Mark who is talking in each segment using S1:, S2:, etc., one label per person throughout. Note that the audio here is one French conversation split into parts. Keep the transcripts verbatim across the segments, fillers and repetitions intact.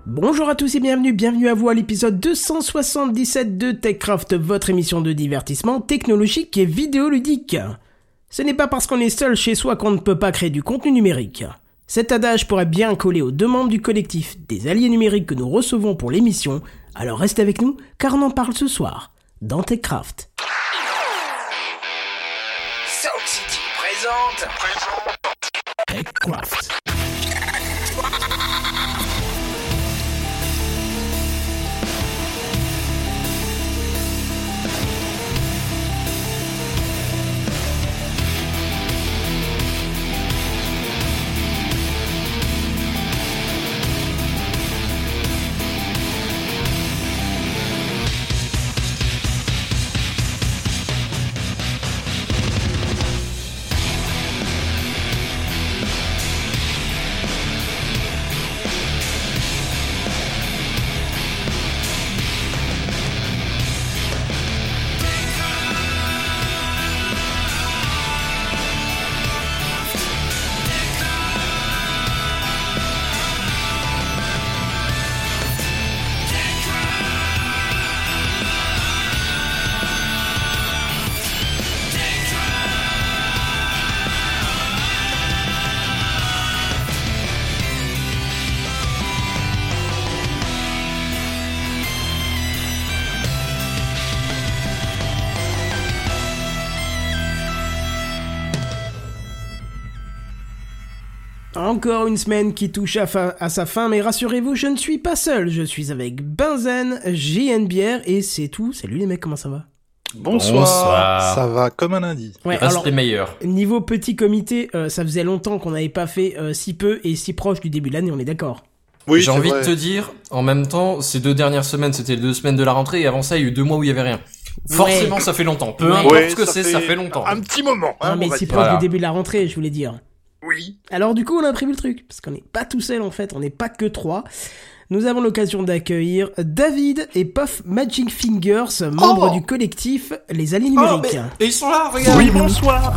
S1: Bonjour à tous et bienvenue, bienvenue à vous à l'épisode deux cent soixante-dix-sept de TechCraft, votre émission de divertissement technologique et vidéoludique. Ce n'est pas parce qu'on est seul chez soi qu'on ne peut pas créer du contenu numérique. Cet adage pourrait bien coller aux deux membres du collectif des alliés numériques que nous recevons pour l'émission, alors restez avec nous car on en parle ce soir, dans TechCraft.
S2: Sound City présente, présente
S1: TechCraft. Encore une semaine qui touche à, fin, à sa fin, mais rassurez-vous, je ne suis pas seul. Je suis avec Benzen, J N Bière et c'est tout. Salut les mecs, comment ça va ?
S3: Bonsoir.
S4: Bonsoir.
S3: Ça va comme un lundi.
S1: Ouais,
S4: reste
S1: alors,
S4: les meilleurs.
S1: Niveau petit comité, euh, ça faisait longtemps qu'on n'avait pas fait euh, si peu et si proche du début de l'année, on est d'accord ?
S3: Oui,
S4: J'ai
S3: c'est
S4: envie
S3: vrai.
S4: de te dire, en même temps, ces deux dernières semaines, c'était les deux semaines de la rentrée, et avant ça, il y a eu deux mois où il y avait rien. Forcément,
S1: Ouais.
S4: ça fait longtemps. Peu
S1: Ouais.
S4: importe
S3: Ouais,
S4: ce que
S3: ça
S4: c'est,
S3: fait
S4: ça fait longtemps.
S3: Un petit moment. Hein,
S1: Non mais
S3: on va
S1: si
S3: dire.
S1: proche
S4: Voilà.
S1: du début de la rentrée, je voulais dire.
S3: Oui.
S1: Alors du coup, on a prévu le truc, parce qu'on n'est pas tout seul en fait, on n'est pas que trois. Nous avons l'occasion d'accueillir David et Puff Magic Fingers, membres
S4: Oh
S1: du collectif Les Alliés
S4: Oh,
S1: Numériques.
S4: mais- et ils sont là, regarde.
S3: Oui, bonsoir.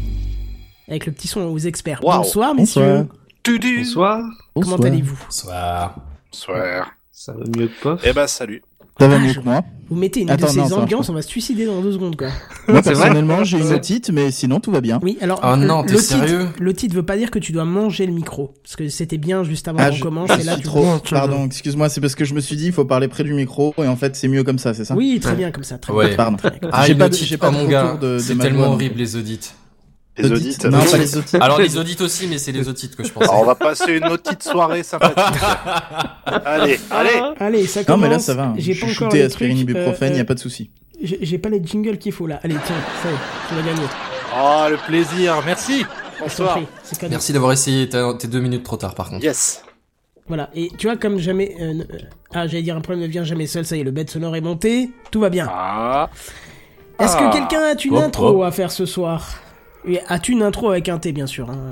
S1: Avec le petit son aux experts.
S3: Wow.
S1: Bonsoir messieurs.
S5: Bonsoir.
S3: Tudu.
S5: Bonsoir.
S1: Comment
S5: Bonsoir.
S1: allez-vous ?
S4: Bonsoir.
S3: Bonsoir.
S5: Ça va mieux que pas.
S3: Eh ben, salut.
S5: Ça va
S1: Ah,
S5: mieux
S1: je-
S5: que moi.
S1: Vous mettez une
S5: Attends,
S1: de
S5: non,
S1: ces
S5: ça marche
S1: ambiances,
S5: pas.
S1: on va se suicider dans deux secondes quoi.
S5: Moi, C'est vrai personnellement, j'ai une otite, mais sinon, tout va bien.
S1: Oui, alors
S4: Ah non, t'es
S1: l'otite-
S4: sérieux
S1: l'otite veut pas dire que tu dois manger le micro, parce que c'était bien juste avant
S5: Ah,
S1: qu'on
S5: je,
S1: commence,
S5: je
S1: et là
S5: suis
S1: tu
S5: trop... Pardon, excuse-moi, c'est parce que je me suis dit, il faut parler près du micro, et en fait, c'est mieux comme ça, c'est ça ?
S1: Oui, très bien comme ça, très
S4: Ouais.
S1: bien.
S5: Pardon.
S1: Très bien comme ça.
S4: Ah,
S5: J'ai
S4: une
S5: pas de-
S4: audite,
S5: j'ai pas
S4: oh
S5: de
S4: mon
S5: retour
S4: gars,
S5: de- de
S4: c'est
S5: ma
S4: tellement
S5: voix,
S4: horrible
S5: donc.
S4: les audits.
S3: Les
S5: Audite.
S3: audits.
S5: Non,
S3: oui.
S5: pas les audits.
S4: Alors les audits aussi, mais c'est les audits que je pensais.
S3: Alors, on va passer une autre petite soirée sympathique. allez, allez.
S1: Allez, ça
S5: Non,
S1: commence.
S5: mais là, ça va.
S1: J'ai
S5: je
S1: pas
S5: suis
S1: encore
S5: shooté
S1: les
S5: aspirine,
S1: trucs,
S5: ibuprofène,
S1: euh,
S5: y a pas de souci.
S1: J'ai j'ai pas les jingles qu'il faut là. Allez, tiens, ça y est, tu vas gagner.
S3: Oh, le plaisir. Merci.
S1: Je t'en
S3: Bonsoir.
S1: prie, c'est cadeau.
S4: Merci d'avoir essayé, t'es t'es deux minutes trop tard par contre.
S3: Yes.
S1: Voilà, et tu vois, comme jamais. euh, ne- euh, ah, j'allais dire un problème ne vient jamais seul, ça y est, le bed sonore est monté, tout va bien.
S3: Ah.
S1: Est-ce
S3: Ah.
S1: que quelqu'un a une
S4: Hop,
S1: intro
S4: hop.
S1: à faire ce soir ? Oui, as-tu une intro avec un T, bien sûr hein.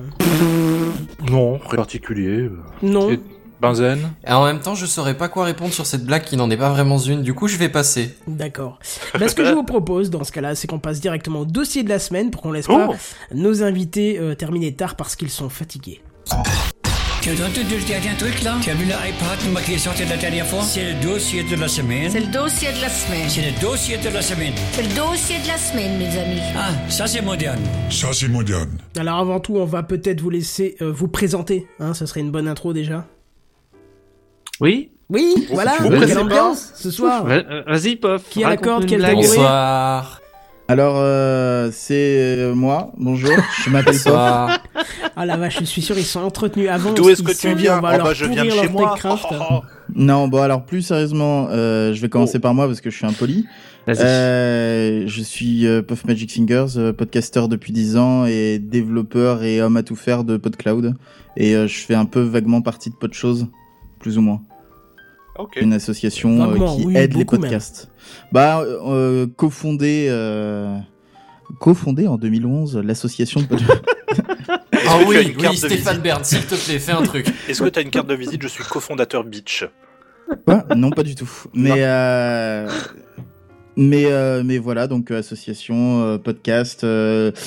S3: Non, rien particulier.
S1: Non.
S3: Et- Benzen.
S4: Et en même temps, je saurais pas quoi répondre sur cette blague qui n'en est pas vraiment une, du coup je vais passer.
S1: D'accord. Bah, ce que je vous propose dans ce cas-là, c'est qu'on passe directement au dossier de la semaine pour qu'on laisse
S3: Oh.
S1: pas nos invités euh, terminer tard parce qu'ils sont fatigués.
S6: Tu as entendu le dernier truc là? Tu as vu l'iPad qui est sorti la dernière fois? C'est le dossier de la semaine.
S7: C'est le dossier de la semaine.
S6: C'est le dossier de la semaine.
S7: C'est le dossier de la semaine, mes amis.
S6: Ah, ça c'est moderne.
S8: Ça, c'est moderne.
S1: Alors avant tout, on va peut-être vous laisser euh, vous présenter, hein, ça serait une bonne intro déjà.
S5: Oui.
S1: Oui, voilà,
S3: vous
S1: quelle
S3: connaissez
S1: ambiance ce soir.
S5: Ouais, euh, Vas-y, Puff.
S1: Qui a la
S5: raconte-nous
S1: corde,
S5: une
S1: quelle
S5: blague.
S1: tabouret?
S4: Bonsoir.
S5: Alors, euh, c'est euh, moi. Bonjour. Je m'appelle Puff.
S4: Bonsoir.
S1: Ah la vache, je suis sûr ils sont entretenus avant.
S3: D'où est-ce
S1: ils
S3: que
S1: sont
S3: tu
S1: dit,
S3: viens?
S1: on va
S3: Oh
S1: leur
S3: bah je viens de
S1: pourrir
S3: chez
S1: leur
S3: moi.
S1: Techcraft.
S3: Oh, oh, oh.
S5: Non, bon, alors plus sérieusement, euh, je vais commencer
S3: Oh.
S5: par moi parce que je suis impoli. Euh, je suis euh, Puff Magic Fingers, euh, podcasteur depuis dix ans et développeur et homme à tout faire de PodCloud. Et euh, je fais un peu vaguement partie de PodChose, plus ou moins.
S3: Ok.
S5: Une association euh,
S1: Vaguement,
S5: qui
S1: oui,
S5: aide les
S1: beaucoup
S5: podcasts. Bah, euh, cofondé, euh, cofondé en deux mille onze, l'association de podcasts.
S4: Ah
S3: que tu as
S4: oui,
S3: une carte
S4: oui,
S3: de
S4: Stéphane
S3: visite
S4: Bern, s'il te plaît, fais un truc.
S3: Est-ce que t'as une carte de visite? Je suis cofondateur Beach.
S5: Quoi? Non, pas du tout. Mais euh, mais euh, mais voilà, donc euh, association, euh, podcast, euh,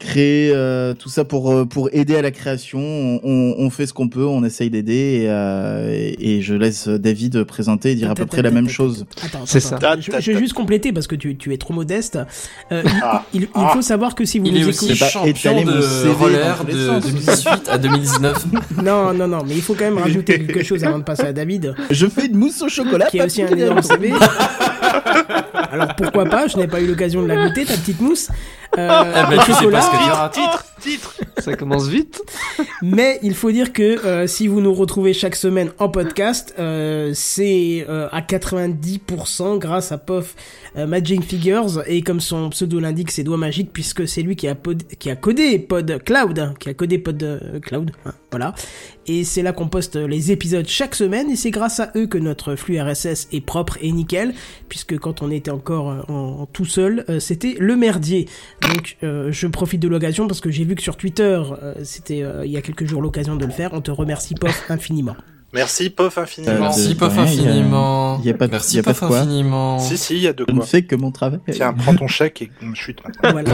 S5: créer euh, tout ça pour euh, pour aider à la création. On, on, on fait ce qu'on peut, on essaye d'aider et, euh, et, et je laisse David présenter et dire à peu près la même chose.
S1: Attends, attends,
S8: C'est ça.
S1: attends. Je, je vais juste compléter parce que tu, tu es trop modeste. Euh,
S3: Ah.
S1: il, il, il faut savoir que si vous
S4: Il est
S1: nous
S4: aussi
S1: écoutez...
S5: pas
S4: champion
S5: étaler mon
S4: de
S5: C V
S4: roller
S5: dans tous les
S4: de
S5: sens.
S4: deux mille dix-huit à deux mille dix-neuf.
S1: Non, non, non, mais il faut quand même rajouter quelque chose avant de passer à David,
S5: Je fais une mousse au chocolat.
S1: qui est aussi un énorme C V. Alors pourquoi pas, je n'ai pas eu l'occasion de la goûter, ta petite mousse. Euh,
S4: Ah bah,
S1: au
S4: tu sais
S1: chocolat.
S4: pas ce que tu rates.
S3: Titre, titre.
S8: Ça commence vite.
S1: Mais il faut dire que euh, si vous nous retrouvez chaque semaine en podcast, euh, c'est euh, à quatre-vingt-dix pour cent grâce à Pof euh, Magic Figures, et comme son pseudo l'indique, c'est doigts magiques puisque c'est lui qui a, pod, qui a codé Pod Cloud, hein, qui a codé Pod euh, Cloud, hein, voilà. Et c'est là qu'on poste les épisodes chaque semaine, et c'est grâce à eux que notre flux R S S est propre et nickel, puisque quand on était encore euh, en, en tout seul, euh, c'était le merdier. Donc euh, je profite de l'occasion parce que j'ai vu que sur Twitter, euh, c'était euh, il y a quelques jours l'occasion de le faire. On te remercie Pof infiniment.
S3: Merci, Pof, infiniment.
S5: Euh,
S4: Merci
S5: de-
S4: Pof
S5: de rien, il y a-
S4: infiniment.
S5: il y a pas de-
S4: Merci
S5: il y a pas de
S4: Pof
S5: quoi.
S4: infiniment.
S3: Si, si, il y a de
S5: Je ne
S3: quoi.
S5: fais que mon travail.
S3: Tiens, prends ton chèque et chute maintenant.
S1: Voilà.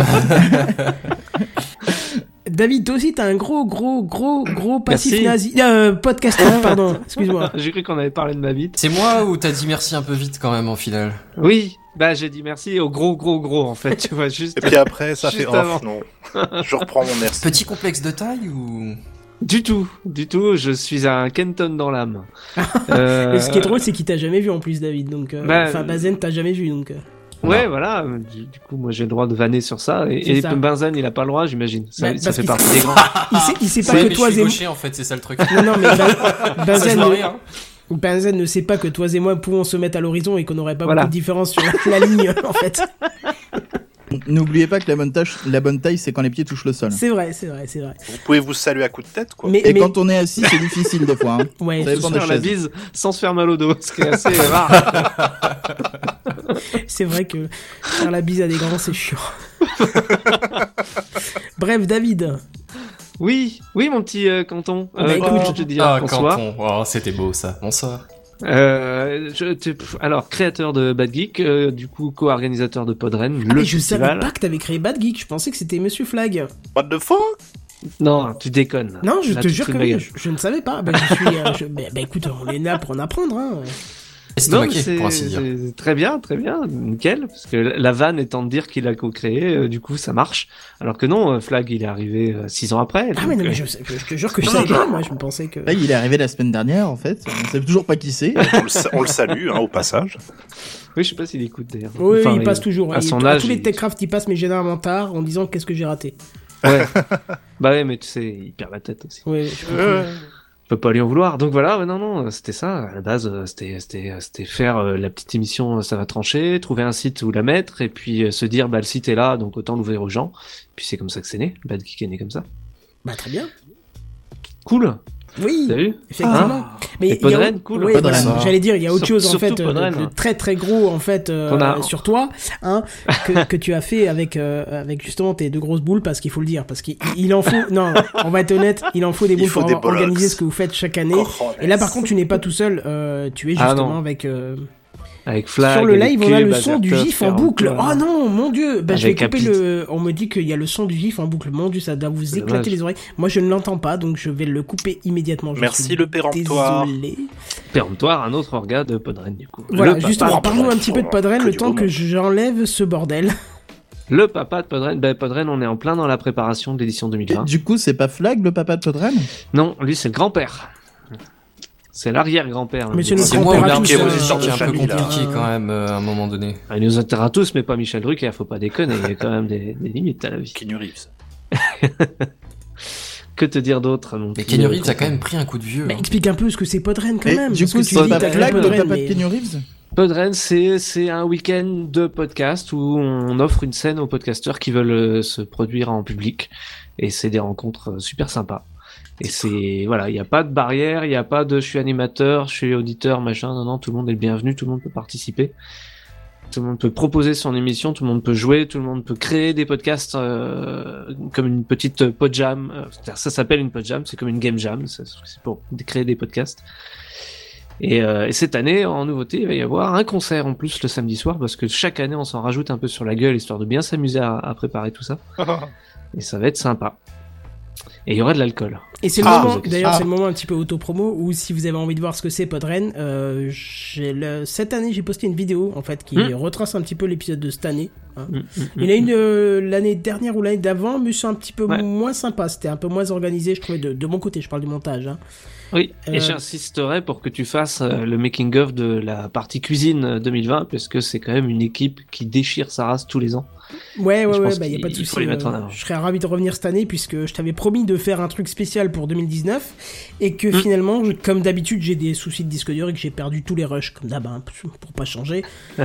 S1: David, toi aussi t'as un gros gros gros gros passif
S8: Merci.
S1: nazi. Euh, podcasteur, pardon. Excuse-moi.
S8: J'ai cru qu'on avait parlé de ma bite.
S4: C'est moi ou t'as dit merci un peu vite quand même en finale?
S8: Oui, bah j'ai dit merci au gros gros gros en fait, tu vois, juste.
S3: Et puis après, ça
S8: Juste
S3: fait
S8: avant.
S3: off, non. Je reprends mon merci.
S4: Petit complexe de taille ou?
S8: Du tout, du tout, je suis un Kenton dans l'âme. Euh,
S1: Et ce qui est drôle, c'est qu'il t'a jamais vu en plus, David. Donc, euh,
S8: Bah,
S1: enfin, Bazen t'a jamais vu, donc. euh.
S8: Ouais, voilà, du, du coup, moi j'ai le droit de vanner sur ça, et,
S1: C'est
S8: et
S1: ça.
S8: Benzen il a pas le droit, j'imagine. Ça,
S1: Bah,
S8: ça
S1: parce
S8: fait
S1: qu'il-
S8: partie des grands.
S1: Il sait, il sait pas
S4: Ouais,
S1: que
S4: mais
S1: toi
S4: je suis
S1: et
S4: gaucher en fait, c'est ça le truc.
S1: non, non, mais Ben-
S4: Ça
S1: Benzen,
S4: je
S1: ne...
S4: marie, hein.
S1: Benzen ne sait pas que toi et moi pouvons se mettre à l'horizon et qu'on n'aurait pas
S8: Voilà.
S1: beaucoup de différence sur la, la ligne, en fait.
S5: N'oubliez pas que la bonne, tâche, la bonne taille, c'est quand les pieds touchent le sol.
S1: C'est vrai, c'est vrai, c'est vrai.
S3: Vous pouvez vous saluer à coups de tête, quoi.
S1: Mais,
S5: Et
S1: mais...
S5: quand on est assis, c'est difficile des fois. Hein.
S1: ouais,
S5: Ça
S8: Se
S5: dépend des
S8: faire la
S5: chaises.
S8: bise sans se faire mal au dos, ce qui est assez rare.
S1: c'est vrai que faire la bise à des grands, c'est chiant. Bref, David.
S8: Oui, oui, mon petit euh, Canton. Euh,
S1: Bah,
S8: comme
S1: écoute,
S8: je te dis,
S4: Ah,
S8: bonsoir.
S4: Canton. Oh, c'était beau ça. Bonsoir.
S8: Euh, je, tu- pff, alors, créateur de Bad Geek, euh, du coup, co-organisateur de Podren,
S1: Ah,
S8: le
S1: mais je savais
S8: festival.
S1: pas que t'avais créé Bad Geek. Je pensais que c'était Monsieur Flag.
S3: What the fuck?
S8: Non, tu déconnes.
S1: Non, je
S8: Là,
S1: te
S8: tu
S1: jure
S8: te
S1: que
S8: fous de ma
S1: oui,
S8: gueule.
S1: je, je ne savais pas. Bah, je suis. euh, je- bah, bah, écoute, on est là pour en apprendre. Hein.
S8: Non, mais
S4: Estomaqué,
S8: c'est
S4: pour ainsi dire.
S8: c'est très bien, très bien, nickel. Parce que la vanne étant de dire qu'il a co-créé, euh, du coup, ça marche. Alors que non, euh, Flag, il est arrivé euh, six ans après.
S1: Ah,
S8: donc,
S1: mais non,
S8: euh,
S1: mais je, sais- je te jure que je savais pas. Moi, je me pensais que.
S5: Là, il est arrivé la semaine dernière, en fait. On sait toujours pas qui c'est.
S3: On le, sa- on le salue, hein, au passage.
S8: Oui, je sais pas s'il écoute d'ailleurs.
S1: Oui,
S8: Enfin,
S1: il passe toujours.
S8: À
S1: Il-
S8: son
S1: à
S8: âge.
S1: tous les
S8: il-
S1: Techcraft, il passe, mais généralement tard, en disant qu'est-ce que j'ai raté.
S8: Ouais. Bah ouais, mais tu sais, il perd la tête aussi.
S1: Oui, je comprends.
S3: Euh,
S8: Je peux pas lui en vouloir. Donc voilà, ouais, non, non, c'était ça. À la base, euh, c'était, c'était, euh, c'était faire euh, la petite émission, euh, ça va trancher, trouver un site où la mettre, et puis euh, se dire, bah le site est là, donc autant l'ouvrir aux gens. Puis c'est comme ça que c'est né. Bad Geek est né comme ça.
S1: Bah, très bien.
S8: Cool.
S1: Oui,
S8: T'as vu?
S1: effectivement. mais
S8: Et
S1: il y a-
S8: Podren, cool.
S1: oui,
S5: Podren.
S1: voilà. J'allais dire, il y a autre
S8: Sur-
S1: chose en
S8: surtout
S1: fait, euh,
S8: Podren.
S1: de, de très très gros en fait euh,
S8: Qu'on a-
S1: sur toi, hein, que, que tu as fait avec euh, avec justement tes deux grosses boules, parce qu'il faut le dire, parce qu'il il en faut. Non, on va être honnête, il en faut des
S3: Il
S1: boules
S3: faut
S1: pour
S3: des
S1: avoir organisé
S3: bollocks.
S1: ce que vous faites chaque année.
S3: oh,
S1: Et là, par contre, tu n'es pas tout seul. euh, tu es
S8: Ah,
S1: justement
S8: non.
S1: avec. euh,
S8: Avec Flag.
S1: Sur le
S8: avec
S1: live, on a
S8: Cube,
S1: le son du
S8: Azertov,
S1: gif en boucle.
S8: Ferrand,
S1: Oh non, mon dieu. Bah, je vais
S8: Avec
S1: couper
S8: Apit.
S1: le. On me dit qu'il y a le son du gif en boucle. Mon dieu, ça doit vous
S8: C'est
S1: éclater
S8: dommage.
S1: les oreilles. Moi, je ne l'entends pas, donc je vais le couper immédiatement. Je
S3: Merci
S1: suis
S3: le péremptoire.
S1: Désolé.
S8: Péremptoire, un autre orga de Podren, du coup.
S1: Voilà,
S8: le, papa,
S1: justement, parlons un petit peu de Podren,
S3: que
S1: le
S3: du
S1: temps
S3: beau
S1: que
S3: monde.
S1: j'enlève ce bordel.
S8: le papa de Podren. Ben, Podren, on est en plein dans la préparation de l'édition deux mille
S5: Et
S8: vingt.
S5: du coup, c'est pas Flag, le papa de Podren?
S8: Non, lui, c'est le grand-père. C'est l'arrière-grand-père.
S1: Monsieur
S8: Du
S1: le
S8: coup.
S4: C'est moi où
S1: grand-père à
S4: l'arbre
S1: tous,
S4: qui est
S1: euh,
S4: qui est un peu
S3: famille, là.
S4: compliqué quand même euh, à un moment donné.
S8: Ah, il nous intéresse à tous, mais pas Michel Drucker, faut pas déconner, il y a quand même des, des limites à la vie.
S3: Keanu Reeves.
S8: Que te dire d'autre, mon
S4: Mais
S8: petit,
S4: Kenny
S8: euh,
S4: Reeves a quand
S8: Quentin.
S4: même pris un coup de vieux.
S1: Mais
S4: hein.
S1: explique un peu ce que c'est Podren quand
S5: Et
S1: même.
S5: du
S1: parce
S5: coup,
S1: que tu
S5: c'est
S1: dis
S5: pas
S1: t'as
S5: Flag,
S1: créé
S5: le
S1: Podren,
S5: papa de
S1: mais-
S5: Keanu Reeves?
S8: Podren, c'est, c'est un week-end de podcast où on offre une scène aux podcasteurs qui veulent euh, se produire en public. Et c'est des rencontres euh, super sympas. Et c'est, voilà, il n'y a pas de barrière, il n'y a pas de je suis animateur, je suis auditeur, machin. Non, non, tout le monde est le bienvenu, tout le monde peut participer. Tout le monde peut proposer son émission, tout le monde peut jouer, tout le monde peut créer des podcasts euh, comme une petite podjam. Euh, c'est-à-dire, ça s'appelle une podjam, c'est comme une game jam, c'est c'est pour créer des podcasts. Et, euh, et cette année, en nouveauté, il va y avoir un concert en plus le samedi soir, parce que chaque année, on s'en rajoute un peu sur la gueule, histoire de bien s'amuser à, à préparer tout ça. Et ça va être sympa. Et il y aura de l'alcool.
S1: Et c'est le
S3: Ah,
S1: moment, d'ailleurs,
S5: ah.
S1: c'est le moment un petit peu auto-promo où si vous avez envie de voir ce que c'est Podren, euh, j'ai le... cette année j'ai posté une vidéo en fait qui
S8: Mm.
S1: retrace un petit peu l'épisode de cette année. Hein.
S8: Mm, mm,
S1: Il y en a une euh, l'année dernière ou l'année d'avant, mais c'est un petit peu
S8: Ouais.
S1: moins sympa. C'était un peu moins organisé, je trouvais, de, de mon côté. Je parle du montage. Hein.
S8: Oui, et
S1: Euh,
S8: j'insisterai pour que tu fasses euh, le making-of de la partie cuisine euh, deux mille vingt, parce que c'est quand même une équipe qui déchire sa race tous les ans.
S1: Ouais, ouais,
S8: Je
S1: ouais,
S8: pense
S1: bah y a
S8: qu'il-
S1: pas de
S8: il
S1: souci.
S8: faut les mettre en
S1: euh,
S8: avant.
S1: je serais ravi de revenir cette année puisque je t'avais promis de faire un truc spécial pour deux mille dix-neuf et que
S8: Mm.
S1: finalement, je- comme d'habitude, j'ai des soucis de disque dur et que j'ai perdu tous les rushs comme d'hab, hein, pour pas changer.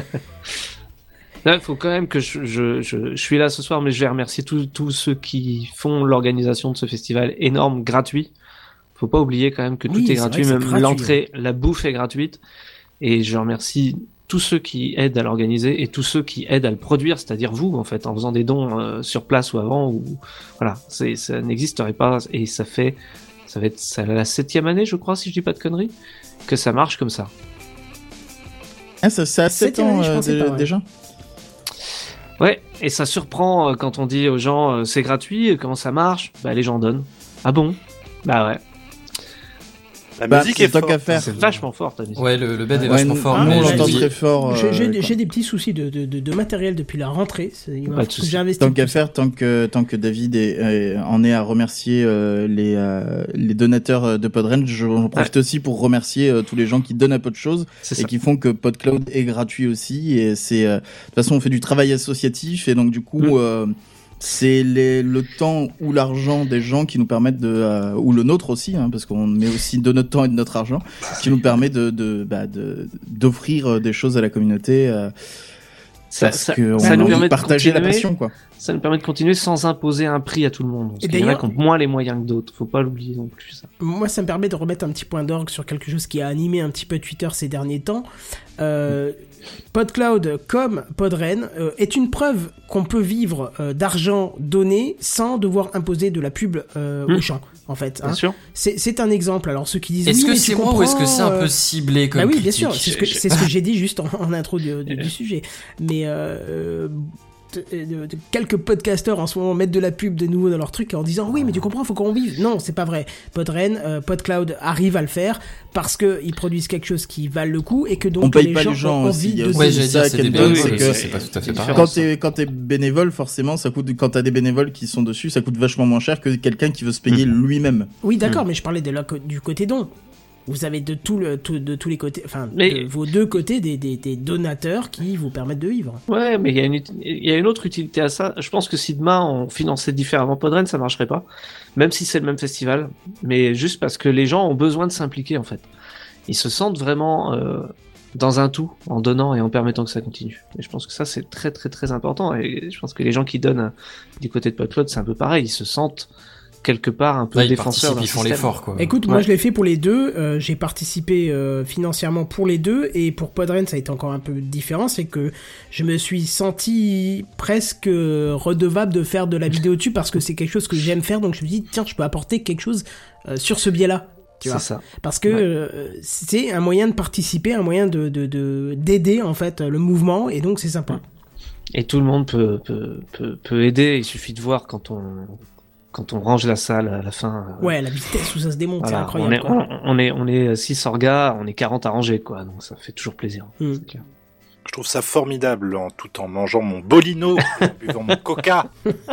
S8: Là, il faut quand même que je, je, je, je suis là ce soir, mais je vais remercier tous tous ceux qui font l'organisation de ce festival énorme, gratuit. Faut pas oublier quand même que
S1: Oui,
S8: tout est
S1: c'est vrai
S8: gratuit,
S1: que c'est
S8: même
S1: gratuit.
S8: l'entrée, la bouffe est gratuite. Et je remercie tous ceux qui aident à l'organiser et tous ceux qui aident à le produire, c'est-à-dire vous, en fait, en faisant des dons euh, sur place ou avant. Ou voilà, c'est, ça n'existerait pas et ça fait, ça va être ça, la septième année, je crois, si je dis pas de conneries, que ça marche comme ça.
S5: Ah, ça, ça a sept
S1: Septième
S5: ans
S1: année, je
S5: euh,
S1: pensais
S5: dé-
S1: pas, ouais.
S5: déjà.
S8: Ouais, et ça surprend euh, quand on dit aux gens euh, c'est gratuit, euh, comment ça marche? Bah les gens donnent. Ah bon? Bah ouais,
S3: La
S5: Bah,
S3: musique
S5: c'est
S3: est
S5: tant
S3: forte.
S5: qu'à faire.
S8: c'est vachement fort ta musique.
S4: Ouais, le, le bed est
S5: Ouais,
S4: vachement
S5: nous-
S4: fort.
S1: Ah,
S5: nous,
S4: mais
S5: on
S1: ouais,
S4: je
S5: l'entend
S4: dis-
S5: très fort.
S1: J'ai-
S5: euh,
S1: J'ai
S5: quoi.
S1: j'ai des petits soucis de, de, de, de matériel depuis la rentrée. C'est- Il va
S8: Pas de
S1: faut que
S8: souci.
S1: j'investisse.
S5: Tant qu'à
S1: tout ça.
S5: faire, tant que, tant que David est, euh, en est à remercier euh, les, euh, les donateurs euh, de Podren, je- j'en profite aussi pour remercier euh, tous les gens qui donnent à PodChose
S8: C'est
S5: et
S8: ça.
S5: qui font que PodCloud est gratuit aussi. Et c'est, euh, de toute façon, on fait du travail associatif et donc du coup,
S8: Mm.
S5: euh, c'est les, le temps ou l'argent des gens qui nous permettent de, euh, ou le nôtre aussi, hein, parce qu'on met aussi de notre temps et de notre argent, qui nous permet de, de, bah, de, d'offrir euh, des choses à la communauté. Euh,
S8: Ça,
S5: parce
S8: ça-
S5: que
S8: ça
S5: on
S8: nous
S5: a envie
S8: permet
S5: de
S8: de
S5: partager la
S8: continuer.
S5: passion, quoi.
S8: Ça nous permet de continuer sans imposer un prix à tout le monde. Parce
S1: Et
S8: qu'il y en a
S1: d'ailleurs-
S8: qui ont moins les moyens que d'autres. Faut pas l'oublier non plus, ça.
S1: Moi, ça me permet de remettre un petit point d'orgue sur quelque chose qui a animé un petit peu Twitter ces derniers temps. Euh, PodCloud, comme Podren, euh, est une preuve qu'on peut vivre euh, d'argent donné sans devoir imposer de la pub euh,
S8: Mm.
S1: aux gens, en fait.
S8: Bien
S1: Hein.
S8: sûr.
S1: C'est, c'est un exemple. Alors, ceux qui disent
S4: Est-ce
S1: oui,
S4: que
S1: mais
S4: c'est
S1: tu
S4: moi ou est-ce que
S1: comprends,
S4: c'est un
S1: euh,
S4: peu ciblé comme
S1: Bah oui, bien
S4: critique
S1: sûr, c'est ce que, c'est ce que j'ai dit juste en, en intro du, du, du sujet. Mais euh, de- de- de- quelques podcasteurs en ce moment mettent de la pub de nouveau dans leur truc en disant oui, mais tu comprends, faut qu'on vive. Non, c'est pas vrai. Podren, euh, PodCloud arrive à le faire parce que ils produisent quelque chose qui valent le coup et que donc
S5: On paye
S1: les
S5: pas
S1: gens
S5: les gens
S1: ont
S5: aussi,
S1: envie
S5: il y a
S1: de
S5: aussi
S4: Ouais,
S1: se-
S4: j'allais
S5: ça
S4: dire, c'est des
S5: Kenton,
S4: bénévoles,
S5: c'est que-
S4: c'est pas tout à fait
S8: c'est
S4: pareil.
S5: Quand t'es quand t'es bénévole, forcément, ça coûte quand t'as des bénévoles qui sont dessus, ça coûte vachement moins cher que quelqu'un qui veut se payer lui-même.
S1: Oui, d'accord, mais je parlais de la co- du côté don. Vous avez de, tout le, tout- de tous les côtés, enfin,
S8: Mais-
S1: de vos deux côtés, des, des, des donateurs qui vous permettent de vivre.
S8: Ouais, mais il y a une, uti- il y a une autre utilité à ça. Je pense que si demain on finançait différemment Podren, ça marcherait pas. Même si c'est le même festival. Mais juste parce que les gens ont besoin de s'impliquer, en fait. Ils se sentent vraiment, euh, dans un tout, en donnant et en permettant que ça continue. Et je pense que ça, c'est très, très, très important. Et je pense que les gens qui donnent euh, du côté de PodCloud, c'est un peu pareil. Ils se sentent quelque part un peu
S4: Là, ils
S8: défenseurs
S4: participent,
S8: d'un
S4: ils font
S8: système.
S4: l'effort, quoi.
S1: Écoute, moi
S8: Ouais.
S1: je l'ai fait pour les deux, euh, j'ai participé euh, financièrement pour les deux, et pour Podren ça a été encore un peu différent, c'est que je me suis senti presque euh, redevable de faire de la vidéo dessus parce que c'est quelque chose que j'aime faire, donc je me suis dit tiens, je peux apporter quelque chose euh, sur ce biais-là. Tu vois.
S8: C'est ça.
S1: Parce que
S8: Ouais.
S1: euh, c'est un moyen de participer, un moyen de, de, de d'aider en fait le mouvement, et donc c'est sympa.
S8: Et tout le monde peut, peut, peut, peut aider. Il suffit de voir quand on, quand on range la salle à la fin. euh,
S1: Ouais, la vitesse où ça se démonte, c'est
S8: voilà,
S1: incroyable.
S8: on est,
S1: quoi.
S8: on, on est, on est six orgas, on est quarante à ranger, quoi. Donc ça fait toujours plaisir.
S1: Mm.
S8: C'est clair.
S3: Je trouve ça formidable en tout en mangeant mon bolino, en buvant mon coca.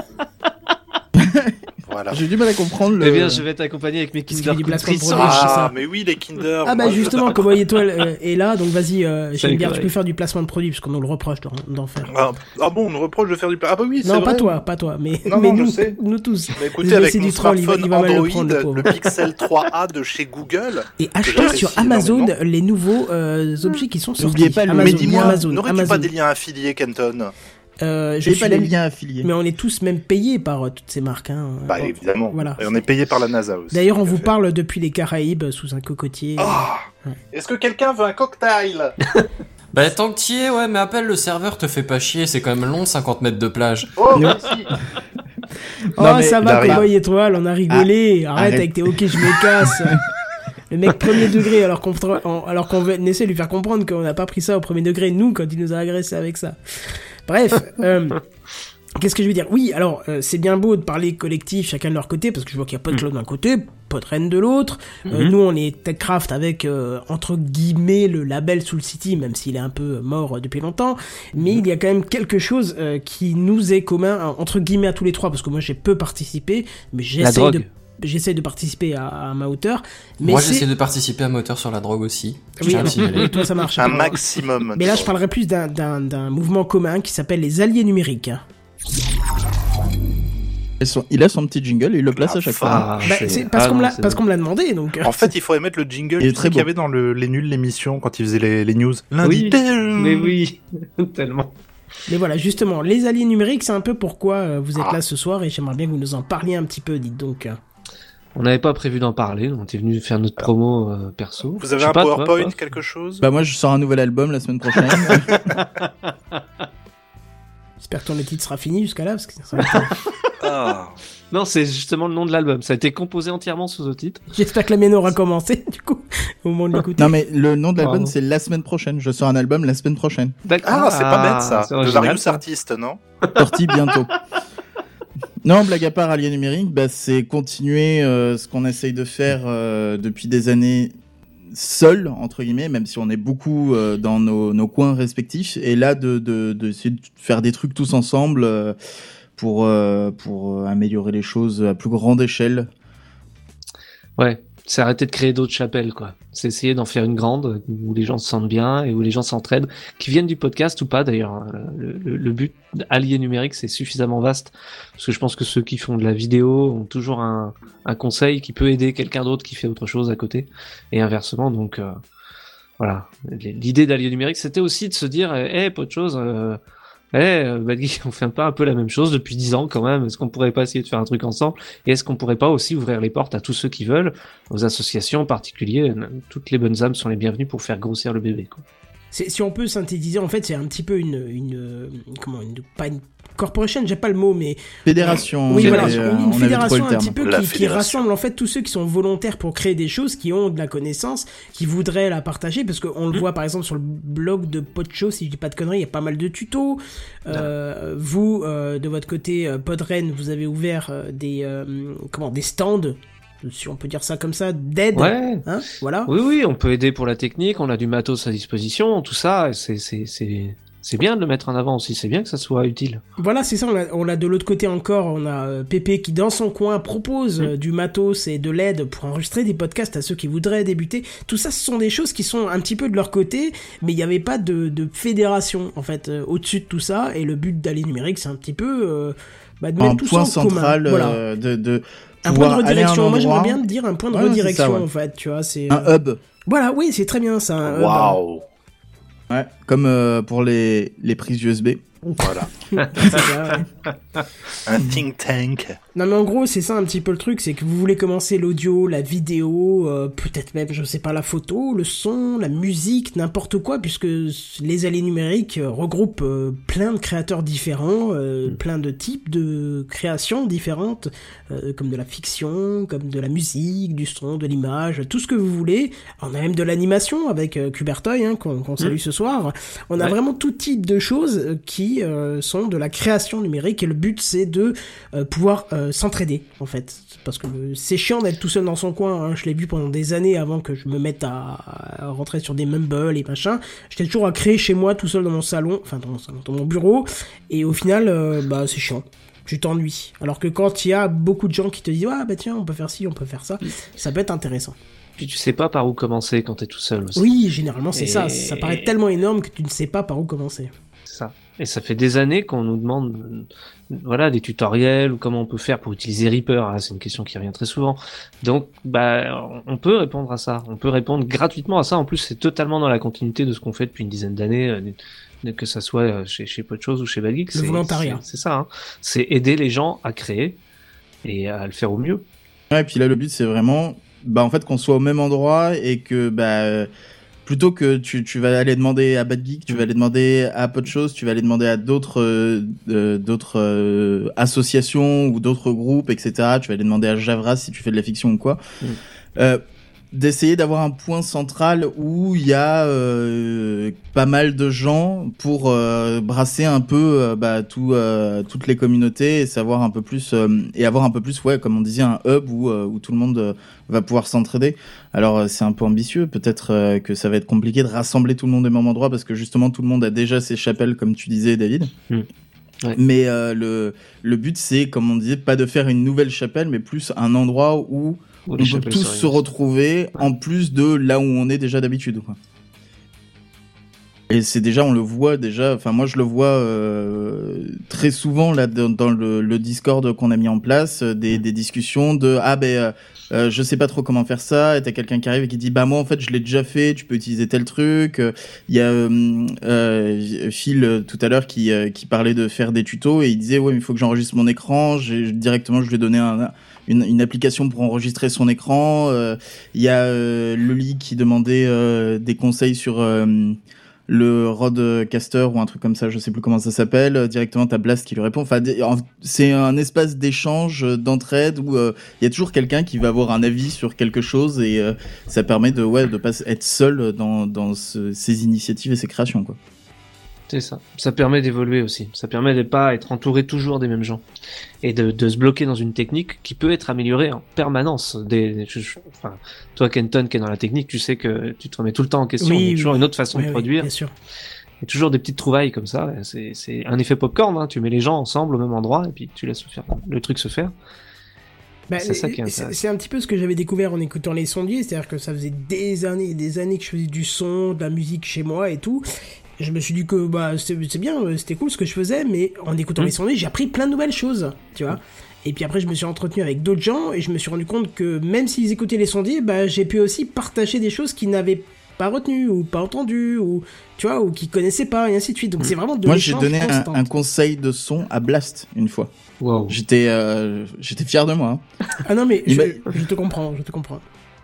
S3: Voilà.
S5: J'ai du mal à comprendre le.
S8: Eh bien, je vais t'accompagner avec mes
S1: Parce qu'il
S8: Kinder
S1: y a du placement de
S8: Nutrition.
S1: produit. c'est ça.
S3: Ah, mais oui, les Kinder.
S1: Ah bah
S3: moi, je-
S1: justement, Cowboy Étoile euh, est là, donc vas-y, euh,
S8: Salut,
S1: Gilbert, tu
S8: Cowboy.
S1: peux faire du placement de produit, parce qu'on nous le reproche d'en, d'en faire.
S3: Ah, ah bon, on me reproche de faire du plat. Ah bah oui, c'est
S1: Non,
S3: vrai.
S1: pas toi, pas toi, mais,
S3: Non,
S1: mais
S3: non, je
S1: nous,
S3: sais.
S1: nous tous.
S3: Bah, écoutez,
S1: Désolé,
S3: avec
S1: c'est
S3: mon
S1: du troll, il va-
S3: smartphone
S1: il va mal le
S3: Android,
S1: prendre, le pauvre.
S3: le Pixel trois A de chez Google.
S1: Et achetez
S3: j'apprécie
S1: sur Amazon
S3: énormément.
S1: les nouveaux euh, objets qui sont sortis.
S5: N'oubliez pas le-
S1: Amazon,
S3: Mais dis-moi,
S1: Amazon,
S3: n'aurais-tu
S1: Amazon.
S3: pas des liens affiliés, Kenton?
S1: Euh, je
S5: J'ai
S1: suis
S5: pas les
S1: même-
S5: liens affiliés.
S1: Mais on est tous même payés par euh, toutes ces marques. Hein.
S3: Bah
S1: Bon,
S3: évidemment.
S1: Voilà.
S3: Et on est payé par la NASA aussi.
S1: D'ailleurs, on
S3: tout à
S1: vous
S3: fait.
S1: parle depuis les Caraïbes sous un cocotier.
S3: Ah Est-ce que quelqu'un veut un cocktail?
S4: Bah, tant que t'y es, ouais, mais appelle le serveur, te fais pas chier, c'est quand même long, cinquante mètres de plage.
S3: Oh,
S5: Non.
S3: merci.
S1: Oh,
S5: Non, mais
S1: ça
S3: il
S1: va,
S3: arrive.
S1: Cowboy Étoile, on a rigolé. Arrête
S5: arrête.
S1: avec tes ok, je me casse. Le mec premier degré, alors qu'on, alors qu'on essaie de lui faire comprendre qu'on n'a pas pris ça au premier degré, nous, quand il nous a agressé avec ça. Bref, euh, qu'est-ce que je veux dire ? Oui, alors, euh, c'est bien beau de parler collectif, chacun de leur côté, parce que je vois qu'il y a PodCloud d'un côté, Podren de l'autre. Euh, mm-hmm. Nous, on est TechCraft avec, euh, entre guillemets, le label Soul City, même s'il est un peu mort euh, depuis longtemps. Mais mm-hmm. il y a quand même quelque chose euh, qui nous est commun, entre guillemets, à tous les trois, parce que moi, j'ai peu participé, mais j'essaie de... J'essaie de participer à, à ma hauteur. Mais
S4: Moi,
S1: c'est...
S4: j'essaie de participer à ma hauteur sur la drogue aussi.
S1: Oui, et toi, ça marche.
S3: Un maximum.
S1: Mais là, je parlerai plus d'un, d'un, d'un mouvement commun qui s'appelle les Alliés numériques.
S5: Son, il a son petit jingle et il le place
S3: ah,
S5: à chaque
S3: ah,
S5: fois.
S1: Bah, c'est parce, ah, qu'on, non, me parce qu'on me l'a demandé. Donc...
S3: En fait, il faudrait mettre le jingle tu sais, qu'il y avait dans le, les nuls, l'émission, quand il faisait les, les news. Lundi.
S8: Oui, mais oui, tellement.
S1: Mais voilà, justement, les Alliés numériques, c'est un peu pourquoi euh, vous êtes ah. là ce soir et j'aimerais bien que vous nous en parliez un petit peu, dites donc.
S8: On n'avait pas prévu d'en parler, on était venu faire notre promo euh, perso.
S3: Vous avez un pas, PowerPoint, toi, quelque chose ?
S5: Bah moi je sors un nouvel album la semaine prochaine.
S1: J'espère que ton titre sera fini jusqu'à là, parce que ça va être...
S8: ah. Non, c'est justement le nom de l'album, ça a été composé entièrement sous ce titre.
S1: J'espère que la mienne aura commencé, du coup, au moment de l'écouter.
S5: Non mais le nom de l'album Pardon. c'est la semaine prochaine, je sors un album la semaine prochaine.
S3: D'accord. Ah, c'est pas bête ça, de Various Artist, non ?
S5: Sorti bientôt. Non, blague à part, Alliés numériques, bah, c'est continuer euh, ce qu'on essaye de faire euh, depuis des années seul, entre guillemets, même si on est beaucoup euh, dans nos, nos coins respectifs. Et là, de, de, de, essayer de faire des trucs tous ensemble euh, pour, euh, pour améliorer les choses à plus grande échelle.
S8: Ouais, c'est arrêter de créer d'autres chapelles, quoi. C'est essayer d'en faire une grande, où les gens se sentent bien et où les gens s'entraident, qui viennent du podcast ou pas d'ailleurs. Le, le, le but Alliés numériques, c'est suffisamment vaste, parce que je pense que ceux qui font de la vidéo ont toujours un, un conseil qui peut aider quelqu'un d'autre qui fait autre chose à côté, et inversement, donc euh, voilà. L'idée d'Alliés numériques, c'était aussi de se dire, hé, hey, pas de choses... Euh, Eh, hey, Bad Geek, on fait pas un peu la même chose depuis dix ans quand même. Est-ce qu'on pourrait pas essayer de faire un truc ensemble ? Et est-ce qu'on pourrait pas aussi ouvrir les portes à tous ceux qui veulent, aux associations en particulier ? Toutes les bonnes âmes sont les bienvenues pour faire grossir le bébé, quoi.
S1: C'est, si on peut synthétiser, en fait, c'est un petit peu une, une, comment, une, pas une corporation, j'ai pas le mot, mais
S5: fédération.
S1: Oui, voilà,
S5: euh,
S1: une fédération un petit peu qui, qui
S3: fédération.
S1: rassemble en fait tous ceux qui sont volontaires pour créer des choses, qui ont de la connaissance, qui voudraient la partager, parce qu'on le mmh. voit par exemple sur le blog de Podshow, si je dis pas de conneries, il y a pas mal de tutos. Euh, vous, euh, de votre côté, Podren, vous avez ouvert euh, des, euh, comment, des stands. Si on peut dire ça comme ça, d'aide.
S8: Ouais.
S1: Hein, voilà.
S8: Oui, oui, on peut aider pour la technique, on a du matos à disposition, tout ça, c'est, c'est, c'est, c'est bien de le mettre en avant aussi, c'est bien que ça soit utile.
S1: Voilà, c'est ça, on a, on a de l'autre côté encore, on a euh, Pépé qui dans son coin propose mmh. euh, du matos et de l'aide pour enregistrer des podcasts à ceux qui voudraient débuter. Tout ça, ce sont des choses qui sont un petit peu de leur côté, mais il n'y avait pas de, de fédération, en fait, euh, au-dessus de tout ça, et le but d'Alliés numériques, c'est un petit peu euh, bah, de mettre
S5: un
S1: tout
S5: point
S1: ça en
S5: central
S1: commun. Voilà.
S5: Euh, de... de...
S1: Un point de redirection, moi
S5: endroit...
S1: j'aimerais bien te dire un point de
S5: ouais,
S1: redirection
S5: ça, ouais.
S1: en fait, tu vois, c'est...
S5: Un hub.
S1: Voilà, oui, c'est très bien ça, un
S3: Waouh.
S1: hub.
S5: Ouais, comme euh, pour les, les prises U S B.
S3: Voilà.
S1: C'est ça, ouais.
S3: Un think tank.
S1: Non mais en gros c'est ça un petit peu le truc, c'est que vous voulez commencer l'audio, la vidéo, euh, peut-être même je sais pas la photo, le son, la musique, n'importe quoi, puisque les Alliés numériques euh, regroupent euh, plein de créateurs différents, euh, mmh. plein de types de créations différentes, euh, comme de la fiction, comme de la musique, du son, de l'image, tout ce que vous voulez. On a même de l'animation avec euh, Cubertoy hein, qu'on, qu'on salue mmh. ce soir. On a ouais. vraiment tout type de choses qui euh, sont de la création numérique et le but c'est de euh, pouvoir euh, s'entraider en fait, parce que euh, c'est chiant d'être tout seul dans son coin, hein. Je l'ai vu pendant des années avant que je me mette à, à rentrer sur des Mumble et machin, j'étais toujours à créer chez moi tout seul dans mon salon, enfin dans mon salon, dans mon bureau, et au final euh, bah c'est chiant, tu t'ennuies, alors que quand il y a beaucoup de gens qui te disent ah bah tiens on peut faire ci, on peut faire ça, ça peut être intéressant.
S8: Puis tu sais pas par où commencer quand t'es tout seul aussi.
S1: Oui, généralement c'est
S8: et...
S1: ça, ça paraît tellement énorme que tu ne sais pas par où commencer.
S8: C'est ça. Et ça fait des années qu'on nous demande, voilà, des tutoriels ou comment on peut faire pour utiliser Reaper. Ah, c'est une question qui revient très souvent. Donc, bah, on peut répondre à ça. On peut répondre gratuitement à ça. En plus, c'est totalement dans la continuité de ce qu'on fait depuis une dizaine d'années, que ça soit chez, chez Podchose ou chez Bad Geek.
S1: Le volontariat.
S8: C'est, c'est ça, hein. C'est aider les gens à créer et à le faire au mieux.
S5: Ouais, et puis là, le but, c'est vraiment, bah, en fait, qu'on soit au même endroit et que, bah, plutôt que tu, tu vas aller demander à Bad Geek, tu vas aller demander à Podchose, tu vas aller demander à d'autres, euh, d'autres euh, associations ou d'autres groupes, et cetera. Tu vas aller demander à Javras si tu fais de la fiction ou quoi. Mm. Euh, d'essayer d'avoir un point central où il y a euh, pas mal de gens pour euh, brasser un peu euh, bah, tout, euh, toutes les communautés et savoir un peu plus euh, et avoir un peu plus, ouais, comme on disait, un hub où, euh, où tout le monde euh, va pouvoir s'entraider. Alors euh, c'est un peu ambitieux, peut-être euh, que ça va être compliqué de rassembler tout le monde au même endroit parce que justement tout le monde a déjà ses chapelles, comme tu disais, David.
S8: Mmh. Ouais.
S5: Mais euh, le le but c'est, comme on disait, pas de faire une nouvelle chapelle, mais plus un endroit où
S8: Où
S5: on
S8: les
S5: peut
S8: chapelles
S5: tous
S8: se
S5: se retrouver,
S8: Ouais.
S5: en plus de là où on est déjà d'habitude, quoi. Et c'est déjà, on le voit déjà, enfin moi je le vois euh, très souvent là dans, dans le, le Discord qu'on a mis en place, euh, des, des discussions de ah ben euh, euh, je sais pas trop comment faire ça, et t'as quelqu'un qui arrive et qui dit bah moi en fait je l'ai déjà fait, tu peux utiliser tel truc. Il y a euh, euh, Phil euh, tout à l'heure qui euh, qui parlait de faire des tutos et il disait ouais mais il faut que j'enregistre mon écran, j'ai directement je lui ai donné un Une, une application pour enregistrer son écran. Il euh, y a euh, Loli qui demandait euh, des conseils sur euh, le Rodecaster ou un truc comme ça, je sais plus comment ça s'appelle. Euh, directement, t'as Blast qui lui répond. Enfin, des, en, c'est un espace d'échange, euh, d'entraide où il euh, y a toujours quelqu'un qui va avoir un avis sur quelque chose et euh, ça permet de ouais de pas être seul dans dans ce, ces initiatives et ces créations, quoi.
S8: C'est ça. Ça permet d'évoluer aussi. Ça permet de pas être entouré toujours des mêmes gens et de, de se bloquer dans une technique qui peut être améliorée en permanence. Des, je, je, enfin, toi, Kenton, qui est dans la technique, tu sais que tu te remets tout le temps en question.
S1: Oui,
S8: Il y a toujours
S1: oui.
S8: une autre façon
S1: Ouais,
S8: de
S1: oui,
S8: produire.
S1: bien sûr.
S8: Il y a toujours des petites trouvailles comme ça. C'est, c'est un effet popcorn. Hein. Tu mets les gens ensemble au même endroit et puis tu laisses faire le truc se faire.
S1: Bah,
S8: C'est ça qui est
S1: c'est,
S8: intéressant.
S1: c'est un petit peu ce que j'avais découvert en écoutant les sondiers, c'est-à-dire que ça faisait des années et des années que je faisais du son, de la musique chez moi et tout. Et je me suis dit que bah c'est, c'est bien, c'était cool ce que je faisais, mais en écoutant
S8: Mmh.
S1: les sondiers, j'ai appris plein de nouvelles choses, tu vois. Et puis après, je me suis entretenu avec d'autres gens et je me suis rendu compte que même s'ils écoutaient les sondiers, bah j'ai pu aussi partager des choses qu'ils n'avaient pas retenues ou pas entendues ou tu vois ou qu'ils connaissaient pas et ainsi de suite. Donc c'est vraiment de
S5: Moi, j'ai
S1: l'échange
S5: donné un,
S1: constant.
S5: un conseil de son à Blast une fois.
S8: Wow.
S5: J'étais euh, j'étais fier de moi. Hein.
S1: Ah non mais
S5: Il
S1: je,
S5: m'a-
S1: je te comprends, je te comprends.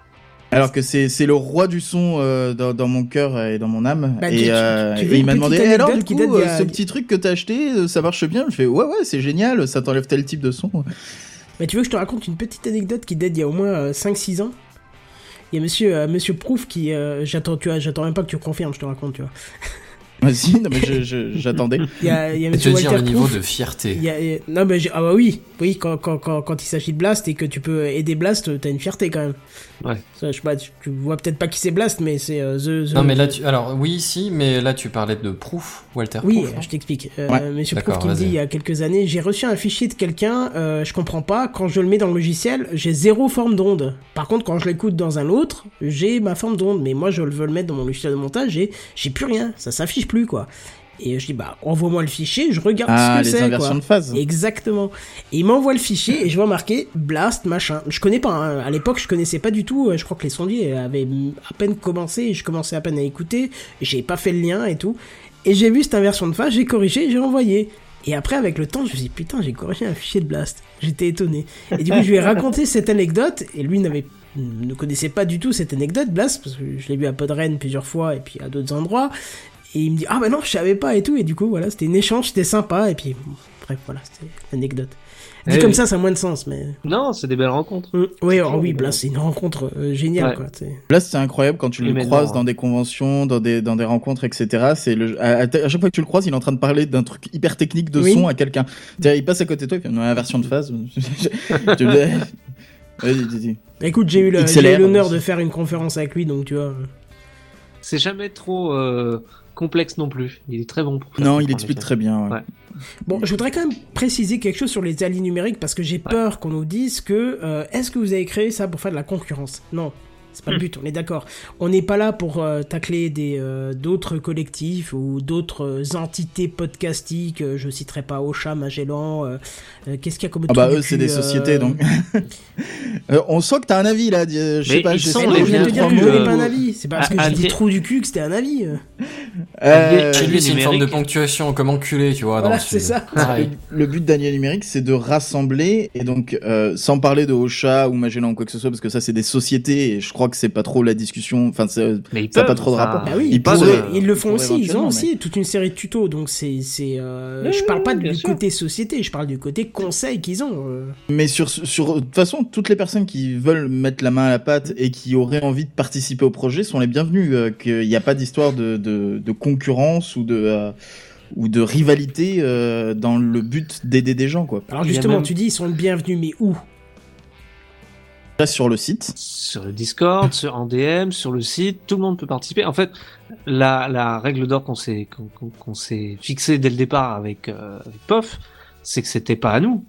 S5: Alors que c'est c'est le roi du son euh, dans, dans mon cœur et dans mon âme.
S1: Bah,
S5: et
S1: tu- tu-
S5: euh,
S1: tu veux
S5: et il
S1: une
S5: m'a
S1: petite
S5: demandé, eh, alors du
S1: anecdote qui
S5: coup,
S1: date d'il y a-
S5: euh, ce petit truc que t'as acheté, euh, ça marche bien. Je fais, ouais, ouais, c'est génial, ça t'enlève tel type de son.
S1: Mais tu veux que je te raconte une petite anecdote qui date d'il y a au moins euh, cinq six ans. Il y a monsieur, euh, monsieur Proof qui... euh, j'attends, tu vois, j'attends même pas que tu confirmes, je te raconte, tu vois.
S5: Vas-y, non, mais je- je- j'attendais.
S1: Il y a, il y a
S4: Et te
S1: monsieur
S4: dire
S1: Walter
S4: le niveau
S1: Proof.
S4: de fierté.
S1: Il y a, il y a- non, mais j'ai- ah bah oui, oui, quand, quand, quand, quand il s'agit de Blast et que tu peux aider Blast, t'as une fierté quand même.
S8: Ouais.
S1: Ça, je sais pas, tu, tu vois peut-être pas qui c'est Blast, mais c'est euh, The, The...
S4: Non mais là tu alors oui si mais là tu parlais de Proof, Walter
S1: Oui,
S4: Proof. hein.
S1: je t'explique. Euh,
S5: Ouais.
S1: Monsieur
S4: D'accord,
S1: Proof qui me
S4: vas-y.
S1: dit il y a quelques années, j'ai reçu un fichier de quelqu'un, euh, je comprends pas, quand je le mets dans le logiciel, j'ai zéro forme d'onde. Par contre, quand je l'écoute dans un autre, j'ai ma forme d'onde, mais moi je veux le mettre dans mon logiciel de montage et j'ai plus rien, ça s'affiche plus quoi. Et je dis bah envoie-moi le fichier, je regarde
S5: Ah,
S1: ce que
S5: les
S1: c'est
S5: inversions
S1: quoi.
S5: de phase.
S1: Exactement. Et il m'envoie le fichier et je vois marqué Blast machin. Je connais pas, hein. À l'époque je connaissais pas du tout, je crois que les sondiers avaient à peine commencé et je commençais à peine à écouter, j'ai pas fait le lien et tout. Et j'ai vu cette inversion de phase, j'ai corrigé, j'ai envoyé. Et après avec le temps je me suis dit putain j'ai corrigé un fichier de Blast. J'étais étonné. Et du coup je lui ai raconté cette anecdote et lui n'avait ne connaissait pas du tout cette anecdote Blast parce que je l'ai vu à Podren plusieurs fois et puis à d'autres endroits. Et il me dit ah bah non je savais pas et tout et du coup voilà c'était un échange, c'était sympa et puis bref voilà c'était l'anecdote. Dit
S8: Eh
S1: comme
S8: oui.
S1: ça ça a moins de sens mais
S8: Non, c'est des belles rencontres.
S1: Mmh. oui alors
S8: toujours
S1: oui
S8: des
S1: Blast c'est une rencontre euh, géniale
S8: Ouais.
S1: quoi. t'sais.
S5: Blast, c'est incroyable quand tu le
S8: Humainement,
S5: croises
S8: hein.
S5: dans des conventions, dans des, dans des rencontres, et cetera. C'est le, à, à chaque fois que tu le croises, il est en train de parler d'un truc hyper technique de
S1: Oui.
S5: son à quelqu'un. C'est-à-dire, il passe à côté de toi, il fait une inversion de phase. Tu le- Vas-y, dis-y.
S1: Écoute j'ai eu le-
S5: X
S1: j'ai
S5: L R
S1: eu l'honneur
S5: aussi.
S1: de faire une conférence avec lui donc tu vois.
S8: C'est jamais trop euh, complexe non plus. Il est très bon pour faire
S5: Non, il
S8: comprendre
S5: explique
S8: les
S5: très bien. ouais.
S8: Ouais.
S1: Bon, je voudrais quand même préciser quelque chose sur les alliés numériques parce que j'ai peur qu'on nous dise que euh, est-ce que vous avez créé ça pour faire de la concurrence ? Non, c'est pas le but, on est d'accord. On n'est pas là pour euh, tacler des euh, d'autres collectifs ou d'autres euh, entités podcastiques. euh, je citerai pas Ocha, Magellan. Euh, euh, qu'est-ce qu'il y a comme
S5: Ah bah
S1: trou du
S5: eux, c'est
S1: cul,
S5: des
S1: euh,
S5: sociétés, donc. Euh, on sent que t'as un avis, là. dis- Je sais
S8: Mais
S5: pas,
S8: ils
S5: je
S8: sont
S5: sais
S1: Mais
S5: pas.
S1: non,
S8: les
S1: je viens de te dire que je
S8: bienvenus,
S1: n'avais
S8: euh,
S1: pas un avis. C'est pas parce que
S8: à-
S1: j'ai dit
S8: alliés-
S1: trou du cul que c'était un avis. euh.
S5: Euh,
S8: Alliés-
S4: Chez lui c'est une forme de
S8: numérique.
S4: ponctuation comme enculé tu vois.
S1: Voilà,
S4: dans
S1: c'est
S4: ce-
S1: ça.
S4: Pareil.
S5: Le but d'Alliés Numérique, c'est de rassembler, et donc, euh, sans parler de Ocha ou Magellan ou quoi que ce soit, parce que ça, c'est des sociétés, et je crois crois que c'est pas trop la discussion. Enfin, c'est,
S8: Mais ils
S5: ça n'a
S8: peuvent,
S5: pas trop de
S8: ça-
S5: rapport.
S1: Bah oui,
S5: Ils
S1: ils,
S5: pourraient-
S1: pourraient- ils le font
S5: pourraient
S1: aussi, ils ont
S5: éventuellement,
S1: aussi toute une série de tutos, donc c'est, c'est, euh,
S8: Oui,
S1: je parle pas
S8: oui, bien
S1: du
S8: sûr.
S1: côté société, je parle du côté conseil qu'ils ont. euh.
S5: Mais sur, sur, de toute façon, toutes les personnes qui veulent mettre la main à la pâte et qui auraient envie de participer au projet sont les bienvenues. Euh, qu'il n'y a pas d'histoire de, de, de concurrence ou de, euh, ou de rivalité euh, dans le but d'aider des gens, quoi.
S1: Alors
S8: Il y a
S1: justement,
S8: même-
S1: tu dis ils sont les bienvenus, mais où?
S5: Là, sur le site.
S8: Sur le Discord, sur, en D M, sur le site, tout le monde peut participer. En fait, la, la règle d'or qu'on s'est, qu'on, qu'on- qu'on s'est fixée dès le départ avec, euh, avec P O F, c'est que c'était pas à nous.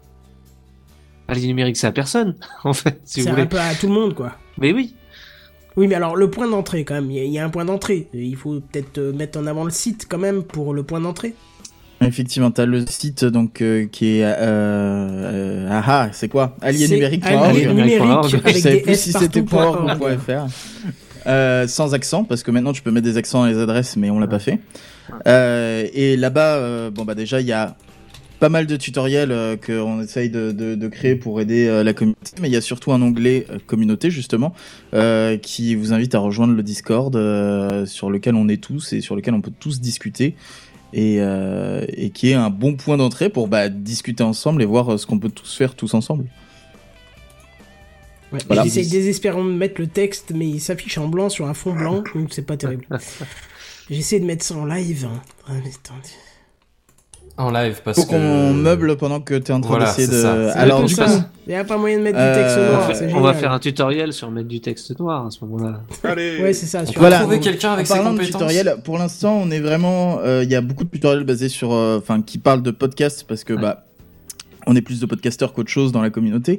S8: Allié numérique, c'est à personne, en fait, si
S1: C'est
S8: vous
S1: un
S8: voulez.
S1: peu à tout le monde, quoi.
S8: Mais oui.
S1: Oui, mais alors le point d'entrée, quand même, il y, a- il y a un point d'entrée. Il faut peut-être euh, mettre en avant le site, quand même, pour le point d'entrée.
S5: Effectivement, t'as le site donc euh, qui est euh, euh, ah ah, c'est quoi? Allié
S1: C'est
S5: numérique.
S1: Allié numérique,
S8: Je
S1: avec
S5: Je savais
S1: des
S5: plus
S1: S
S5: si c'était
S1: partout,
S5: point org ou point F R. Euh, sans accent, parce que maintenant tu peux mettre des accents dans les adresses, mais on l'a pas fait. Euh, et là-bas, euh, bon bah déjà il y a pas mal de tutoriels euh, qu'on essaye de, de, de créer pour aider euh, la communauté, mais il y a surtout un onglet euh, communauté justement euh, qui vous invite à rejoindre le Discord euh, sur lequel on est tous et sur lequel on peut tous discuter. Et, euh, et qui est un bon point d'entrée pour bah, discuter ensemble et voir euh, ce qu'on peut tous faire tous ensemble.
S1: Ouais,
S5: Voilà.
S1: J'essaye désespérément de mettre le texte, mais il s'affiche en blanc sur un fond blanc, donc c'est pas terrible. J'essaie de mettre ça en live. hein. Ah, mais attendez.
S4: En live, parce
S5: Faut
S4: que...
S5: qu'on meuble pendant que t'es en train
S4: Voilà,
S5: d'essayer
S4: c'est
S5: de...
S4: ça.
S1: C'est
S5: Alors
S1: tout
S5: du
S1: ça.
S5: coup,
S1: Il n'y a pas moyen de mettre du
S5: Euh,
S1: texte
S8: On
S1: noir,
S8: va,
S1: c'est
S8: faire, on va
S1: génial.
S8: faire un tutoriel sur mettre du texte noir à ce moment-là.
S3: Allez.
S1: Ouais, c'est ça.
S4: On
S1: sur
S4: peut
S5: Voilà.
S4: trouver quelqu'un avec
S5: en
S4: ses
S5: parlant de
S4: compétences.
S5: tutoriels, pour l'instant, on est vraiment... euh, Il y a beaucoup de tutoriels basés sur... euh, Enfin, qui parlent de podcasts, parce que,
S8: Ouais.
S5: bah... On est plus de podcasteurs qu'autre chose dans la communauté.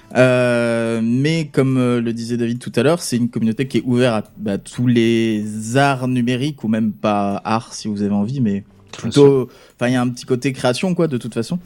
S5: Euh, mais comme euh, le disait David tout à l'heure, c'est une communauté qui est ouverte à bah, tous les arts numériques, ou même pas arts si vous avez envie, mais plutôt... Enfin, il y a un petit côté création, quoi, de toute façon.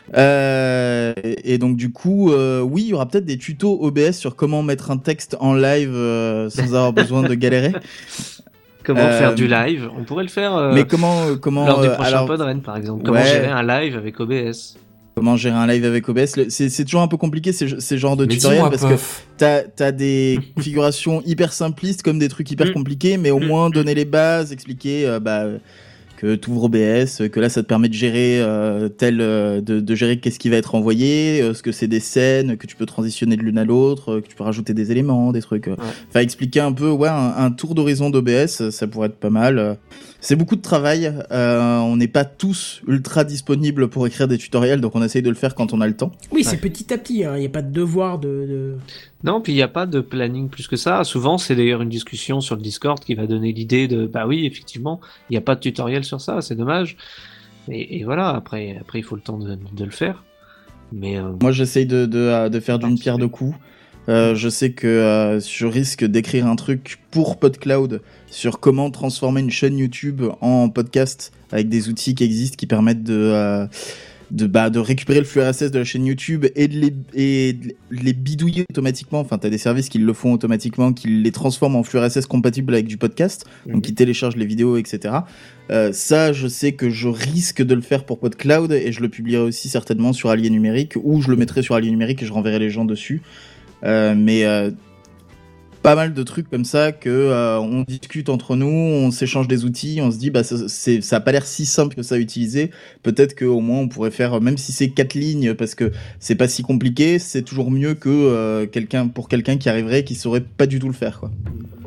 S5: Euh, et, et donc, du coup, euh, oui, il y aura peut-être des tutos O B S sur comment mettre un texte en live euh, sans avoir besoin de galérer.
S8: Comment
S5: Euh,
S8: faire du live? On pourrait le faire euh,
S5: mais comment... euh, comment
S8: lors du
S5: euh,
S8: prochain
S5: alors,
S8: Podren, par exemple. Comment
S5: ouais.
S8: gérer un live avec O B S?
S5: Comment gérer un live avec O B S? Le- C'est c'est toujours un peu compliqué ces, ces genres de
S4: Mais
S5: tutoriels
S4: dis-moi,
S5: parce que
S4: Puff,
S5: t'as as des configurations hyper simplistes comme des trucs hyper
S8: Mm.
S5: compliqués, mais au
S8: Mm.
S5: moins donner les bases, expliquer euh, bah, que tu ouvres O B S, que là ça te permet de gérer euh, tel, euh, de, de gérer qu'est-ce qui va être envoyé, euh, ce que c'est des scènes, que tu peux transitionner de l'une à l'autre, euh, que tu peux rajouter des éléments, des trucs. euh. Enfin expliquer un peu, ouais, un, un tour d'horizon d'O B S, ça pourrait être pas mal. euh. C'est beaucoup de travail. Euh, on n'est pas tous ultra disponibles pour écrire des tutoriels, donc on essaye de le faire quand on a le temps.
S1: Oui, c'est petit à petit. Il n'y a pas de devoir de. de...
S8: Non, puis il n'y a pas de planning plus que ça. Souvent, c'est d'ailleurs une discussion sur le Discord qui va donner l'idée de, bah oui, effectivement, il n'y a pas de tutoriel sur ça, c'est dommage. Et, et voilà, après, après, il faut le temps de, de le faire. Mais euh,
S5: Moi, j'essaye de, de, euh, de faire d'une pierre deux coups. Euh, je sais que euh, je risque d'écrire un truc pour PodCloud sur comment transformer une chaîne YouTube en podcast avec des outils qui existent qui permettent de, euh, de, bah, de récupérer le flux R S S de la chaîne YouTube et de les, et de les bidouiller automatiquement. Enfin, t'as des services qui le font automatiquement, qui les transforment en flux R S S compatible avec du podcast, donc qui téléchargent les vidéos, et cetera. Euh, ça, je sais que je risque de le faire pour PodCloud et je le publierai aussi certainement sur Allié Numérique ou je le mettrai sur Allié Numérique et je renverrai les gens dessus. Euh, mais euh, pas mal de trucs comme ça que euh, on discute entre nous, on s'échange des outils, on se dit bah ça, c'est, ça a pas l'air si simple que ça à utiliser. Peut-être qu'au moins on pourrait faire, même si c'est quatre lignes, parce que c'est pas si compliqué, c'est toujours mieux que euh, quelqu'un pour quelqu'un qui arriverait qui saurait pas du tout le faire, quoi.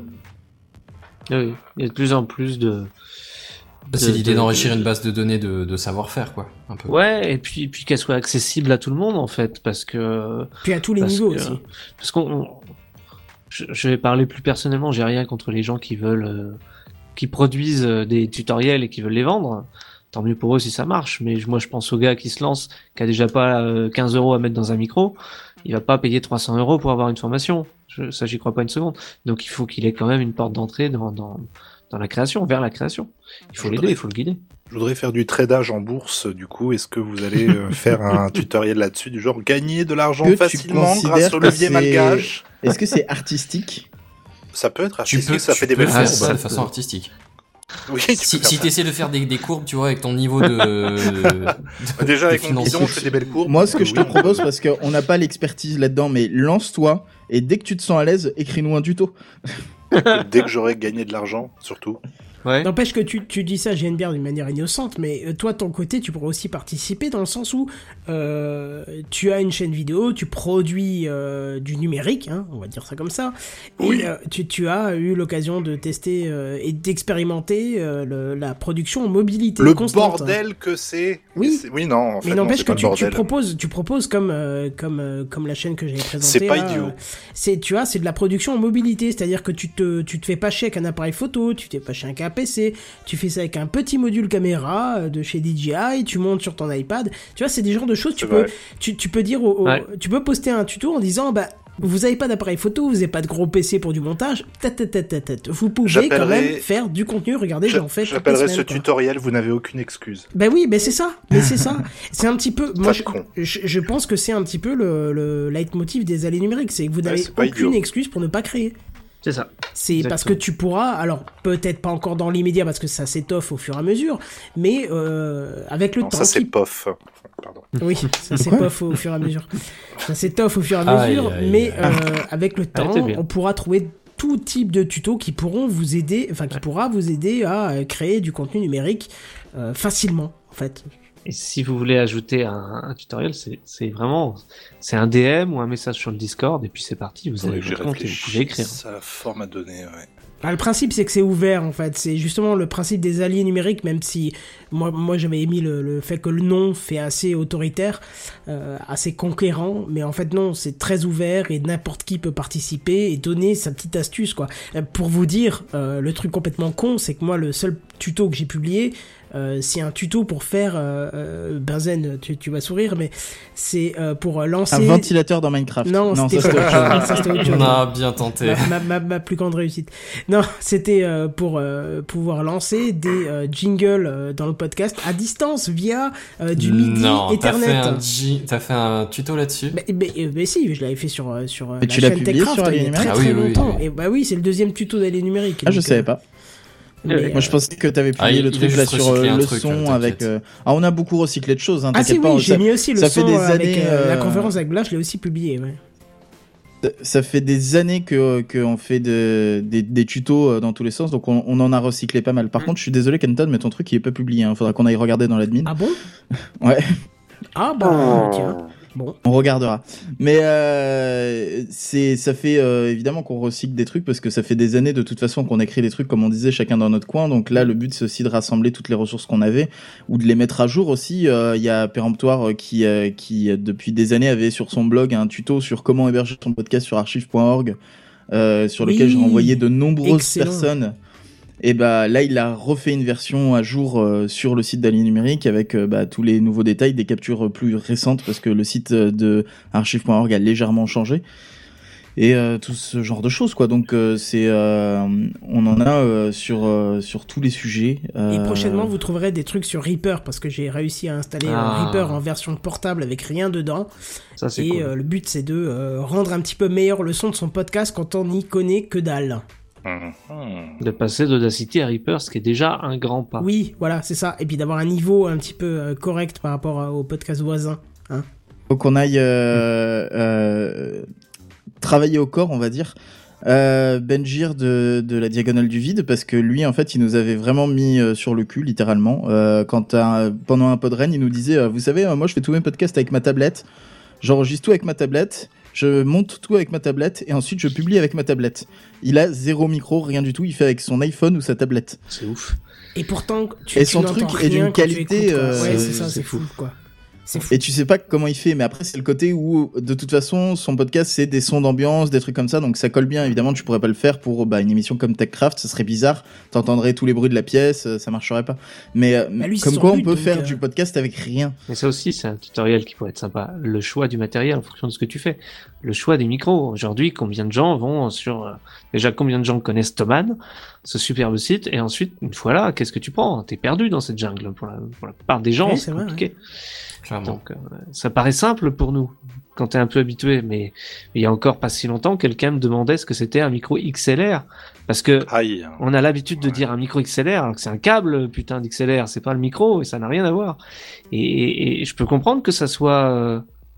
S8: oui, il y a de plus en plus de.
S4: c'est
S8: de-
S4: l'idée
S8: de-
S4: d'enrichir
S8: de-
S4: une base de données de, de savoir-faire, quoi, un peu.
S8: Ouais, et puis, puis qu'elle soit accessible à tout le monde en fait, parce que.
S1: Puis à tous les
S8: Parce
S1: niveaux
S8: que-
S1: aussi.
S8: Parce qu'on, on- je, je vais parler plus personnellement. J'ai rien contre les gens qui veulent, euh, qui produisent euh, des tutoriels et qui veulent les vendre. Tant mieux pour eux si ça marche. Mais moi, je pense au gars qui se lance, qui a déjà pas euh, quinze euros à mettre dans un micro. Il va pas payer trois cents euros pour avoir une formation. Je, ça, j'y crois pas une seconde. Donc, il faut qu'il ait quand même une porte d'entrée dans, dans, dans la création, vers la création. Il faut
S3: Je
S8: l'aider,
S3: voudrais-
S8: il faut le guider.
S3: Je voudrais faire du tradage en bourse, du coup, est-ce que vous allez euh, faire un tutoriel là-dessus, du genre gagner de l'argent
S5: Que tu
S3: facilement
S5: considères
S3: grâce au
S5: que
S3: levier
S5: c'est-
S3: malgache?
S5: Est-ce que c'est artistique?
S3: Ça peut être
S4: Tu
S3: artistique,
S4: peux,
S3: ça
S4: tu
S3: fait des
S4: peux
S3: belles
S4: faire
S3: courbes.
S4: ça de
S8: Ça
S4: façon
S8: peut.
S4: artistique.
S3: Oui, tu
S4: Si,
S3: peux faire
S4: si
S3: ça.
S4: t'essaies de faire des, des courbes, tu vois, avec ton niveau de... de-
S3: Déjà, avec
S4: de
S3: mon
S4: finance.
S3: bidon, je fais des belles courbes.
S5: Moi, ce que
S3: donc,
S5: je
S3: oui,
S5: te propose, parce qu'on n'a pas l'expertise là-dedans, mais lance-toi Et dès que tu te sens à l'aise, écris-nous un tuto.
S3: Dès que j'aurai gagné de l'argent, surtout.
S8: Ouais.
S1: N'empêche que tu, tu dis ça, J N B R, d'une manière innocente, mais euh, toi, de ton côté, tu pourrais aussi participer dans le sens où euh, tu as une chaîne vidéo, tu produis euh, du numérique, hein, on va dire ça comme ça,
S3: Oui.
S1: et euh, tu, tu as eu l'occasion de tester euh, et d'expérimenter euh, le, la production en mobilité
S3: Le
S1: constante.
S3: bordel que c'est.
S1: Oui.
S3: c'est... Oui, non, en fait,
S1: Mais
S3: non,
S1: n'empêche
S3: c'est
S1: que
S3: pas
S1: tu,
S3: le
S1: tu
S3: bordel.
S1: proposes, tu proposes comme euh, comme euh, comme la chaîne que j'ai présentée.
S3: C'est pas
S1: là,
S3: idiot.
S1: euh, c'est tu vois, c'est de la production en mobilité, c'est-à-dire que tu te tu te fais pas chier avec un appareil photo, tu te fais pas chier avec un P C, tu fais ça avec un petit module caméra euh, de chez D J I, tu montes sur ton iPad. Tu vois, c'est des genres de choses. Tu
S3: C'est
S1: peux
S3: vrai.
S1: tu tu peux dire au, au-
S8: Ouais.
S1: tu peux poster un tuto en disant bah vous avez pas d'appareil photo, vous avez pas de gros P C pour du montage, tat, tat, tat, tat, tat. Vous pouvez quand
S3: J'appellerai-
S1: même faire du contenu. Regardez,
S3: Je-
S1: j'en fais. toutes les
S3: J'appellerai ce
S1: semaines, quoi.
S3: tutoriel, vous n'avez aucune excuse.
S1: Ben oui, ben c'est ça, mais c'est ça. C'est un petit peu. Moi,
S3: Pas
S1: je,
S3: de con.
S1: je, je pense que c'est un petit peu le, le leitmotiv des allées numériques, c'est que vous n'avez
S3: c'est pas
S1: aucune
S3: idiot.
S1: excuse pour ne pas créer.
S8: C'est ça.
S1: C'est
S8: Exactement.
S1: parce que tu pourras, alors peut-être pas encore dans l'immédiat parce que ça s'étoffe au fur et à mesure, mais euh, avec le
S3: Non,
S1: temps.
S3: ça, c'est
S1: qui-
S3: pof. Pardon.
S1: Oui, ça s'étoffe au fur et à mesure. Ça s'étoffe au fur et à
S4: Aïe,
S1: mesure,
S4: aïe,
S1: mais
S4: aïe.
S1: euh, avec le temps,
S8: Arrêtez bien.
S1: on pourra trouver tout type de tutos qui pourront vous aider, enfin qui pourra vous aider à euh, créer du contenu numérique euh, facilement, en fait.
S8: Et si vous voulez ajouter un, un tutoriel, c'est c'est vraiment c'est un D M ou un message sur le Discord et puis c'est parti. Vous avez
S3: Ouais, j'ai
S8: votre compte et vous
S3: réfléchi.
S8: pouvez écrire.
S3: Ça, la forme à donner, ouais.
S1: Ah, le principe, c'est que c'est ouvert, en fait. C'est justement le principe des alliés numériques, même si moi, moi j'avais émis le, le fait que le nom fait assez autoritaire, euh, assez conquérant, mais en fait, non, c'est très ouvert et n'importe qui peut participer et donner sa petite astuce, quoi. Euh, Pour vous dire, euh, le truc complètement con, c'est que moi, le seul tuto que j'ai publié, euh, c'est un tuto pour faire, euh, euh, Benzen, tu, tu vas sourire, mais c'est euh, pour lancer...
S5: Un ventilateur dans Minecraft.
S1: Non, c'était
S5: ça,
S1: pas-
S5: autre chose.
S1: ça, c'était autre chose.
S4: On a bien tenté.
S1: Ma, ma, ma, ma plus grande réussite. Non, c'était euh, pour euh, pouvoir lancer des euh, jingles euh, dans le podcast à distance via euh, du MIDI
S4: non, t'as
S1: Ethernet.
S4: fait, un G- t'as fait un tuto là-dessus.
S1: Mais, mais, euh, mais si, je l'avais fait sur, euh, sur euh,
S5: Mais
S1: la
S5: tu l'as
S1: chaîne
S5: publié
S1: Techcraft
S5: sur Alliés
S1: il y a très
S5: Numériques
S1: très
S4: Ah oui, oui,
S1: longtemps.
S4: oui.
S1: Et bah oui, c'est le deuxième tuto d'Alliés Numériques.
S5: Ah, je
S1: donc,
S5: savais
S1: euh,
S5: pas.
S1: mais,
S5: Moi, je
S1: euh,
S5: pensais que t'avais publié
S4: Ah, il-
S5: le
S4: il a
S5: truc là
S4: juste
S5: sur
S4: recyclé
S5: euh,
S4: un
S5: le
S4: truc,
S5: son
S4: hein,
S5: avec.
S4: t'inquiète.
S5: euh, Ah, on a beaucoup recyclé de choses. Hein,
S1: Ah si,
S5: t'inquiète pas.
S1: oui, j'ai
S5: ça-
S1: mis aussi le
S5: ça
S1: son
S5: fait des
S1: euh, avec
S5: années,
S1: euh, la
S5: euh,
S1: conférence avec Blash, je l'ai aussi publié. Ouais.
S5: Ça fait des années que qu'on fait de, des, des tutos euh, dans tous les sens, donc on, on en a recyclé pas mal. Par contre, je suis désolé, Kenton, mais ton truc il est pas publié. Hein. Faudra qu'on aille regarder dans l'admin.
S1: Ah bon?
S5: Ouais.
S1: Ah bah tiens. Bon.
S5: On regardera. Mais euh, c'est, ça fait euh, évidemment qu'on recycle des trucs parce que ça fait des années de toute façon qu'on écrit des trucs comme on disait chacun dans notre coin. Donc là, le but c'est aussi de rassembler toutes les ressources qu'on avait ou de les mettre à jour aussi. Il euh, y a Péremptoire qui, euh, qui depuis des années avait sur son blog un tuto sur comment héberger son podcast sur archive point org euh, sur lequel
S1: Oui.
S5: j'ai renvoyé de nombreuses
S1: Excellent.
S5: personnes. Et bah là, il a refait une version à jour euh, sur le site d'Alliés Numériques avec euh, bah, tous les nouveaux détails, des captures plus récentes parce que le site de archive point org a légèrement changé et euh, tout ce genre de choses quoi. Donc euh, c'est euh, on en a euh, sur euh, sur tous les sujets. Euh...
S1: Et prochainement, vous trouverez des trucs sur Reaper parce que j'ai réussi à installer
S8: Ah.
S1: un Reaper en version portable avec rien dedans.
S8: Ça c'est
S1: Et
S8: cool.
S1: euh, le but, c'est de euh, rendre un petit peu meilleur le son de son podcast quand on n'y connaît que dalle.
S3: Mhm.
S8: De passer d'Audacity à Reaper, ce qui est déjà un grand pas.
S1: Oui, voilà, c'est ça. Et puis d'avoir un niveau un petit peu euh, correct par rapport à- au podcast voisin. Hein.
S5: Faut qu'on aille euh, euh, travailler au corps, on va dire. Euh, Benjir de, de la Diagonale du Vide, parce que lui, en fait, il nous avait vraiment mis euh, sur le cul, littéralement. Euh, quand un- pendant un podren, il nous disait, euh, vous savez, euh, moi, je fais tous mes podcasts avec ma tablette. J'enregistre tout avec ma tablette. Je monte tout avec ma tablette et ensuite je publie avec ma tablette. Il a zéro micro, rien du tout. Il fait avec son iPhone ou sa tablette.
S8: C'est ouf.
S1: Et pourtant, tu,
S5: Et
S1: tu
S5: son
S1: n'entends
S5: truc est
S1: rien
S5: d'une
S1: quand tu
S5: qualité,
S1: écoutes, quoi.
S5: euh,
S1: ouais, c'est ça,
S8: c'est
S1: c'est
S8: fou.
S1: fou, quoi. C'est fou.
S5: Et tu sais pas comment il fait, mais après c'est le côté où de toute façon son podcast c'est des sons d'ambiance, des trucs comme ça, donc ça colle bien. Évidemment tu pourrais pas le faire pour bah, une émission comme TechCraft, ça serait bizarre, t'entendrais tous les bruits de la pièce, euh, ça marcherait pas. Mais euh,
S1: Bah, lui, c'est
S5: comme
S1: son
S5: quoi
S1: but,
S5: on peut
S1: donc,
S5: faire
S1: euh,
S5: du podcast avec rien.
S8: Et ça aussi, c'est un tutoriel qui pourrait être sympa. Le choix du matériel en fonction de ce que tu fais. Le choix des micros. Aujourd'hui, combien de gens vont sur... euh, Déjà, combien de gens connaissent Thomann, ce superbe site, et ensuite, une fois là, qu'est-ce que tu prends? T'es perdu dans cette jungle. Pour la, pour la plupart des gens,
S1: Ouais,
S8: c'est
S1: c'est vrai,
S8: compliqué.
S4: Clairement.
S8: Donc, euh, ça paraît simple pour nous, quand t'es un peu habitué, mais il y a encore pas si longtemps, quelqu'un me demandait ce que c'était un micro X L R, parce que
S3: Aïe.
S8: on a l'habitude de
S3: Ouais.
S8: dire un micro X L R, alors que c'est un câble, putain, d'X L R, c'est pas le micro, et ça n'a rien à voir. Et, et, et je peux comprendre que ça soit euh,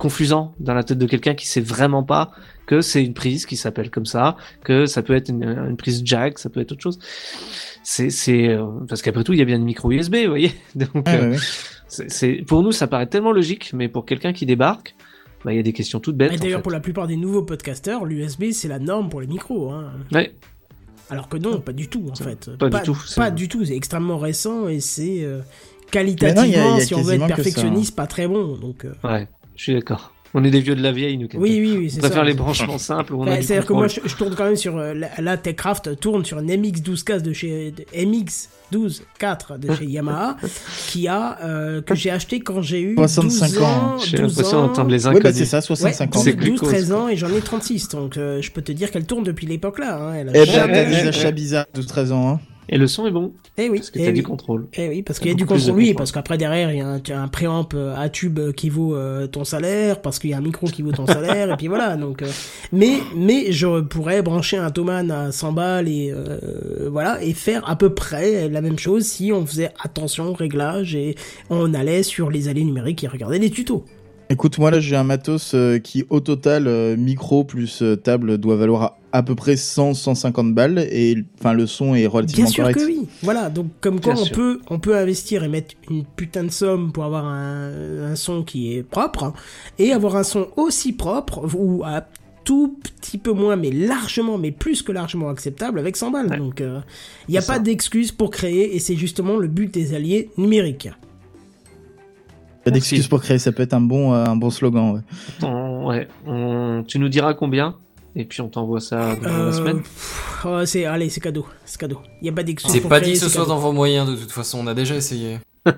S8: confusant dans la tête de quelqu'un qui sait vraiment pas que c'est une prise qui s'appelle comme ça, que ça peut être une, une prise jack, ça peut être autre chose. C'est, c'est euh, parce qu'après tout, il y a bien une micro U S B, vous voyez. Donc,
S5: Ouais,
S8: euh,
S5: ouais, ouais.
S8: c'est, c'est, pour nous, ça paraît tellement logique, mais pour quelqu'un qui débarque, bah, il y a des questions toutes bêtes.
S1: Et d'ailleurs,
S8: en fait.
S1: pour la plupart des nouveaux podcasteurs, l'U S B c'est la norme pour les micros. Hein.
S8: Ouais.
S1: Alors que non, pas du tout en fait.
S8: Pas du tout, c'est
S1: Pas
S8: vrai.
S1: du tout. C'est extrêmement récent et c'est euh,
S5: Mais non, il y
S1: qualitativement,
S5: a- il y a
S1: si on veut être
S5: quasiment que ça,
S1: perfectionniste, pas très bon. Donc. euh,
S8: Ouais, je suis d'accord. On est des vieux de la vieille, nous. Kenton.
S1: Oui, oui, oui,
S8: On
S1: c'est
S8: préfère
S1: ça.
S8: les branchements simples. Où on a
S1: Ouais,
S8: du
S1: C'est-à-dire que moi,
S8: contrôle.
S1: je, je tourne quand même sur euh, la, la Techcraft tourne sur une M X douze K de chez de M X douze quatre de chez Yamaha, qui a euh, que j'ai acheté quand j'ai eu
S5: soixante-cinq
S1: douze ans,
S8: J'ai
S1: douze
S8: l'impression
S1: ans.
S8: d'entendre les
S5: Ouais,
S8: inconnus.
S5: bah c'est ça,
S1: Ouais,
S5: soixante-cinq ans.
S8: C'est
S1: douze,
S8: glucose,
S1: treize
S8: quoi.
S1: ans et j'en ai trente-six, donc euh, je peux te dire qu'elle tourne depuis l'époque-là. Hein. Elle a
S5: Eh
S1: jamais-
S5: ben, t'as
S8: ouais,
S5: des
S8: ouais.
S5: achats bizarres de treize ans, hein.
S8: Et le son est bon,
S1: Eh oui,
S8: parce que
S1: eh
S8: t'as
S1: oui.
S8: du contrôle.
S1: Eh oui, parce
S8: T'as
S1: qu'il y a du
S8: beaucoup plus de
S1: contrôle, oui,
S8: contrôle.
S1: parce qu'après derrière, il y a un, tu as un préamp euh, à tube euh, qui vaut euh, ton salaire, parce qu'il y a un micro qui vaut ton salaire, et puis voilà. Donc, euh, mais mais je pourrais brancher un Thomann à cent balles et euh, voilà et faire à peu près la même chose si on faisait attention au réglage et on allait sur les allées numériques et regardait les tutos.
S5: Écoute, moi là j'ai un matos euh, qui au total euh, micro plus euh, table doit valoir à, à peu près cent à cent cinquante balles et enfin le son est relativement
S1: Bien sûr
S5: correct.
S1: que oui. Voilà, donc comme quoi
S8: Bien
S1: on
S8: sûr.
S1: peut, on peut investir et mettre une putain de somme pour avoir un, un son qui est propre hein, et avoir un son aussi propre ou à tout petit peu moins, mais largement, mais plus que largement acceptable avec cent balles.
S8: Ouais.
S1: Donc il euh, n'y a
S8: C'est
S1: pas
S8: ça.
S1: d'excuse pour créer et c'est justement le but des alliés numériques.
S5: Pas d'excuses pour créer, ça peut être un bon, euh, un bon slogan. Ouais.
S8: On- ouais, on- tu nous diras combien, et puis on t'envoie ça dans la
S1: Euh,
S8: semaine.
S1: pff, oh, c'est, allez, c'est cadeau, c'est cadeau. Il n'y a pas d'excuse
S4: C'est
S1: pour
S4: pas
S1: créer,
S4: dit que ce
S1: c'est
S4: soit
S1: cadeau.
S4: dans vos moyens de toute façon, on a déjà essayé.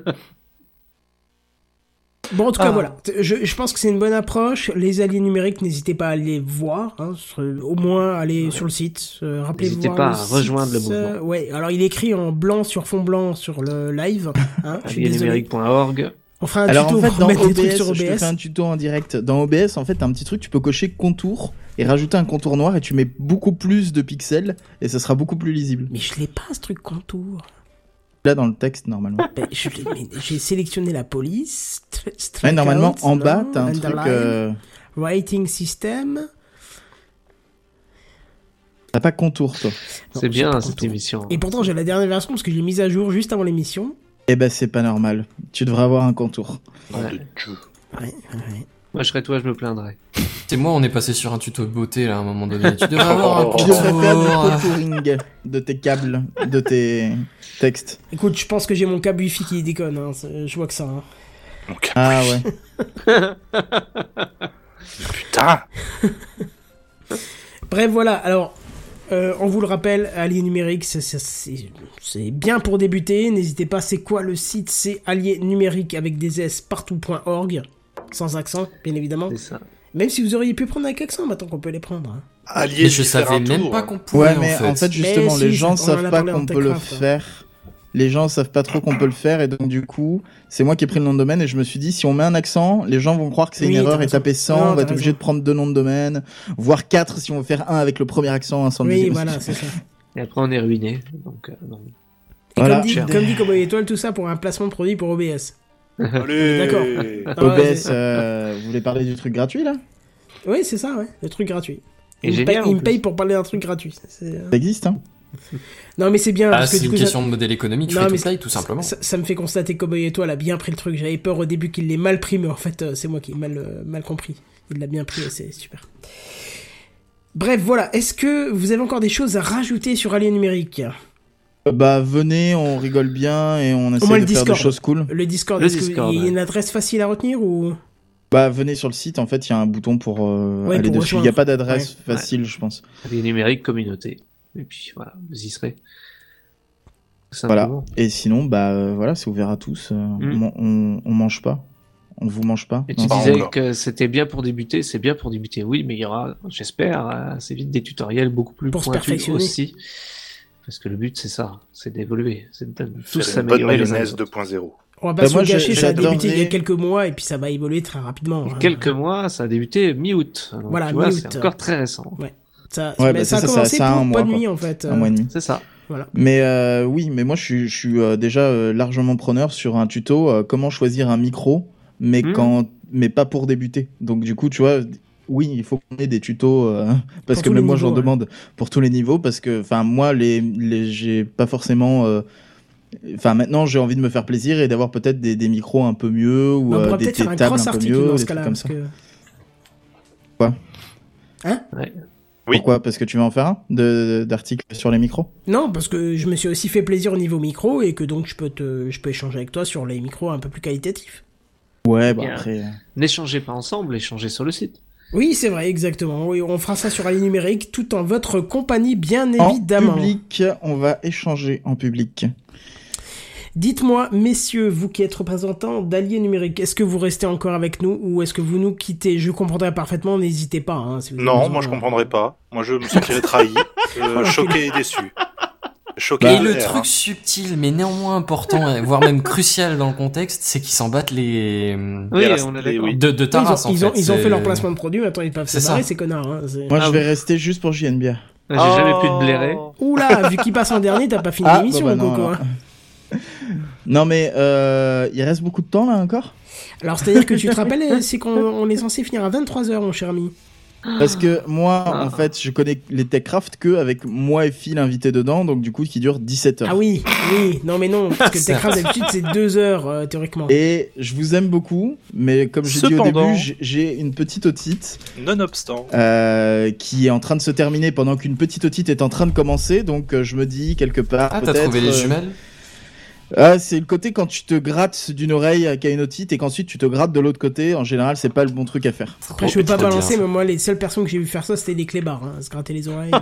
S1: Bon, en tout cas,
S8: Ah.
S1: voilà. Je, je pense que c'est une bonne approche. Les alliés numériques, n'hésitez pas à les voir. Hein, sur- au moins, aller sur le site. Euh, rappelez-vous.
S8: N'hésitez
S1: voir
S8: pas
S1: le
S8: à rejoindre le
S1: site.
S8: mouvement.
S1: Euh, ouais, alors il est écrit en blanc sur fond blanc sur le live. Hein, je suis
S8: alliés
S1: désolé.
S8: numériques point org.
S1: On fera un
S5: Alors
S1: tuto
S5: en fait
S1: pour
S5: dans
S1: mettre des trucs
S5: O B S,
S1: sur
S5: je te
S1: O B S.
S5: fais un tuto en direct. Dans O B S en fait t'as un petit truc, tu peux cocher contour et rajouter un contour noir et tu mets beaucoup plus de pixels et ça sera beaucoup plus lisible.
S1: Mais je l'ai pas, ce truc contour.
S5: Là dans le texte normalement.
S1: Ben, je l'ai- mais j'ai sélectionné la police. st-
S5: Ouais,
S1: strikeout,
S5: normalement en
S1: non,
S5: bas t'as un truc.
S1: underline,
S5: Euh...
S1: Writing system.
S5: T'as pas contour toi.
S1: Non,
S8: C'est
S1: j'ai
S8: bien
S1: pas
S8: cette
S1: contour.
S8: émission.
S1: Et pourtant, j'ai la dernière version parce que je l'ai mise à jour juste avant l'émission.
S5: Eh ben c'est pas normal. Tu devrais avoir un contour.
S3: Nom
S8: Ouais.
S3: de Dieu.
S1: Ouais, ouais.
S8: Moi, je serais toi, je me plaindrais.
S4: C'est moi, on est passé sur un tuto de beauté là à un moment donné. Tu devrais avoir un
S3: Oh.
S5: Tu devrais faire du
S4: contour.
S5: contouring de tes câbles, de tes textes.
S1: Écoute, je pense que j'ai mon câble Wi-Fi qui déconne. Hein. c'est- Je vois que ça. Hein.
S3: Donc,
S5: Ah ouais.
S3: putain.
S1: Bref, voilà. Alors, euh, on vous le rappelle, Alliés Numériques, c'est- c'est- c'est c'est bien pour débuter. N'hésitez pas, c'est quoi le site? C'est Alliés Numériques avec des S partout.org. Sans accent, bien évidemment.
S8: C'est ça.
S1: Même si vous auriez pu prendre avec accent, maintenant qu'on peut les prendre. Hein.
S3: Allié,
S4: Mais je
S3: faire
S4: savais
S3: un
S4: même
S3: tour.
S4: pas qu'on pouvait
S5: Ouais, mais
S4: en fait.
S5: en fait, justement,
S1: Mais
S5: les
S1: si,
S5: gens
S1: ça- on en a
S5: savent pas
S1: parlé en
S5: qu'on peut le
S1: Techcraft, hein.
S5: faire. Les gens savent pas trop qu'on peut le faire, et donc du coup, c'est moi qui ai pris le nom de domaine, et je me suis dit, si on met un accent, les gens vont croire que c'est
S1: Oui,
S5: une erreur,
S1: t'as
S5: et
S1: raison.
S5: taper cent,
S1: Non,
S5: on va
S1: t'as
S5: être obligé
S1: raison.
S5: de prendre deux noms de domaine, voire quatre si on veut faire un avec le premier accent, un sans le
S1: Oui,
S5: deuxième.
S1: voilà, c'est ça.
S8: Et après, on est ruiné. Donc, euh, non.
S1: Et
S5: Voilà.
S1: comme dit,
S8: Cher.
S1: comme dit Cowboy Étoile, tout ça pour un placement de produit pour O B S.
S3: Allez.
S1: D'accord. Ah ouais,
S5: O B S,
S1: c'est-
S5: euh, vous voulez parler du truc gratuit, là?
S1: Oui, c'est ça, ouais. Le truc gratuit.
S8: Et
S1: Il me
S8: génial,
S1: paye,
S8: en
S1: il me
S8: plus.
S1: paye pour parler d'un truc gratuit. C'est, euh,
S5: Ça existe, hein?
S1: Non, mais c'est bien.
S4: Ah,
S1: parce que
S4: c'est
S1: du
S4: une
S1: coup, ça-
S4: question de modèle économique,
S1: Non,
S4: free
S1: mais
S4: to play, tout simplement.
S1: Ça, ça me fait constater que Cowboy Étoile a bien pris le truc. J'avais peur au début qu'il l'ait mal pris, mais en fait, euh, c'est moi qui ai mal, euh, mal compris. Il l'a bien pris et c'est super. Bref, voilà. Est-ce que vous avez encore des choses à rajouter sur Alliés Numériques?
S5: Euh, Bah, venez, on rigole bien, et on essaie
S1: moins
S5: de
S1: le
S5: faire
S1: Discord.
S5: des choses cool.
S1: Le Discord,
S8: Le
S1: est-ce qu'il
S8: Discord,
S1: y a
S8: ouais.
S1: une adresse facile à retenir ou...
S5: Bah, venez sur le site, en fait, il y a un bouton pour euh,
S1: Ouais,
S5: aller
S1: pour
S5: dessus. Il
S1: rejoindre.
S5: n'y a pas d'adresse
S8: Ouais.
S5: facile, je pense.
S8: Alliés numériques, communauté. Et puis, voilà, vous y serez.
S5: Voilà.
S8: Simplement.
S5: Et sinon, bah euh, voilà, c'est ouvert à tous. euh,
S8: Mm.
S5: on, on, on mange pas. On vous mange pas.
S8: Et
S5: Non,
S8: tu
S3: pas
S8: disais
S3: encore.
S8: que c'était bien pour débuter, c'est bien pour débuter, oui, mais il y aura, j'espère, euh, assez vite des tutoriels beaucoup plus
S1: Pour se
S8: pointus
S1: perfectionner.
S8: aussi. Parce que le but, c'est ça, c'est d'évoluer, c'est de tous
S3: Faire une bonne
S8: s'améliorer les uns les
S3: mayonnaise
S8: autres.
S3: deux point zéro.
S1: On va pas
S5: Bah,
S1: se
S5: moi,
S1: le gâcher,
S5: j'ai-
S1: ça a débuté il y a
S5: j'adorerais-
S1: quelques mois et puis ça va évoluer très rapidement. hein.
S8: Quelques mois, ça a débuté mi-août. Donc,
S1: Voilà,
S8: tu vois,
S1: mi-août.
S8: c'est encore très récent.
S1: Ça,
S5: Ouais,
S1: mais
S5: bah,
S1: ça a
S5: c'est ça,
S1: commencé
S5: ça a
S1: pour
S5: un mois,
S1: pas de
S5: quoi.
S1: nuit en fait.
S5: un
S1: euh,
S5: mois et demi.
S8: C'est ça.
S1: Voilà.
S5: Mais euh, oui, mais moi je suis, je suis euh, déjà euh, largement preneur sur un tuto euh, comment choisir un micro, mais
S8: Mm.
S5: quand mais pas pour débuter. Donc du coup, tu vois, oui, il faut qu'on ait des tutos euh, parce
S1: Pour
S5: que
S1: tous
S5: même
S1: les
S5: moi
S1: niveaux,
S5: j'en
S1: ouais.
S5: demande pour tous les niveaux parce que, enfin moi, les, les j'ai pas forcément. euh, Enfin, maintenant, j'ai envie de me faire plaisir et d'avoir peut-être des, des micros un peu mieux ou
S1: On
S5: euh,
S1: pourra
S5: des,
S1: peut-être
S5: des
S1: faire un
S5: tables un peu
S1: cross-article
S5: mieux,
S1: dans
S5: des
S1: ce
S5: trucs
S1: cas-là.
S5: comme
S1: Parce
S5: ça.
S1: que...
S5: Quoi
S1: Hein
S3: Oui.
S5: Pourquoi ? Parce que tu veux en faire un de, d'articles sur les micros ?
S1: Non, parce que je me suis aussi fait plaisir au niveau micro et que donc je peux, te... je peux échanger avec toi sur les micros un peu plus qualitatifs.
S5: Ouais, bah
S8: Bien.
S5: après. euh,
S8: N'échangez pas ensemble, échangez sur le site.
S1: Oui, c'est vrai, exactement. Oui, on fera ça sur Ali Numérique tout en votre compagnie, bien
S5: En
S1: évidemment.
S5: public, on va échanger en public.
S1: Dites-moi, messieurs, vous qui êtes représentants d'Alliés Numérique, est-ce que vous restez encore avec nous ou est-ce que vous nous quittez ? Je comprendrai parfaitement, n'hésitez pas. Hein, si vous avez
S3: Non,
S1: besoin,
S3: moi je
S1: euh,
S3: comprendrais pas. Moi je me sentirais trahi, euh, choqué et déçu. Choqué
S4: Et
S3: et
S4: le
S3: R,
S4: truc
S3: hein.
S4: subtil, mais néanmoins important, et voire même crucial dans le contexte, c'est qu'ils s'en battent les...
S8: Oui,
S3: reste-
S8: on est
S3: les-
S8: d'accord.
S3: oui.
S4: De, de ta
S1: ils, ont,
S4: race, en
S1: ils, ont,
S4: fait.
S1: ils ont
S4: c'est-
S1: fait leur placement de produit, maintenant ils peuvent
S4: C'est
S1: se barrer,
S4: ça.
S1: ces connards. Hein, c'est-
S5: Moi,
S8: Ah
S5: je
S8: oui.
S5: vais rester juste pour J N B R.
S8: J'ai jamais pu
S3: Oh.
S8: te blairer.
S1: Oula, vu qu'il passe en dernier, t'as pas fini
S5: Ah,
S1: l'émission,
S5: bah, bah, non,
S1: Coco.
S5: alors.
S1: Hein.
S5: Non, mais euh, il reste beaucoup de temps là encore ?
S1: Alors, c'est-à-dire que tu te rappelles, c'est qu'on on est censé finir à vingt-trois heures, mon cher ami.
S5: Parce que moi,
S8: Ah.
S5: en fait, je connais les TechCraft que avec moi et Phil invité dedans, donc du coup, qui dure dix-sept heures.
S1: Ah oui, oui, non mais non, parce que le
S4: Ça.
S1: TechCraft d'habitude c'est deux heures, euh, théoriquement.
S5: Et je vous aime beaucoup, mais comme j'ai dit au
S3: Cependant-
S5: début, j'ai- j'ai une petite otite
S3: Nonobstant.
S5: euh, qui est en train de se terminer pendant qu'une petite otite est en train de commencer, donc euh, je me dis quelque part
S4: Ah, t'as
S5: peut-être.
S4: trouvé les
S5: euh,
S4: jumelles
S5: Ah, c'est le côté quand tu te grattes d'une oreille qui a une otite et qu'ensuite tu te grattes de l'autre côté. En général, c'est pas le bon truc à faire.
S1: Après, je veux pas
S4: Trop
S1: balancer,
S4: bien.
S1: mais moi, les seules personnes que j'ai vu faire ça, c'était des clébards, hein, se gratter les oreilles.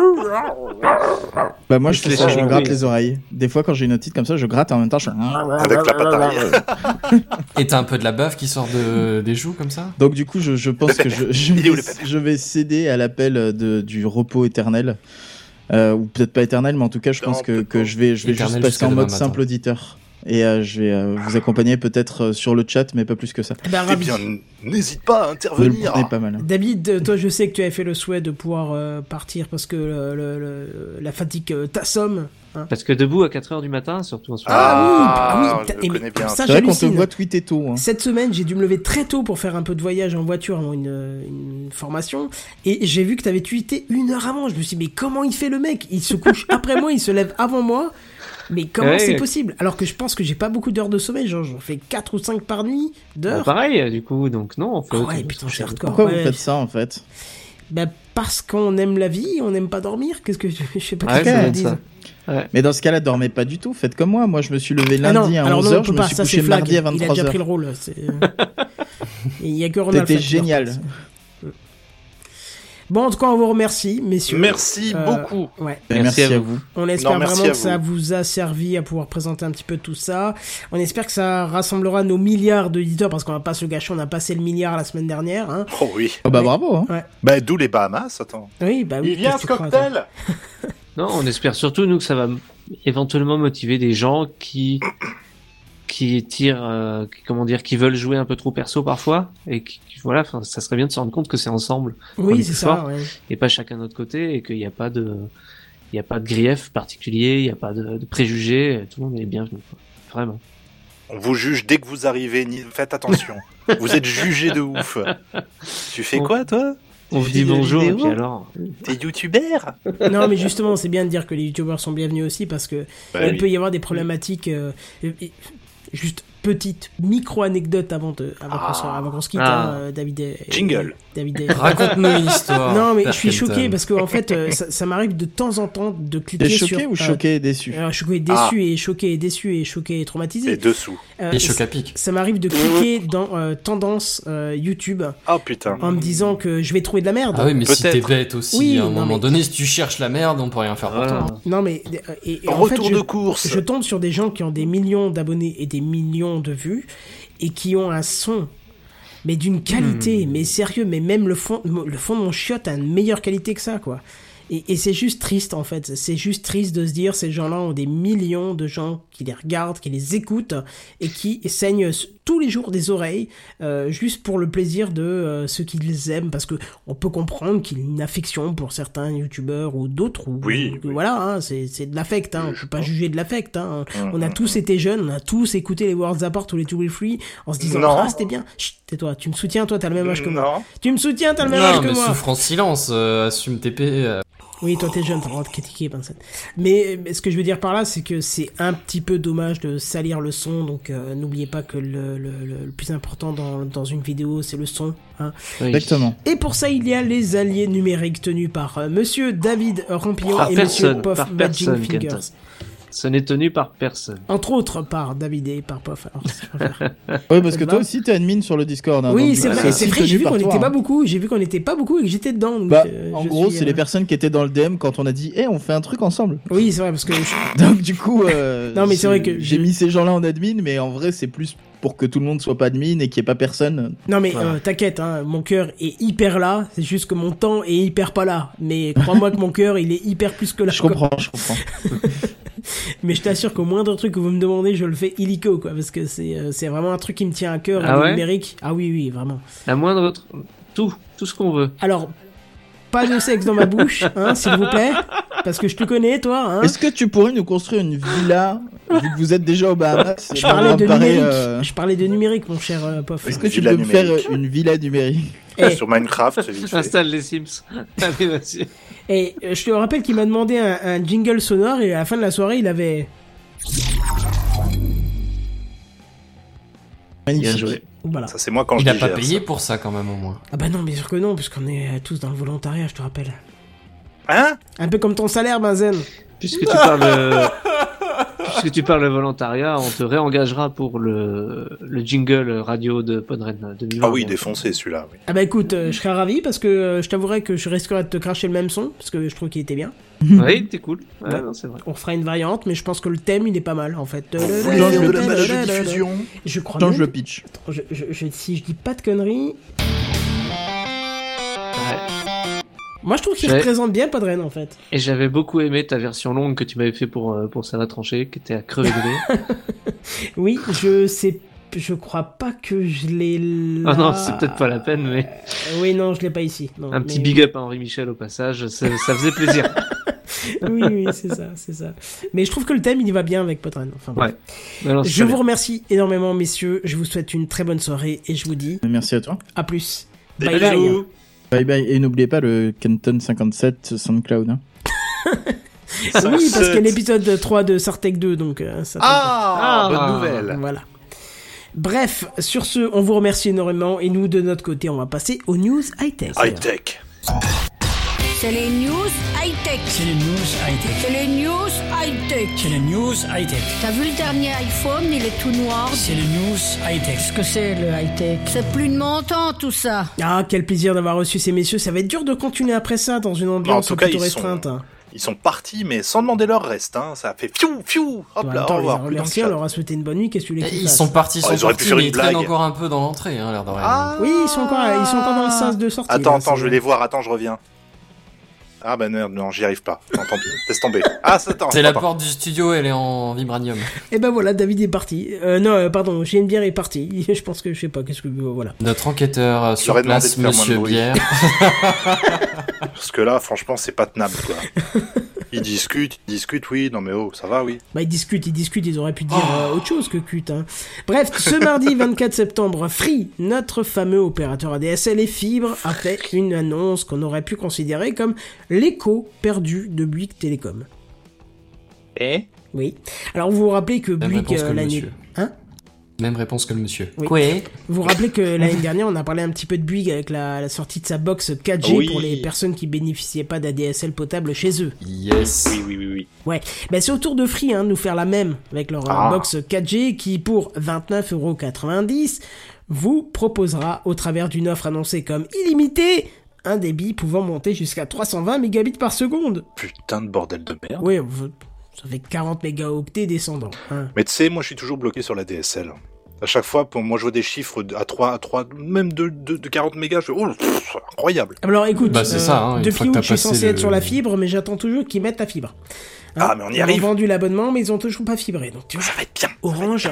S5: Bah moi, je
S8: Je
S5: fais
S8: l'ai
S5: ça, je
S8: jamais
S5: me gratte
S8: compris.
S5: les oreilles. Des fois, quand j'ai une otite comme ça, je gratte et en même temps, je fais...
S3: Avec la patte arrière.
S4: Et t'as un peu de la bave qui sort de... des joues, comme ça
S5: Donc du coup, je, je pense que je, je,
S3: Il est où,
S5: vais,
S3: le pépère
S5: je vais céder à l'appel de, du repos éternel. Euh, ou peut-être pas éternel, mais en tout cas, je
S3: Non,
S5: pense que,
S3: peut-être
S5: que
S3: pas.
S5: je vais, je vais
S4: Éternel
S5: juste passer
S4: jusqu'à
S5: en
S4: demain
S5: mode
S4: matin.
S5: simple auditeur. Et euh, je vais euh, vous accompagner peut-être euh, sur le chat, mais pas plus que ça.
S1: Eh ben,
S3: Eh
S1: ravi.
S3: bien, n- n'hésite pas à
S5: Vous le
S3: intervenir.
S5: prenez pas mal.
S1: David, euh, toi, je sais que tu avais fait le souhait de pouvoir euh, partir parce que le, le- le- la fatigue euh, t'assomme. Hein.
S8: Parce que debout à quatre heures du matin, surtout en ce moment.
S3: Ah,
S1: ah oui,
S3: je
S1: ah oui,
S3: le
S1: et mais
S3: connais bien.
S1: ça,
S5: C'est vrai qu'on te
S1: j'hallucine.
S5: voit tweeter tôt. Hein.
S1: Cette semaine, j'ai dû me lever très tôt pour faire un peu de voyage en voiture avant une, une formation. Et j'ai vu que t'avais tweeté une heure avant. Je me suis dit, mais comment il fait le mec ? Il se couche après moi, il se lève avant moi. Mais comment
S8: Ouais.
S1: c'est possible ? Alors que je pense que j'ai pas beaucoup d'heures de sommeil. Genre, j'en fais quatre ou cinq par nuit
S8: Bah,
S1: d'heures.
S8: pareil, du coup, donc non, on fait
S1: Ah
S8: autant
S1: ouais,
S8: de
S1: putain,
S8: se
S1: c'est
S8: coucher.
S1: hardcore.
S5: Pourquoi
S1: Ouais.
S5: vous faites ça en fait ?
S1: Bah, parce qu'on aime la vie, on n'aime pas dormir. Qu'est-ce que je sais pas
S8: Ouais,
S1: qu'est-ce
S8: ça
S1: que
S8: doit
S1: je
S8: être
S1: dise.
S8: ça.
S5: Mais dans ce cas-là, dormez pas du tout. Faites comme moi. Moi, je me suis levé
S1: Ah non,
S5: lundi à
S1: alors
S5: onze
S1: non,
S5: heures,
S1: on
S5: je
S1: peut
S5: me
S1: pas,
S5: suis
S1: ça
S5: couché
S1: c'est Flag.
S5: mardi à
S1: Il a
S5: vingt-trois
S1: déjà
S5: heures.
S1: pris le rôle. c'est- Et il y a que Ronald
S5: T'étais
S1: Flag qui dort
S5: génial.
S1: pas. Bon, en tout cas, on vous remercie, messieurs.
S3: Merci
S1: Euh,
S3: beaucoup.
S1: Ouais.
S5: Merci,
S8: Merci
S5: à
S8: à
S5: vous.
S1: On espère
S3: Non, merci
S1: vraiment
S3: à
S1: que ça
S3: vous.
S1: vous a servi à pouvoir présenter un petit peu tout ça. On espère que ça rassemblera nos milliards d'auditeurs parce qu'on va pas se gâcher, on a passé le milliard la semaine dernière. Hein.
S3: Oh oui.
S5: Oh bah
S1: Ouais.
S5: bravo. Hein.
S3: Bah, d'où les Bahamas, attends.
S1: Oui, bah oui.
S3: Il vient
S1: qu'est-ce
S3: ce
S1: que tu crois, toi
S3: cocktail
S8: Non, on espère surtout, nous, que ça va m- éventuellement motiver des gens qui, qui tirent, euh, qui- comment dire, qui veulent jouer un peu trop perso parfois, et qui, qui- voilà, enfin, ça serait bien de se rendre compte que c'est ensemble, on est
S1: Oui,
S8: plus
S1: c'est ça.
S8: fort.
S1: Ouais.
S8: et pas chacun de notre côté, et qu'il n'y a pas de, il y a pas de grief particulier, il n'y a pas de, de préjugés, tout le monde est bienvenu, quoi. Vraiment.
S3: On vous juge dès que vous arrivez, ni- faites attention. Vous êtes jugé de ouf. Tu fais quoi, toi
S8: On vous
S3: Tu
S8: dit
S3: fais des
S8: bonjour, et
S3: vidéos
S8: puis alors,
S3: T'es youtubeur
S1: Non, mais justement, c'est bien de dire que les youtubeurs sont bienvenus aussi parce que
S3: Bah
S1: il
S3: oui.
S1: peut y avoir des problématiques. euh, et- et- juste petite micro-anecdote avant, de, avant, qu'on soit- avant qu'on se quitte,
S8: Ah.
S1: hein, euh, David. et-
S3: Jingle.
S1: David et-
S4: Raconte-nous une histoire.
S1: Non, mais je suis
S4: Père
S1: choqué
S4: Kenton.
S1: parce que en fait, euh, ça, ça m'arrive de temps en temps de cliquer
S5: T'es choqué
S1: sur.
S5: ou
S1: euh,
S5: choqué et déçu?
S1: alors, choqué et déçu et choqué et déçu et choqué et traumatisé.
S3: Et dessous.
S1: Euh,
S4: Et choc à pic.
S1: ça m'arrive de cliquer dans euh, tendance euh, YouTube
S3: Oh putain.
S1: en me disant que je vais trouver de la merde.
S4: Ah oui, mais si
S3: Peut-être.
S4: t'es bête aussi,
S1: Oui,
S4: à un
S1: non,
S4: moment
S1: mais-
S4: donné, si tu cherches la merde, on peut rien faire pour
S8: voilà.
S4: toi.
S1: Non mais euh, et, et en fait,
S3: Retour
S1: je,
S3: de course.
S1: je tombe sur des gens qui ont des millions d'abonnés et des millions de vues et qui ont un son mais d'une qualité,
S8: Hmm.
S1: mais sérieux, mais même le fond, le fond de mon chiotte a une meilleure qualité que ça quoi. Et, et c'est juste triste en fait, c'est juste triste de se dire ces gens-là ont des millions de gens qui les regardent, qui les écoutent et qui saignent tous les jours des oreilles euh, juste pour le plaisir de euh, ceux qui les aiment, parce que on peut comprendre qu'il y a une affection pour certains youtubeurs ou d'autres, ou,
S3: oui,
S1: ou
S3: oui.
S1: voilà, hein, c'est, c'est de l'affect, hein, on peut pas juger de l'affect, hein.
S3: Mmh,
S1: on a
S3: mmh,
S1: tous
S3: mmh.
S1: été jeunes, on a tous écouté les Worlds Apart ou les Two Will Free en se disant
S3: Non.
S1: ah c'était bien, chut tais-toi, tu me soutiens, toi t'as le même âge que moi,
S3: Non.
S1: tu me soutiens, t'as le même
S4: Non,
S1: âge que
S4: mais
S1: moi.
S4: souffre en silence, euh, assume tes P. euh.
S1: Oui, toi t'es jeune, t'as le droit de critiquer, Pincette. Mais, mais ce que je veux dire par là, c'est que c'est un petit peu dommage de salir le son, donc euh, n'oubliez pas que le, le, le, le plus important dans, dans une vidéo, c'est le son. Hein.
S8: Oui.
S5: Exactement.
S1: Et pour ça, il y a les alliés numériques tenus par euh, Monsieur David Rampillon
S8: Par
S1: et
S8: personne,
S1: Monsieur Puff
S8: par
S1: Magic
S8: personne,
S1: Fingers.
S8: Kenton. Ce n'est tenu par personne.
S1: Entre autres par David et par Puff. Alors, si je préfère.
S5: Oui, parce
S1: Ça
S5: que
S1: te
S5: toi
S1: va
S5: aussi t'es admin sur le Discord. Hein,
S1: Oui,
S5: donc,
S1: c'est
S5: euh,
S1: vrai,
S5: aussi
S1: c'est vrai,
S5: tenu
S1: j'ai vu
S5: par
S1: qu'on
S5: toi,
S1: n'était pas
S5: hein.
S1: beaucoup, j'ai vu qu'on n'était pas beaucoup et que j'étais dedans. Donc,
S5: Bah,
S1: euh,
S5: en
S1: je
S5: gros,
S1: suis,
S5: c'est
S1: euh,
S5: les personnes qui étaient dans le D M quand on a dit « Eh, on fait un truc ensemble
S1: Oui, c'est vrai, parce que... je- »
S5: Donc du coup, euh,
S1: Non, mais c'est vrai que
S5: j'ai
S1: je-
S5: mis ces gens-là en admin, mais en vrai, c'est plus pour que tout le monde soit pas admin et qu'il y ait pas personne.
S1: Non mais
S8: Voilà.
S1: euh, t'inquiète, hein, mon cœur est hyper là, c'est juste que mon temps est hyper pas là. Mais crois-moi que mon cœur, il est hyper plus que là.
S5: Je
S1: quoi.
S5: comprends, je comprends.
S1: Mais je t'assure qu'au moindre truc que vous me demandez, je le fais illico, quoi, parce que c'est euh, c'est vraiment un truc qui me tient à cœur,
S8: Ah
S1: le
S8: ouais
S1: numérique. Ah oui, oui, vraiment.
S8: La moindre... tr- Tout, tout ce qu'on veut.
S1: Alors, pas de sexe dans ma bouche, hein, s'il vous plaît, parce que je te connais, toi. Hein.
S5: Est-ce que tu pourrais nous construire une villa, vu que vous êtes déjà au Bahamas?
S1: Je
S5: ça
S1: parlais
S5: me
S1: de
S5: paraît,
S1: numérique.
S5: euh,
S1: Je parlais de numérique, mon cher euh, Pof.
S5: Est-ce que tu
S3: Villa
S5: peux me faire
S3: numérique.
S5: euh, une villa numérique?
S1: Eh,
S3: Sur Minecraft, c'est vite fait.
S8: Installe les Sims. Allez, vas-y.
S1: et euh, je te rappelle qu'il m'a demandé un, un jingle sonore et à la fin de la soirée, il avait...
S5: Magnifique.
S8: Bien joué.
S1: Voilà.
S3: Ça, c'est moi quand
S4: Il
S3: je
S4: a pas
S3: digère,
S4: payé
S3: ça.
S4: pour ça quand même au moins.
S1: Ah bah non, bien sûr que non, puisqu'on est euh, tous dans le volontariat, je te rappelle.
S3: Hein?
S1: Un peu comme ton salaire, Benzen.
S8: Puisque tu parles de... Puisque tu parles de volontariat, on te réengagera pour le, le jingle radio de Podren deux mille vingt.
S3: Ah oui, défoncé celui-là, oui.
S1: Ah bah écoute, euh, je serais ravi parce que euh, je t'avouerais que je risquerais de te cracher le même son, parce que je trouve qu'il était bien.
S8: Oui, t'es cool. Ouais,
S1: Ouais.
S8: non, c'est vrai.
S1: On fera une variante, mais je pense que le thème, il est pas mal, en fait.
S3: Change
S5: Change
S3: de
S5: le
S3: la
S5: pitch.
S3: magie de diffusion.
S1: Je crois
S5: Change
S1: même-
S5: le pitch.
S1: Attends, je, je- je- si je dis pas de conneries...
S8: Ouais.
S1: Moi, je trouve qu'il
S8: Ouais.
S1: représente bien Podren, en fait.
S8: Et j'avais beaucoup aimé ta version longue que tu m'avais fait pour, euh, pour Sarah Tranché, qui était à crever de rire.
S1: Oui, je sais... Je crois pas que je l'ai là...
S8: Ah non, c'est peut-être pas la peine, mais
S1: Euh, Oui, non, je l'ai pas ici. Non,
S8: un petit
S1: mais-
S8: big up à Henri Michel au passage, ça, ça faisait plaisir.
S1: Oui, oui, c'est ça, c'est ça. Mais je trouve que le thème, il y va bien avec Podren. Enfin, bref.
S8: Ouais. Non, non, c'est
S1: Je
S8: très
S1: vous
S8: bien.
S1: remercie énormément, messieurs. Je vous souhaite une très bonne soirée et je vous dis
S5: Merci à toi.
S1: à plus.
S3: Des
S1: Bye bye.
S3: bisous.
S5: Bye bye. Et n'oubliez pas le Kenton cinquante-sept SoundCloud. Hein.
S1: Oui, parce qu'il y a l'épisode trois de Sartec deux, donc euh, ça tombe
S3: Ah,
S8: Ah.
S3: bonne
S1: bien.
S3: nouvelle.
S1: Voilà. Bref, sur ce, on vous remercie énormément et nous, de notre côté, on va passer aux news high-tech.
S3: High-tech.
S7: C'est les news high-tech.
S6: C'est les news high-tech.
S7: C'est les news high-tech.
S6: C'est les news high-tech.
S7: T'as vu le dernier iPhone, il est tout noir.
S6: C'est les news high-tech.
S7: Qu'est-ce que c'est le high-tech? C'est plus de mon temps tout ça.
S1: Ah, quel plaisir d'avoir reçu ces messieurs. Ça va être dur de continuer après ça dans une ambiance
S3: tout cas,
S1: plutôt
S3: ils sont-
S1: restreinte. hein.
S3: Ils sont partis, mais sans demander leur reste, hein. Ça a fait fiou, fiou. Hop
S1: En
S3: là,
S1: même temps,
S3: au
S1: on les a
S3: revoir. Plus dans le
S1: remerciés, on
S3: chat.
S1: leur a souhaité une bonne nuit. Qu'est-ce que tu voulais qu'ils
S4: Ils
S1: fassent
S4: sont partis, ils
S3: Oh,
S4: sont
S3: ils auraient pu
S4: partis,
S3: faire
S4: mais
S3: une
S4: ils traînent
S3: blague.
S4: encore un peu dans l'entrée, hein, l'air de rien.
S3: Ah.
S1: Oui, ils sont encore, ils sont encore dans le sens de sortie.
S3: Attends,
S1: là,
S3: attends,
S1: c'est-
S3: je vais les voir. Attends, je reviens. Ah bah non, non, j'y arrive pas. Non, tant pis, laisse tomber. Ah, c'est attends,
S4: C'est la
S3: attends.
S4: porte du studio, elle est en vibranium.
S1: Et ben voilà, David est parti. Euh, non, euh, pardon, G N Bière est parti. Je pense que je sais pas, qu'est-ce que euh, voilà.
S4: Notre enquêteur euh, sur
S3: J'aurais demandé
S4: place,
S3: de faire moins de
S4: Monsieur
S3: bruit.
S4: Bière.
S3: Parce que là, franchement, c'est pas tenable, quoi. Ils discutent, ils discutent, oui, non mais oh, ça va, oui.
S1: Bah ils discutent, ils discutent, ils auraient pu dire euh, autre chose que cut. Hein. Bref, ce mardi vingt-quatre septembre, Free, notre fameux opérateur A D S L et fibre, a fait une annonce qu'on aurait pu considérer comme l'écho perdu de Bouygues Télécom.
S3: Et
S1: Oui. Alors vous vous rappelez que
S4: Même
S1: Bouygues
S4: réponse que
S1: euh,
S4: le
S1: l'année...
S4: monsieur.
S1: Hein
S4: Même réponse que le monsieur.
S1: Oui.
S4: Quoi?
S1: Vous vous rappelez que l'année dernière, on a parlé un petit peu de Bouygues avec la, la sortie de sa box quatre G
S3: Oui.
S1: pour les personnes qui bénéficiaient pas d'A D S L potable chez eux.
S4: Yes.
S3: oui, oui, oui, oui.
S1: Ouais, ben c'est au tour de Free hein, de nous faire la même avec leur euh,
S3: Ah.
S1: box quatre G qui, pour vingt-neuf euros quatre-vingt-dix, vous proposera, au travers d'une offre annoncée comme illimitée, un débit pouvant monter jusqu'à trois cent vingt mégabits par seconde.
S3: Putain de bordel de merde.
S1: Oui, ça fait quarante mégaoctets descendants. Hein.
S3: Mais tu sais, moi je suis toujours bloqué sur la D S L. À chaque fois, pour moi, je vois des chiffres à trois, à trois, même de, de, de quarante mégas, je fais, oh, pff, incroyable.
S1: Alors écoute,
S4: Bah, c'est
S1: euh,
S4: ça, hein, une fois
S1: depuis
S4: que
S1: août,
S4: t'as
S1: je suis censé
S4: passé
S1: être
S4: le-
S1: sur la fibre, mais j'attends toujours qu'ils mettent la fibre. Hein,
S3: Ah, mais on y
S1: ils
S3: arrive.
S1: ont vendu l'abonnement, mais ils ont toujours pas fibré. Donc tu vois,
S3: Ça va être bien.
S1: Orange.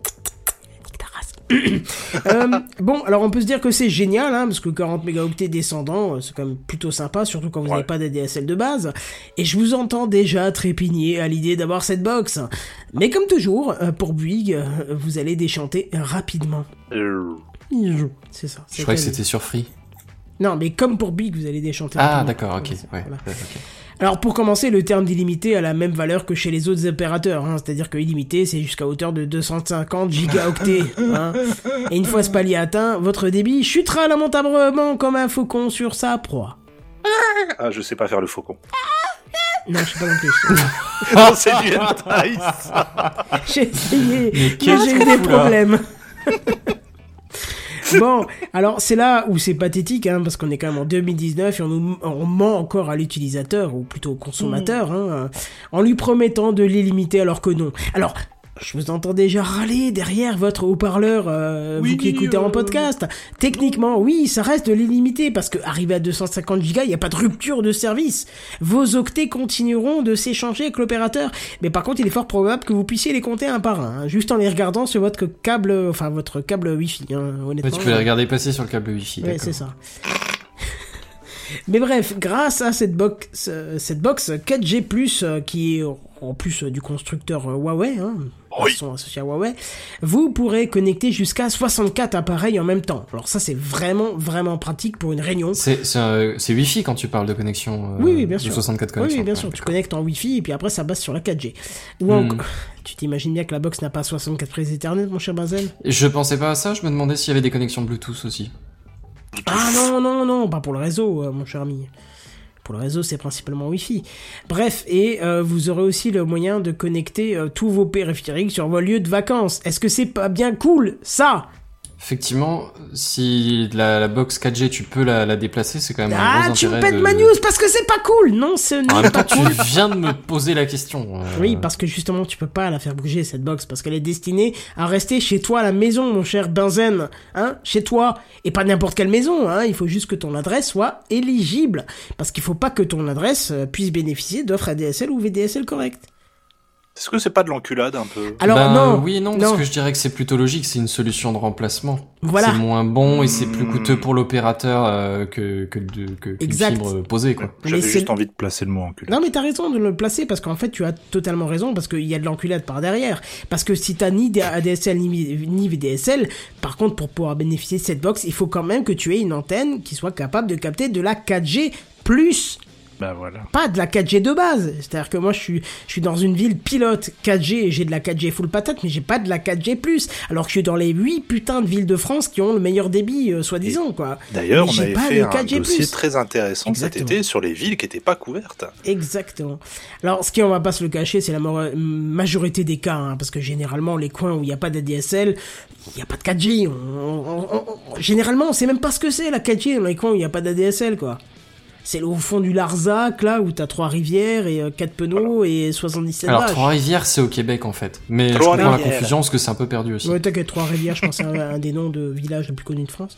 S1: euh, bon, alors on peut se dire que c'est génial, hein, parce que quarante mégaoctets descendants, euh, c'est quand même plutôt sympa, surtout quand vous n'avez
S3: Ouais.
S1: pas d'A D S L de base. Et je vous entends déjà trépigner à l'idée d'avoir cette box. Mais comme toujours, euh, pour Bouygues, euh, vous allez déchanter rapidement.
S3: Euh,
S1: C'est ça.
S4: Je
S1: c'est
S4: croyais que
S1: calme.
S4: c'était sur Free.
S1: Non, mais comme pour Bouygues, vous allez déchanter
S4: Ah,
S1: rapidement.
S4: d'accord, ok.
S1: Voilà,
S4: Ouais,
S1: voilà.
S4: ouais, ok.
S1: Alors pour commencer, le terme d'illimité a la même valeur que chez les autres opérateurs, hein, c'est-à-dire que illimité c'est jusqu'à hauteur de deux cent cinquante gigaoctets. Hein. Et une fois ce palier atteint, votre débit chutera lamentablement comme un faucon sur sa proie.
S3: Ah, je sais pas faire le faucon.
S1: Non, je sais pas non plus.
S3: Non, c'est du hentai, ça.
S1: J'ai essayé, mais,
S4: qu'est-ce
S1: j'ai eu
S4: qu'on
S1: des
S4: fout là
S1: problèmes. Bon, alors c'est là où c'est pathétique, hein, parce qu'on est quand même en deux mille dix-neuf et on, nous, on ment encore à l'utilisateur, ou plutôt au consommateur, hein, euh, en lui promettant de l'illimiter alors que non. Alors, je vous entends déjà râler derrière votre haut-parleur, euh,
S3: Oui,
S1: vous qui écoutez en
S3: euh,
S1: podcast. Techniquement, oui, ça reste de l'illimité, parce que arrivé à deux cent cinquante gigas, il n'y a pas de rupture de service. Vos octets continueront de s'échanger avec l'opérateur, mais par contre, il est fort probable que vous puissiez les compter un par un, hein, juste en les regardant sur votre câble, enfin votre câble Wi-Fi, hein, honnêtement.
S4: Ouais, tu peux les regarder passer sur le câble Wi-Fi.
S1: Ouais,
S4: d'accord.
S1: c'est ça. Mais bref, grâce à cette box, euh, cette box quatre G plus, euh, qui est en plus euh, du constructeur euh, Huawei, hein,
S3: Oui.
S1: ils sont associés à Huawei, vous pourrez connecter jusqu'à soixante-quatre appareils en même temps. Alors ça, c'est vraiment, vraiment pratique pour une réunion.
S4: C'est c'est euh, c'est Wi-Fi quand tu parles de connexion. euh,
S1: Oui, oui, bien
S4: de
S1: sûr.
S4: soixante-quatre
S1: Oui,
S4: connexions.
S1: oui, bien
S4: Ouais,
S1: sûr. Tu
S4: d'accord.
S1: connectes en Wi-Fi et puis après, ça base sur la quatre G. Ou
S4: Hmm.
S1: encore... Tu t'imagines bien que la box n'a pas soixante-quatre prises Ethernet, mon cher Benzen?
S4: Je pensais pas à ça, je me demandais s'il y avait des connexions Bluetooth aussi.
S1: Ah non, non, non, pas pour le réseau, euh, mon cher ami. Pour le réseau, c'est principalement Wi-Fi. Bref, et euh, vous aurez aussi le moyen de connecter euh, tous vos périphériques sur vos lieux de vacances. Est-ce que c'est pas bien cool, ça?
S4: Effectivement, si la, la box quatre G tu peux la, la déplacer, c'est quand même un
S1: Ah,
S4: gros
S1: tu me
S4: intérêt
S1: pètes
S4: de...
S1: ma news parce que c'est pas cool. Non, ce
S4: En
S1: n'est
S4: même
S1: pas
S4: temps,
S1: cool.
S4: tu viens de me poser la question. euh,
S1: Oui, parce que justement, tu peux pas la faire bouger, cette box, parce qu'elle est destinée à rester chez toi à la maison, mon cher Benzen. Hein, chez toi. Et pas n'importe quelle maison, hein. Il faut juste que ton adresse soit éligible. Parce qu'il faut pas que ton adresse euh, puisse bénéficier d'offres A D S L ou V D S L correctes.
S3: Est-ce que c'est pas de l'enculade un peu?
S1: Alors,
S4: ben,
S1: non.
S4: Oui et non,
S1: non.
S4: parce que je dirais que c'est plutôt logique, c'est une solution de remplacement.
S1: Voilà.
S4: C'est moins bon et c'est plus
S3: Mmh.
S4: coûteux pour l'opérateur euh, que, que, de, que qu'une
S1: Exact.
S4: fibre posée, quoi.
S1: Mais
S3: J'avais
S1: c'est-
S3: juste envie de placer le mot enculade.
S1: Non mais t'as raison de le placer parce qu'en fait tu as totalement raison parce qu'il y a de l'enculade par derrière. Parce que si t'as ni A D S L ni, ni V D S L, par contre pour pouvoir bénéficier de cette box, il faut quand même que tu aies une antenne qui soit capable de capter de la quatre G plus.
S3: Bah voilà.
S1: Pas de la quatre G de base. C'est-à-dire que moi je suis, je suis dans une ville pilote quatre G et j'ai de la quatre G full patate mais j'ai pas de la quatre G plus. Alors que je suis dans les huit putains de villes de France qui ont le meilleur débit euh, soi-disant quoi.
S3: D'ailleurs,
S1: Mais
S3: on
S1: j'ai
S3: avait
S1: pas
S3: fait
S1: de
S3: un
S1: quatre G
S3: dossier
S1: plus.
S3: très intéressant
S1: Exactement.
S3: cet été sur les villes qui n'étaient pas couvertes.
S1: Exactement. Alors, ce qui, on va pas se le cacher, c'est la mo- majorité des cas, hein, parce que généralement, les coins où il n'y a pas d'A D S L, il n'y a pas de quatre G. On, on- on- on- généralement, on sait même pas ce que c'est la quatre G dans les coins où il n'y a pas d'A D S L, quoi. C'est au fond du Larzac, là, où t'as Trois-Rivières et euh, quatre Penaud et soixante-dix-sept
S4: Alors,
S1: vaches.
S4: Trois-Rivières, c'est au Québec, en fait. Mais je
S3: Trois-Rivières.
S4: comprends la confusion, parce que c'est un peu perdu aussi.
S1: Ouais, t'inquiète, Trois-Rivières, je pense à un, un des noms de villages les plus connus de France.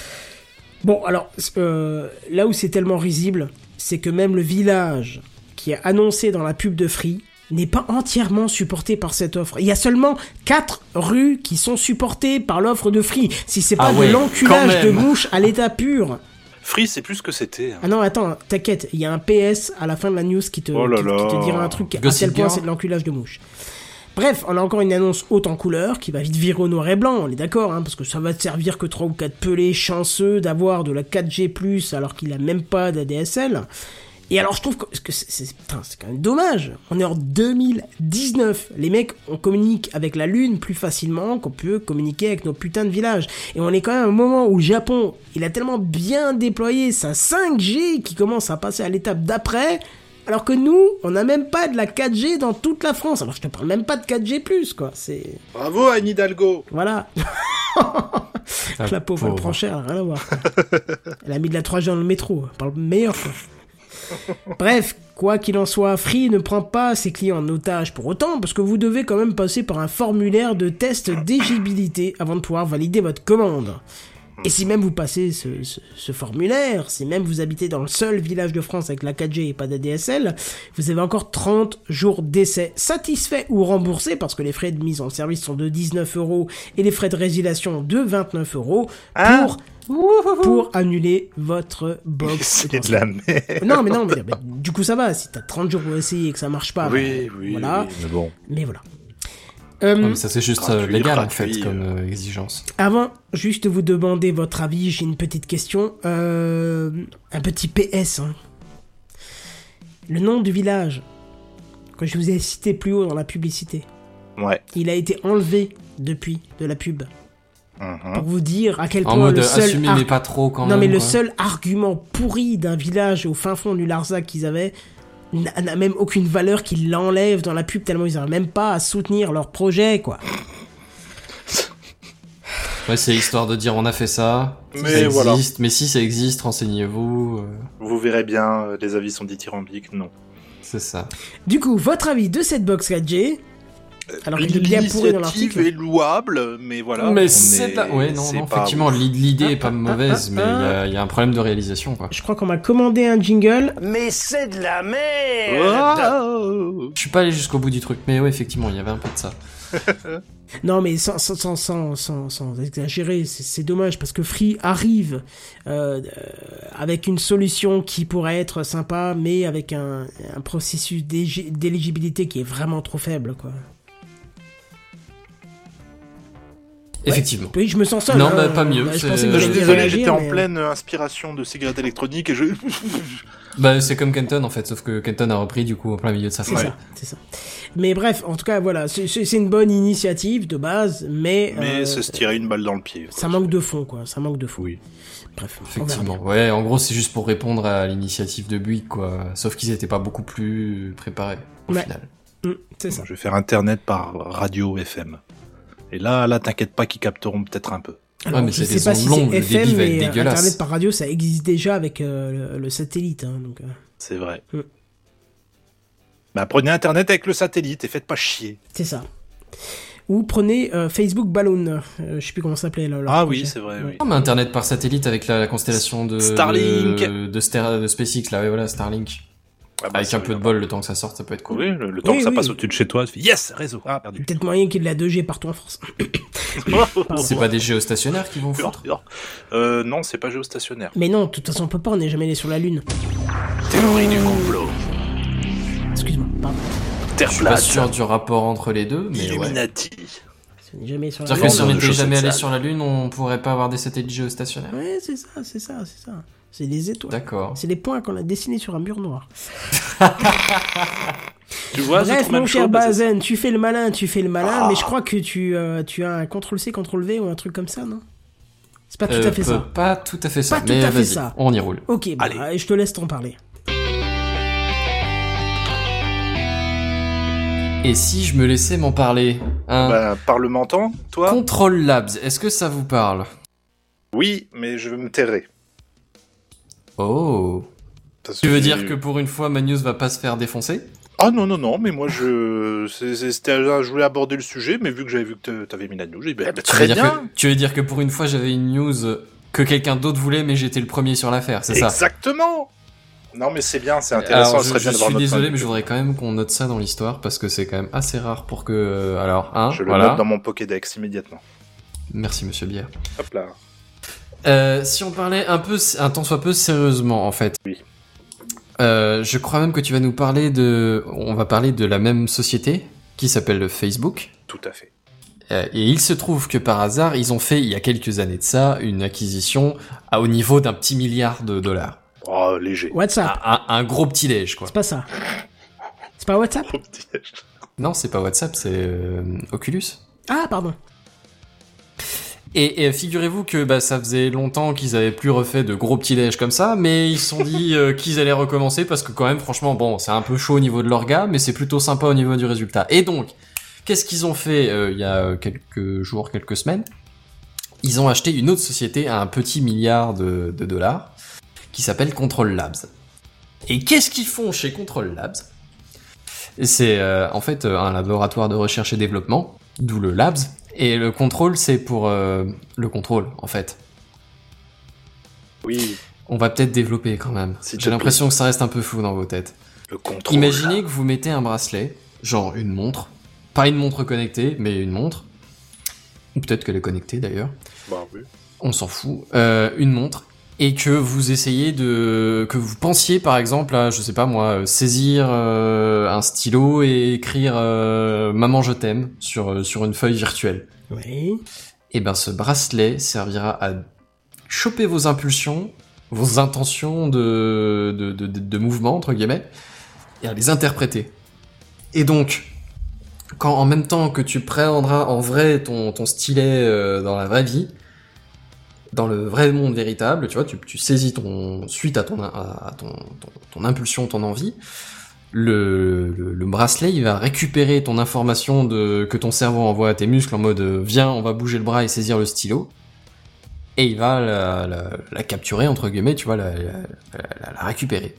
S1: Bon, alors, euh, là où c'est tellement risible, c'est que même le village qui est annoncé dans la pub de Free n'est pas entièrement supporté par cette offre. Il y a seulement quatre rues qui sont supportées par l'offre de Free. Si c'est pas
S4: Ah
S1: de
S4: ouais,
S1: l'enculage
S4: quand
S1: de
S4: même.
S1: mouche à l'état pur.
S3: Free, c'est plus ce que c'était. hein.
S1: Ah non, attends, t'inquiète, il y a un P S à la fin de la news qui te,
S3: Oh là
S1: qui,
S3: là.
S1: qui te dira un truc à
S4: Gossip
S1: quel point
S4: Girl.
S1: c'est de l'enculage de mouche. Bref, on a encore une annonce haute en couleur qui va vite virer au noir et blanc, on est d'accord, hein, parce que ça va te servir que trois ou quatre pelés chanceux d'avoir de la quatre G plus alors qu'il a même pas d'A D S L. Et alors je trouve que, que c'est, c'est, putain, c'est quand même dommage. On est en deux mille dix-neuf. Les mecs, on communique avec la Lune plus facilement qu'on peut communiquer avec nos putains de villages. Et on est quand même à un moment où le Japon, il a tellement bien déployé sa cinq G qui commence à passer à l'étape d'après. Alors que nous, on n'a même pas de la quatre G dans toute la France. Alors je te parle même pas de quatre G plus, quoi. C'est...
S3: Bravo Anne Hidalgo.
S1: Voilà. La pauvre, elle prend cher, elle a rien à voir. Quoi. Elle a mis de la trois G dans le métro. Elle parle meilleur, quoi. Bref, quoi qu'il en soit, Free ne prend pas ses clients en otage pour autant, parce que vous devez quand même passer par un formulaire de test d'éligibilité avant de pouvoir valider votre commande. Et si même vous passez ce, ce, ce formulaire, si même vous habitez dans le seul village de France avec la quatre G et pas d'A D S L, vous avez encore trente jours d'essai satisfaits ou remboursés, parce que les frais de mise en service sont de dix-neuf euros et les frais de résiliation de vingt-neuf euros pour... Ah. pour annuler votre box.
S3: C'est de la merde.
S1: Non, mais non, mais, mais du coup ça va. Si t'as trente jours pour essayer et que ça marche pas,
S3: oui,
S1: bah,
S3: oui,
S1: voilà.
S3: oui, mais bon.
S1: Mais voilà.
S4: Euh,
S1: euh,
S4: mais ça c'est juste gratuit, légal gratuit, en fait comme euh, exigence.
S1: Avant juste de vous demander votre avis, j'ai une petite question. Euh, un petit P S. Hein. Le nom du village que je vous ai cité plus haut dans la publicité.
S3: Ouais.
S1: Il a été enlevé depuis de la pub.
S3: Mmh.
S1: Pour vous dire à quel point
S4: en mode
S1: le seul
S4: assumé
S1: ar-
S4: mais pas trop quand
S1: non
S4: même.
S1: mais le
S4: quoi.
S1: seul argument pourri d'un village au fin fond du Larzac qu'ils avaient n'a, n'a même aucune valeur, qu'ils l'enlèvent dans la pub tellement ils n'arrivent même pas à soutenir leur projet quoi.
S4: Ouais, c'est histoire de dire on a fait ça,
S3: Mais
S4: ça existe,
S3: voilà.
S4: mais si ça existe, renseignez-vous. Euh...
S3: Vous verrez bien, les avis sont dithyrambiques, non.
S4: C'est ça.
S1: Du coup, votre avis de cette box quatre G? Alors qu'il est bien pourri dans l'article.
S3: L'initiative est louable, mais voilà.
S4: Mais
S3: on
S4: c'est
S3: est...
S4: la... Ouais, non,
S3: c'est
S4: non,
S3: pas
S4: effectivement,
S3: ouf.
S4: l'idée est pas
S1: Ah,
S4: mauvaise,
S1: ah,
S4: mais il
S1: ah,
S4: y a- il y, a un problème de réalisation, quoi.
S1: Je crois qu'on m'a commandé un jingle.
S2: Mais c'est de la merde.
S3: Oh
S4: Je suis pas allé jusqu'au bout du truc, mais ouais, effectivement, il y avait un peu de ça.
S1: Non mais sans, sans, sans, sans, sans, sans exagérer, c'est, c'est dommage parce que Free arrive euh, euh, avec une solution qui pourrait être sympa, mais avec un, un processus d'égi- d'éligibilité qui est vraiment trop faible, quoi.
S4: Effectivement.
S1: Oui, je me sens seul.
S4: Non,
S1: hein.
S4: bah, pas mieux,
S1: Bah, je
S4: c'est-
S1: pensais que
S3: Je
S1: vous
S3: suis
S1: alliez
S3: désolé,
S1: réagir,
S3: j'étais en
S1: mais-
S3: pleine inspiration de cigarettes électroniques et je...
S4: Bah, c'est comme Kenton, en fait, sauf que Kenton a repris, du coup, en plein milieu de sa
S1: C'est
S4: phrase.
S1: ça, c'est ça. Mais bref, en tout cas, voilà, c'est, c'est c'est une bonne initiative de base, mais...
S3: Mais
S1: euh,
S3: c'est se tirer une balle dans le pied.
S1: ça manque de fond, quoi. Ça manque de fond.
S3: Oui.
S1: Bref, on verra
S4: Effectivement.
S1: bien.
S4: Ouais, en gros, c'est juste pour répondre à l'initiative de Bouygues, quoi. Sauf qu'ils étaient pas beaucoup plus préparés, au
S1: Ouais.
S4: final.
S1: Mm, c'est ça.
S3: Je vais faire Internet par radio F M. Et là, là, t'inquiète pas qu'ils capteront peut-être un peu.
S1: Alors,
S4: mais
S1: je
S4: c'est
S1: sais
S4: des
S1: pas si
S4: ondes longues,
S1: c'est
S4: le
S1: F M,
S4: débit va être
S1: mais euh,
S4: dégueulasse.
S1: Internet par radio, ça existe déjà avec euh, le, le satellite. Hein, donc, euh,
S3: C'est vrai.
S1: Mm.
S3: Bah, prenez Internet avec le satellite et faites pas chier.
S1: c'est ça. Ou prenez euh, Facebook Balloon. Euh, je sais plus comment ça s'appelait. Là, leur
S3: Ah
S1: projet.
S3: oui, c'est vrai, oui.
S4: Non, mais Internet par satellite avec la, la constellation de...
S3: Starlink.
S4: De, de, Ster- de SpaceX, là, ouais, voilà, Starlink.
S3: Ah bah,
S4: Avec
S3: ça
S4: un peu
S3: va
S4: de
S3: pas.
S4: bol, le temps que ça sorte, ça peut être cool.
S3: Oui, le, le temps
S1: Oui,
S3: que ça
S1: oui.
S3: passe au-dessus de chez toi, tu fais yes, réseau. Ah, perdu.
S1: Peut-être moyen qu'il y ait de la deux G partout en France. Pardon.
S4: C'est pas des géostationnaires qui vont foutre?
S3: Euh, non, c'est pas géostationnaire.
S1: Mais non, de toute façon, on peut pas, on n'est jamais allé sur la Lune.
S2: Théorie du complot.
S1: Excuse-moi, pardon.
S3: Terre
S4: Je suis pas
S3: plate.
S4: sûr du rapport entre les deux, mais ouais.
S3: Illuminati.
S1: On n'est jamais allé sur la
S4: C'est-à-dire
S1: Lune.
S4: que si on
S3: de
S4: n'était
S3: chaussettes
S4: jamais allé
S3: sales.
S4: sur la Lune, on pourrait pas avoir des satellites géostationnaires.
S1: Ouais, c'est ça, c'est ça, c'est ça. C'est les étoiles.
S4: D'accord.
S1: C'est les points qu'on a dessinés sur un mur noir.
S3: Tu vois, c'est
S1: Bref,
S3: Truman
S1: mon
S3: Show,
S1: cher
S3: bah, c'est
S1: Bazen, tu fais le malin, tu fais le malin,
S3: Ah.
S1: mais je crois que tu, euh, tu as un contrôle C, contrôle V ou un truc comme ça, non? C'est pas tout
S4: Euh,
S1: à fait
S4: peu-
S1: ça.
S4: Pas tout à fait ça.
S1: Pas tout
S4: mais
S1: à fait
S4: vas-y,
S1: ça.
S4: on y roule.
S1: Ok, bah,
S3: Allez.
S1: je te laisse t'en parler.
S4: Et si je me laissais m'en parler, hein?
S3: Bah, parlementant, toi
S4: Control Labs, est-ce que ça vous parle?
S3: Oui, mais je me tairai.
S4: Oh.
S3: Parce
S4: Tu veux
S3: que-
S4: dire que pour une fois, ma news va pas se faire défoncer?
S3: Ah non, non, non, mais moi, je... c'est- c'est- c'était... je voulais aborder le sujet, mais vu que j'avais vu que t'avais mis la news, j'ai dit, bah, bah,
S4: Tu
S3: très
S4: veux dire
S3: bien.
S4: que- tu veux dire que pour une fois, j'avais une news que quelqu'un d'autre voulait, mais j'étais le premier sur l'affaire, c'est ça?
S3: Exactement. Non, mais c'est bien, c'est intéressant.
S4: Alors,
S3: ce
S4: je,
S3: serait
S4: je
S3: bien de voir
S4: suis
S3: notre
S4: désolé,
S3: point de
S4: mais je
S3: vue.
S4: voudrais quand même qu'on note ça dans l'histoire, parce que c'est quand même assez rare pour que... euh, Alors, hein,
S3: Je le
S4: voilà.
S3: note dans mon Pokédex immédiatement.
S4: Merci, monsieur Bière.
S3: Hop là.
S4: Euh, si on parlait un peu, un tant soit peu sérieusement, en fait.
S3: Oui.
S4: Euh, je crois même que tu vas nous parler de... On va parler de la même société, qui s'appelle Facebook.
S3: Tout à fait.
S4: Euh, et il se trouve que par hasard, ils ont fait, il y a quelques années de ça, une acquisition à, au niveau d'un petit milliard de dollars.
S3: Oh, léger.
S1: WhatsApp,
S4: Un, un- un gros petit déj, quoi.
S1: c'est pas ça. C'est pas WhatsApp?
S4: Non, c'est pas WhatsApp, c'est euh, Oculus.
S1: Ah, pardon.
S4: Et, et figurez-vous que bah, ça faisait longtemps qu'ils avaient plus refait de gros petits déj comme ça, mais ils se sont dit euh, qu'ils allaient recommencer parce que quand même, franchement, bon, c'est un peu chaud au niveau de l'orga, mais c'est plutôt sympa au niveau du résultat. Et donc, qu'est-ce qu'ils ont fait euh, il y a quelques jours, quelques semaines? Ils ont acheté une autre société à un petit milliard de, de dollars qui s'appelle Control Labs. Et qu'est-ce qu'ils font chez Control Labs ? C'est euh, en fait un laboratoire de recherche et développement, d'où le Labs. Et le contrôle, c'est pour euh, le contrôle, en fait.
S3: Oui.
S4: On va peut-être développer quand même.
S3: S'il te
S4: J'ai l'impression que ça reste un peu flou dans vos têtes.
S3: Le contrôle.
S4: Imaginez que vous mettez un bracelet, genre une montre. Pas une montre connectée, mais une montre. Ou peut-être qu'elle est connectée d'ailleurs.
S3: Bah oui.
S4: On s'en fout. Euh, une montre. Et que vous essayez de... Que vous pensiez par exemple à, je sais pas moi, saisir euh, un stylo et écrire euh, « Maman, je t'aime » sur, sur une feuille virtuelle.
S1: Oui.
S4: Et ben ce bracelet servira à choper vos impulsions, vos intentions de, de, de, de, de mouvement, entre guillemets, et à les interpréter. Et donc, quand en même temps que tu prendras en vrai ton, ton stylet euh, dans la vraie vie, dans le vrai monde véritable, tu vois, tu, tu saisis ton suite à ton à ton, ton, ton impulsion, ton envie, le, le, le bracelet, il va récupérer ton information de que ton cerveau envoie à tes muscles en mode euh, viens, on va bouger le bras et saisir le stylo, et il va la, la, la capturer entre guillemets, tu vois, la, la, la, la récupérer.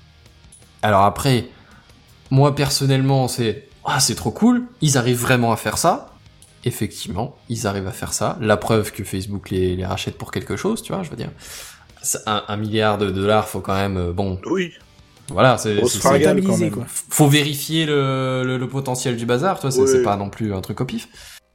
S4: Alors après, moi personnellement, c'est ah c'est trop cool, ils arrivent vraiment à faire ça. Effectivement, ils arrivent à faire ça. La preuve que Facebook les, les rachète pour quelque chose, tu vois, je veux dire. Un, un milliard de dollars, faut quand même, euh, bon.
S3: Oui.
S4: Voilà, c'est,
S3: Grosse
S4: c'est,
S3: fringale,
S4: c'est
S3: quand même.
S1: quoi.
S4: Faut vérifier le, le, le potentiel du bazar, tu vois, c'est,
S3: Oui.
S4: c'est pas non plus un truc au pif.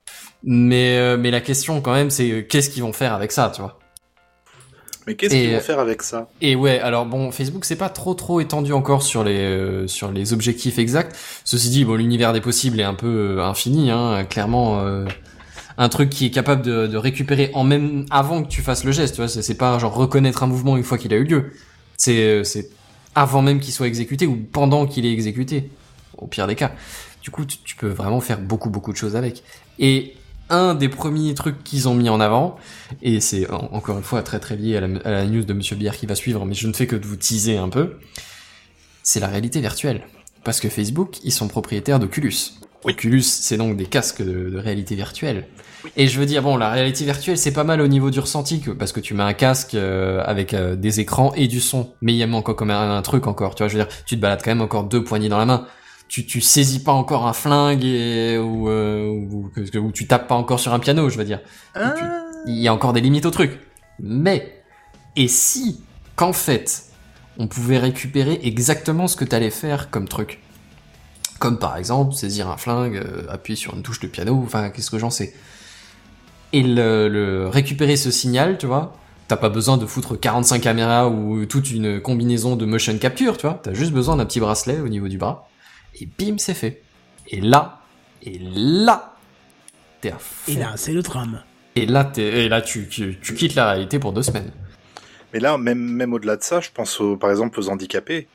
S4: Mais, euh, mais la question quand même, c'est euh, qu'est-ce qu'ils vont faire avec ça, tu vois.
S3: Mais qu'est-ce
S4: Et,
S3: qu'ils
S4: euh,
S3: vont faire avec ça?
S4: Et ouais, alors bon, Facebook c'est pas trop trop étendu encore sur les euh, sur les objectifs exacts. Ceci dit, bon, l'univers des possibles est un peu euh, infini, hein, clairement. Euh, un truc qui est capable de, de récupérer en même avant que tu fasses le geste, tu vois, c'est, c'est pas genre reconnaître un mouvement une fois qu'il a eu lieu. C'est euh, c'est avant même qu'il soit exécuté ou pendant qu'il est exécuté, au pire des cas. Du coup, tu, tu peux vraiment faire beaucoup beaucoup de choses avec. Et un des premiers trucs qu'ils ont mis en avant, et c'est en, encore une fois très très lié à la, à la news de Monsieur Bière qui va suivre, mais je ne fais que de vous teaser un peu, c'est la réalité virtuelle. Parce que Facebook, ils sont propriétaires d'Oculus. Oui. Oculus, c'est donc des casques de, de réalité virtuelle. Oui. Et je veux dire, bon, la réalité virtuelle, c'est pas mal au niveau du ressenti, que, parce que tu mets un casque euh, avec euh, des écrans et du son. Mais il y a encore comme un, un truc encore, tu vois, je veux dire, tu te balades quand même encore deux poignées dans la main. Tu, tu saisis pas encore un flingue et, ou, euh, ou, ou, ou tu tapes pas encore sur un piano, je veux dire.
S1: Ah.
S4: Il y a encore des limites au truc. Mais, et si, qu'en fait, on pouvait récupérer exactement ce que t'allais faire comme truc. Comme par exemple, saisir un flingue, euh, appuyer sur une touche de piano, enfin, qu'est-ce que j'en sais. Et le, le récupérer ce signal, tu vois, t'as pas besoin de foutre quarante-cinq caméras ou toute une combinaison de motion capture, tu vois, t'as juste besoin d'un petit bracelet au niveau du bras, et bim, c'est fait. Et là, et là, t'es à fond.
S1: Et là, c'est le drame.
S4: Et là, t'es, et là tu, tu, tu quittes la réalité pour deux semaines.
S3: Mais là, même, même au-delà de ça, je pense aux, par exemple aux handicapés.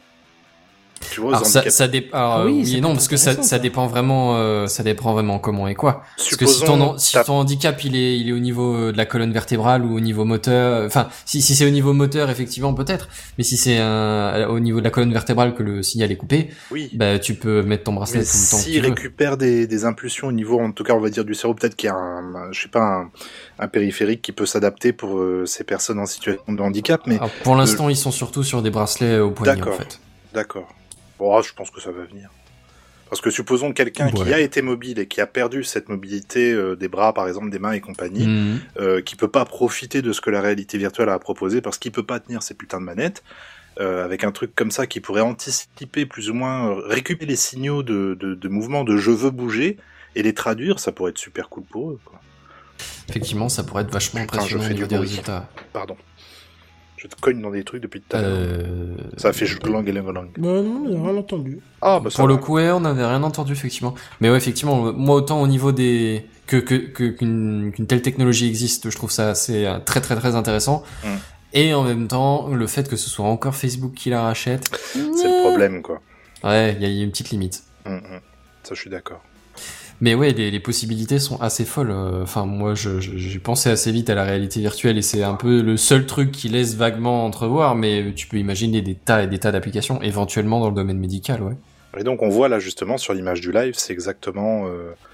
S3: Tu vois, aux
S4: alors, ça,
S3: handicapés.
S4: ça dé... alors,
S1: Ah oui,
S4: oui
S1: ça
S4: et non,
S1: peut
S4: parce
S1: être
S4: que ça,
S1: intéressant,
S4: ça
S1: ça.
S4: dépend vraiment, euh, ça dépend vraiment comment et quoi. Parce que si
S3: Supposons,
S4: ton, si
S3: t'as-
S4: ton handicap il est, il est au niveau de la colonne vertébrale ou au niveau moteur, enfin, si, si c'est au niveau moteur, effectivement, peut-être. Mais si c'est un, au niveau de la colonne vertébrale que le signal est coupé,
S3: Oui.
S4: bah, tu peux mettre ton bracelet
S3: Mais
S4: tout le temps que
S3: s'il
S4: tu veux.
S3: récupère des, des impulsions au niveau, en tout cas, on va dire du cerveau, peut-être qu'il y a un, un- je sais pas, un, un périphérique qui peut s'adapter pour euh, ces personnes en situation de handicap, mais
S4: Alors, pour l'instant, ils sont surtout sur des bracelets au poignet, en
S3: D'accord.
S4: fait.
S3: d'accord. Bon, ah, je pense que ça va venir. Parce que supposons quelqu'un qui
S4: Ouais.
S3: a été mobile et qui a perdu cette mobilité euh, des bras, par exemple, des mains et compagnie,
S4: Mhm.
S3: euh, qui peut pas profiter de ce que la réalité virtuelle a à proposer parce qu'il peut pas tenir ces putains de manettes, euh, avec un truc comme ça qui pourrait anticiper plus ou moins, euh, récupérer les signaux de, de, de mouvement de je veux bouger et les traduire, ça pourrait être super cool pour eux, quoi.
S4: Effectivement, ça pourrait être vachement
S3: Putain,
S4: impressionnant
S3: je
S4: au
S3: fais
S4: niveau
S3: du
S4: des
S3: bruit.
S4: résultats.
S3: Pardon. Je te cogne dans des trucs depuis tout à l'heure.
S4: Euh...
S3: Ça fait lang et lang.
S1: Bah non, j'ai rien entendu.
S3: Ah, bah ça
S4: Pour le
S3: va.
S4: coup, ouais, on n'avait rien entendu, effectivement. Mais ouais, effectivement, moi, autant au niveau des... que, que, que, qu'une, qu'une telle technologie existe, je trouve ça assez euh, très très très intéressant.
S3: Mm.
S4: Et en même temps, le fait que ce soit encore Facebook qui la rachète,
S3: C'est le problème, quoi.
S4: ouais, il y, a- il y a une petite limite.
S3: Hum, hum. Ça, je suis d'accord.
S4: Mais ouais, les, les possibilités sont assez folles. Euh, Enfin, moi, je, je- j'ai pensé assez vite à la réalité virtuelle et c'est un peu le seul truc qui laisse vaguement entrevoir, mais tu peux imaginer des tas et des tas d'applications, éventuellement dans le domaine médical, ouais.
S3: Et donc, on voit là, justement, sur l'image du live, c'est exactement... euh,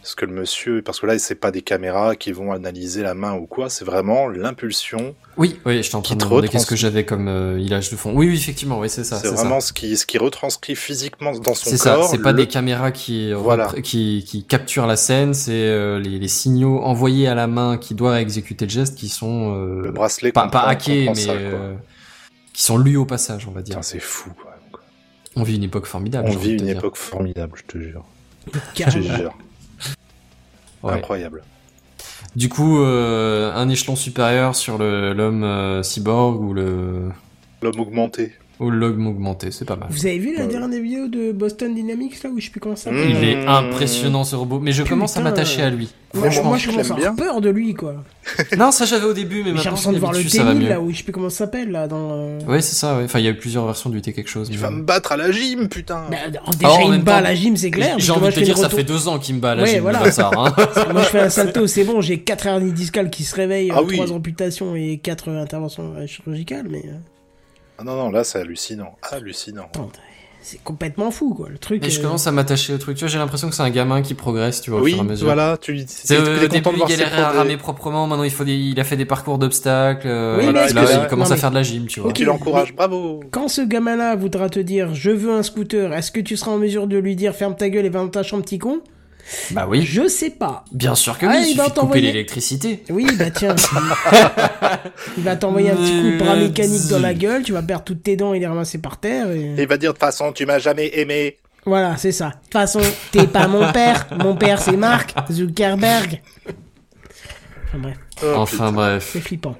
S3: ce que le monsieur, parce que là c'est pas des caméras qui vont analyser la main ou quoi, c'est vraiment l'impulsion.
S4: Oui, oui, je t'en train de me demander qu'est-ce que j'avais comme euh, image de fond. Oui, oui, effectivement, oui, c'est ça.
S3: C'est, c'est vraiment ça. ce qui ce qui retranscrit physiquement dans son
S4: c'est
S3: corps.
S4: C'est ça. C'est le... pas des caméras qui
S3: voilà.
S4: repr- qui qui capturent la scène, c'est euh, les, les signaux envoyés à la main qui doit exécuter le geste qui sont euh,
S3: le bracelet
S4: pas pas hackés mais
S3: ça,
S4: euh, qui sont lus au passage, on va dire.
S3: Putain, c'est fou. Quoi.
S4: On vit une époque formidable.
S3: On vit une époque dire. formidable, je te jure. Je te jure. Ouais. Incroyable.
S4: Du coup, euh, un échelon supérieur sur le, l'homme euh, cyborg ou le...
S3: L'homme augmenté.
S4: Ou l'homme augmenté, c'est pas mal.
S1: Vous avez vu la ouais. dernière vidéo de Boston Dynamics, là, où je sais plus comment ça s'appelle ?
S4: Il est impressionnant, ce robot. Mais je Putain, commence à m'attacher à lui.
S1: Moi, je, moi, je commence à avoir peur de lui, quoi.
S4: Non, ça j'avais au début, mais, mais
S1: maintenant, j'ai l'impression de voir le T-mille, là, où je sais plus comment ça s'appelle, là, dans... Euh...
S4: Ouais, c'est ça, ouais. Enfin, il y a eu plusieurs versions du T quelque chose.
S3: Il
S4: mais...
S3: va me battre à la gym, putain.
S1: Bah, déjà, oh, il me bat à la gym, c'est clair.
S4: J'ai envie de te dire, ça fait deux ans qu'il me bat à la
S1: ouais,
S4: gym,
S1: voilà.
S4: ça, hein.
S1: Moi, je fais un salto, c'est bon, j'ai quatre hernies discales qui se réveillent, ah, trois oui. amputations et quatre interventions chirurgicales, mais...
S3: Ah non, non, là, c'est hallucinant. Hallucinant.
S1: C'est complètement fou, quoi, le truc.
S4: Et je commence à m'attacher au truc. Tu vois, j'ai l'impression que c'est un gamin qui progresse, tu vois,
S3: oui,
S4: au fur et à mesure.
S3: Voilà, tu
S4: c'est euh, au début, il galérait à ramer proprement. Maintenant, il faut des... il a fait des parcours d'obstacles. Euh,
S1: oui,
S4: voilà, là,
S1: là,
S4: il commence
S1: non,
S4: à faire de la gym, tu vois.
S3: Tu l'encourages, bravo.
S1: Quand ce gamin-là voudra te dire, je veux un scooter, est-ce que tu seras en mesure de lui dire, ferme ta gueule et va dans ta chambre, petit con?
S4: Bah oui.
S1: Je sais pas.
S4: Bien sûr que oui, ah, il, il suffit de couper l'électricité.
S1: Oui, bah tiens. Il va t'envoyer un petit coup de bras mécanique dans la gueule, tu vas perdre toutes tes dents et les ramasser par terre. Et...
S3: et il va dire, de toute façon, tu m'as jamais aimé.
S1: Voilà, c'est ça. De toute façon, t'es pas mon père. Mon père, c'est Mark Zuckerberg. Enfin bref.
S3: Oh,
S4: enfin
S3: putain.
S4: bref.
S1: C'est flippant.